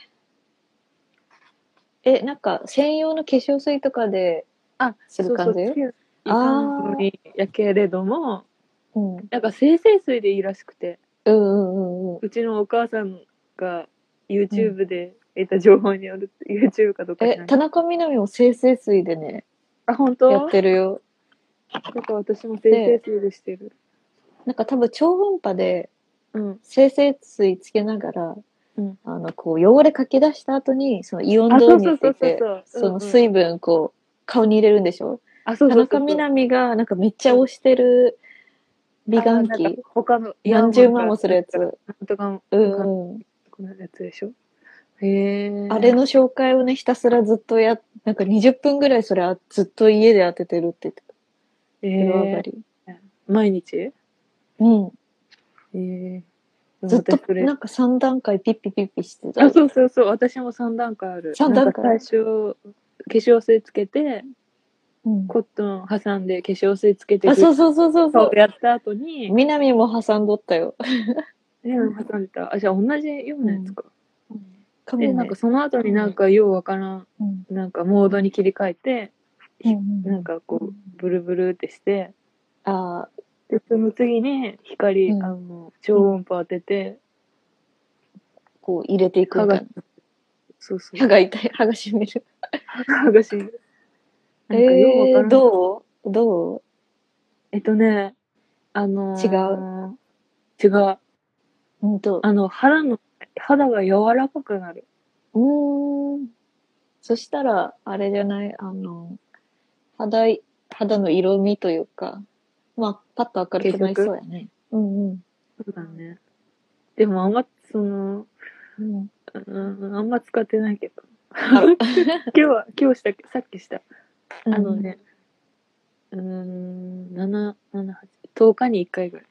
え、なんか専用の化粧水とかで、 あ、 するそうそう、 感じつけいかんのにやけれども、 うん。うんなんか精製水でいいらしくて、 うんうんうん。 うちのお母さんが YouTube で得た情報による、YouTube かどっか知え、 らない。 田中みな実も精製水でね、 あ、本当？ やってるよ。 なんか私も精製水でしてる。 なんか多分超音波でうん。 精製水つけながら、 うん。 あの、こう、汚れかき出した後に、そのイオンあ、そ導入うそうそうって言って、 そうそう。 その水分、こう、顔に入れるんでしょあ、そう田そうそうそう。 中みな実が、なんかめっちゃ推してる美顔あ、なんか器、 他のヤ何ーマンか、 十万もするやつ。 なんとか、 うんうん。 このやつでしょ。へえ。 あれの紹介をね、ひたすらずっとや、なんかにじゅっぷんぐらいそれはずっと家で当ててるって言ってた。風呂上がえり。 ー、毎日？ うん。 えー、 ずっと私それなんかさん段階ピッピピッピしてたあ、 よ。 そうそうそう、私もさん段階ある。 さんなんか段階最初、化粧水つけて、 うん。 コットン挟んで化粧水つけてあ、そうそうそうそうそう。 顔やった後に、 みなみも挟んどったよ。 え、挟んでた。あ、じゃあ同じようなやつか。で、 かもね。 なんかその後になんかようわからん、 うん。 なんかモードに切り替えて、 うんうんうんなんかこう、ブルブルってして、 ああ、 で、その次に光、 うんあの、超音波当てて、 こう入れていく歯がみたいな。、 そうそう。 歯が痛い、歯がしみる。 歯がしみる。なんかようわかえー、 らん。 どうどうえっとね、あのー、違う。 ほんと。 あの、肌の、肌が柔らかくなる。 うーん。そしたら、あれじゃないあの、肌い、肌の色味というか、まあ、パッと明るくなりそうやね。うんうん。 そうだね。でもあんま、その、 うん、 うん、あんま使ってないけど。 あら。 今日は、今日した、さっきした。 うんあのね、うーん、なな、なな、はち、とおかにいっかいぐらい。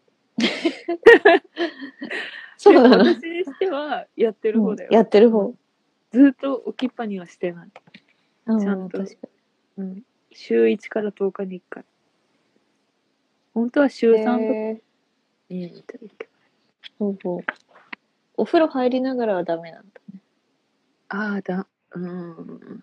そうなのでも私にしては、やってる方だよ。 うん、やってる方。 ずっと置きっぱにはしてない。 うん、 ちゃんと。 確かうん。週いちからとおかにいっかい。本当はに。 週さんとかへえにみたいけど。 ほうほう。お風呂入りながらはダメなんだね。 ああ、だ、うん。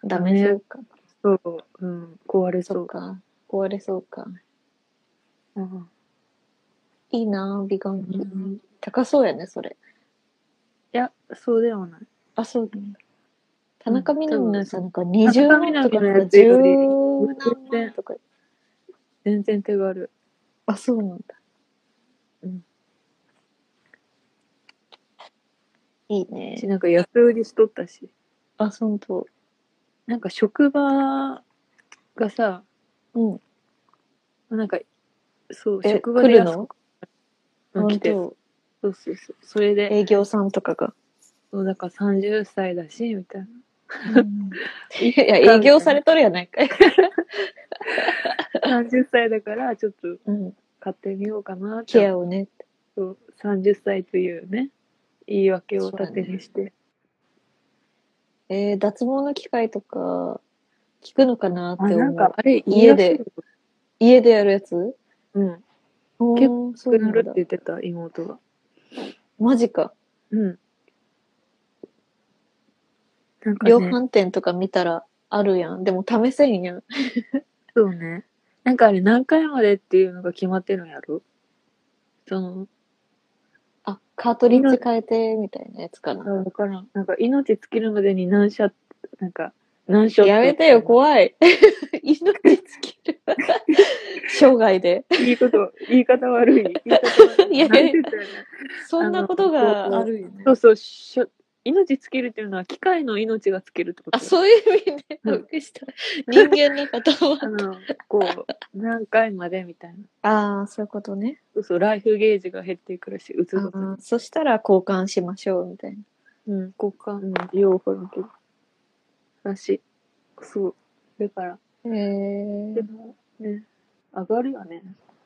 ダメそうか。 そう、うん。壊れそう。 そっか。壊れそうか。 うん。 いいなぁ、美顔器。 うん、い高そうやね、それ。 や、そうではない。 あ、そうなんだ。田中みな実のやつはなんか田にじゅう中みな万とかなんか実のやつより、 じゅう全何万然、 とか。 全然手軽。 あ、そうなんだ。 うん。 いいし、 ね。 なんか安売りしとったし。 あ、そうと。 なんか職場がさ、 うん。 なんか、そう、 え、 職場来るので安く、うん、来て。 ほんと。 そうそうそう。それで、 営業さんとかが。 そう、だからさんじゅっさいだし、みたいな。 うん、いやいや、営業されとるやないかい。 さんじゅっさいだから、ちょっとうん。 買ってみようかなって。 ケアをね。 そう、さんじゅっさいというね、言い訳を立てにして。 ね、えー、脱毛の機械とか、効くのかなって思う。 あ、なんか、あれ、いい家で、家でやるやつ？ うん。 結構、 そうなるって言ってた、妹が。 マジか。 うん。なんかね、 量販店とか見たらあるやん。でも試せんやん。 そうね。なんかあれ何回までっていうのが決まってるんやろ？その、 あ、カートリッジ変えて、みたいなやつかな。 わからん。なんか命尽きるまでに何社、なんか、何ショット。 やめてよ、怖い。命尽きる。生涯で。 いいこと、言い方悪い。言い方悪い。 いやなんて言ったらいいの？ そんなことがあるよね。 そうそう、しょ命尽きるっていうのは機械の命が尽きるってこと。 あ、そういう意味ね。びっくりした。人間の方は。 あの、こう、何回までみたいな。 ああ、そういうことね。 そうそう、ライフゲージが減っていくらしい。打つごとに。 そしたら交換しましょう、みたいな。 うん、交換、うん、ようわからんけど。らしい。そう。だから。 へえ。 でも、ね、上がるよね。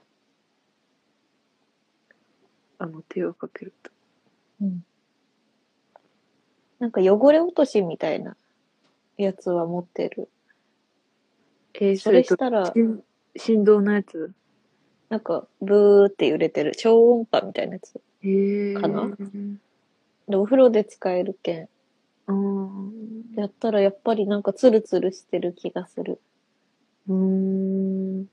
あの、手をかけると。 うん。なんか汚れ落としみたいなやつは持ってる。 えー、 それしたら、 振動のやつ？ なんか、ブーって揺れてる。超音波みたいなやつ。 へー。 かな？で、お風呂で使えるけん。 あー。 やったらやっぱりなんかツルツルしてる気がする。 うーん。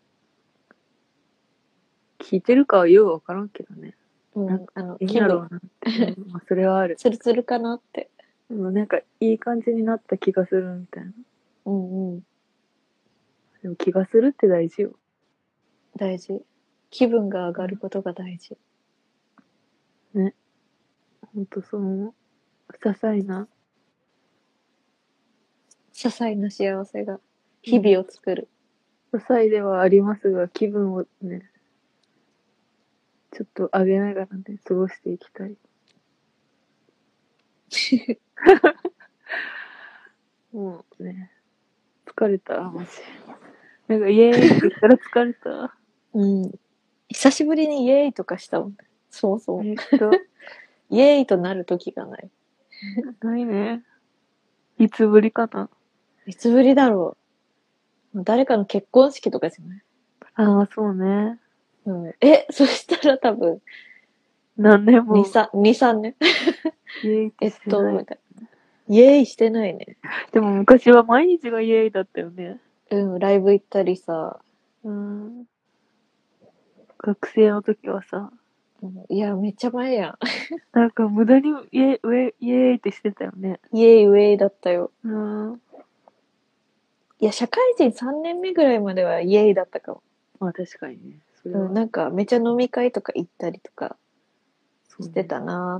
聞いてるかはようわからんけどね。 うん、あの、気分。 いいんだろうなって。うん、まあ、それはある。 ツルツルかなって。 でもなんか、いい感じになった気がするみたいな。 うんうん。 でも気がするって大事よ。 大事。気分が上がることが大事。 ね。ほんとその、些細な。 些細な幸せが日々を作る。 些細ではありますが、気分をね、ちょっと上げながらね、過ごしていきたい。もうね、疲れた、マジ。なんか、イエーイって言ったら疲れた。 うん。久しぶりにイエーイとかしたもん。そうそう。 えっと、 イエーイとなる時がない。 ないね。いつぶりかな。 いつぶりだろう。誰かの結婚式とかじゃない？ ああ、そうね。 うん。え、そしたら多分、 何年も。 に、さん、に、さんねん。 イエーイってえっしてない。 と、みたいな。イエーイしてないね。 でも昔は毎日がイエーイだったよね。 うん、ライブ行ったりさ。 うん。学生の時はさ。 うん、いや、めっちゃ前やん。 なんか無駄にイエーイ、イエーイってしてたよね。 イエーイ、ウェイだったよ。 うん。 いや、社会人さんねんめぐらいまではイエーイだったかも。 まあ確かにね。それは。 うん、なんかめちゃ飲み会とか行ったりとかしてたなーって。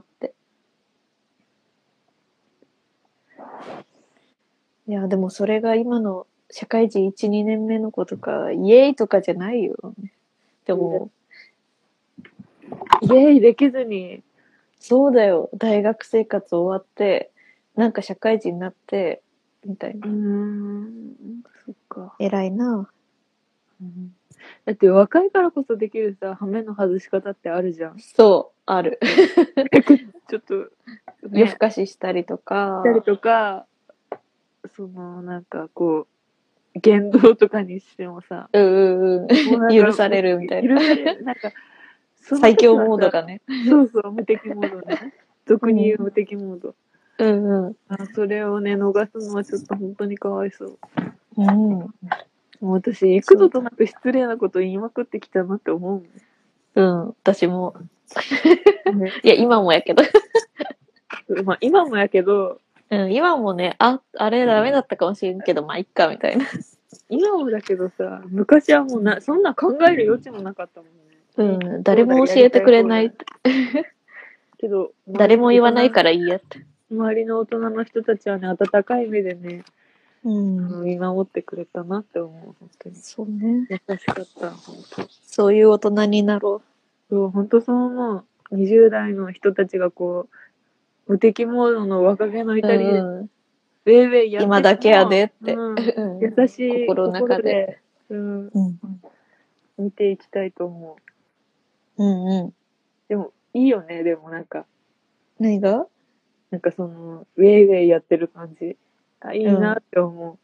いや、でもそれが今の社会人いち、にねんめの子とか、イエーイとかじゃないよ。でも、 イエーイできずに。 そうだよ。大学生活終わって、なんか社会人になって、みたいな。 うーん。そっか。 偉いな。 うん、だって若いからこそできるさ、ハメの外し方ってあるじゃん。 そう、ある。 ちょっと、ね、 夜更かししたりとか。 したりとか、その、なんかこう、言動とかにしてもさ、 うんうんうん。許されるみたいな。 許される。なんか、 最強モードがね。 そうそう、無敵モードね。俗に言う無敵モード。 うんうん。 あ、それをね、逃すのはちょっと本当にかわいそう。 うん。 もう私、幾度となく失礼なこと言いまくってきたなって思ううん、私も。 もん。ね、 いや、今もやけど。 まあ、今もやけど、 うん、今もね、あ、あれダメだったかもしれんけど、まあ、いっか、みたいな。 今もだけどさ、昔はもうな、そんな考える余地もなかったもんね。 うん、誰も教えてくれない。 けど、 誰も言わないからいいやって。 周りの大人の人たちはね、温かい目でね、 うあん。 の見守ってくれたなって思う、本当に。 そうね。 優しかった、本当。 そういう大人になろそう、本当そう思う。にじゅう代の人たちがこう、無敵モードの若気のう。 至りで、 うん。 ウェイウェイやってても今だけやでって。 うん、 うん優しい心の中で。 心で、うん、 うん。 見ていきたいと思う。 うんうん。 でも、いいよね、でもなんか、 何がなんかその、ウェイウェイやってる感じ。あ、いいなって思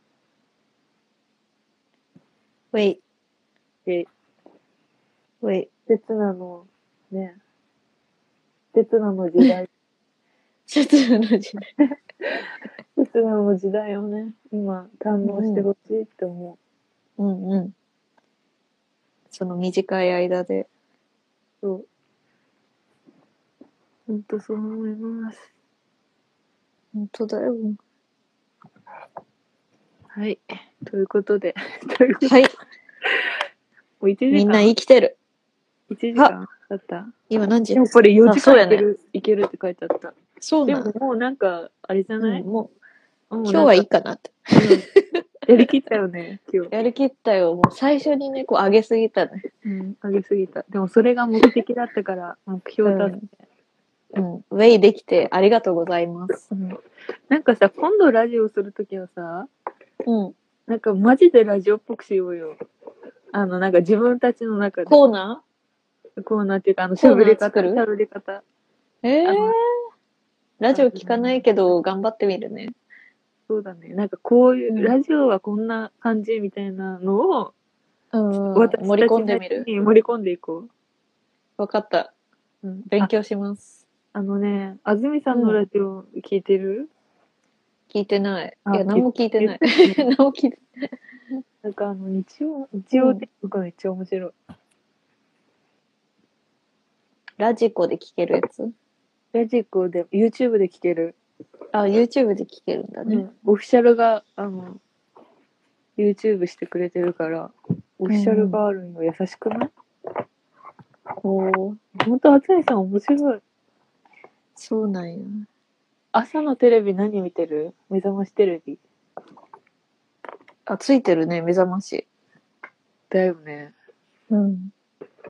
ウェイ、 う。で、 ウェイ。 刹那の、ね、刹那の時代、 節分の時代。 刹那の時代をね、今、堪能してほしいって思うんうん。その短い間で。 う。そう。ほんとそう思います。 本当だよ。 はい。ということで、ということで、 はい。 もういちじかん。 みんな生きてる。 いちじかんだった。 今何時でもこれよじかんいけあそうやねる、いけるって書いてあった。 そうなんでももうなんか、あれじゃない、 うん、もう、 もう今日はいいかなって。 うんやりきったよね、今日。 やりきったよ。もう最初にね、こう上げすぎたね。 うん、上げすぎた。でもそれが目的だったから、目標達成。 うん。ウェイできてありがとうございます。 うんなんかさ、今度ラジオするときはさ、 うん。 なんかマジでラジオっぽくしようよ。あの、なんか自分たちの中で。 コーナコーナーっていうか、あの、 コーナー喋り方。 作る喋り方。 ーええーあの。 ラジオ聞かないけど、頑張ってみるね。 そうだね。なんかこういう、 うんラジオはこんな感じみたいなのを、 うん。 私盛り込んでみる。 たちに盛り込んでいこわかった。 う。うん、 勉強します。 あ。あのね、安住さんのラジオ聞いてる、 聞いてない。 あいや、何も聞いてない。 言って何も聞いてない。 なんかあの、日曜、日曜天国がめっちゃ面白い。 ラジコで聞けるやつラジコで、YouTube で聞ける。 あ、YouTube で聞けるんだね。 うん。オフィシャルが、あの、YouTube してくれてるから、オフィシャルがあるの優しくない？ おー、 ほんと、厚井さん面白い。 そうなんや。 朝のテレビ何見てる？目覚ましテレビ。 あ、ついてるね、目覚まし。 だよね。 うん。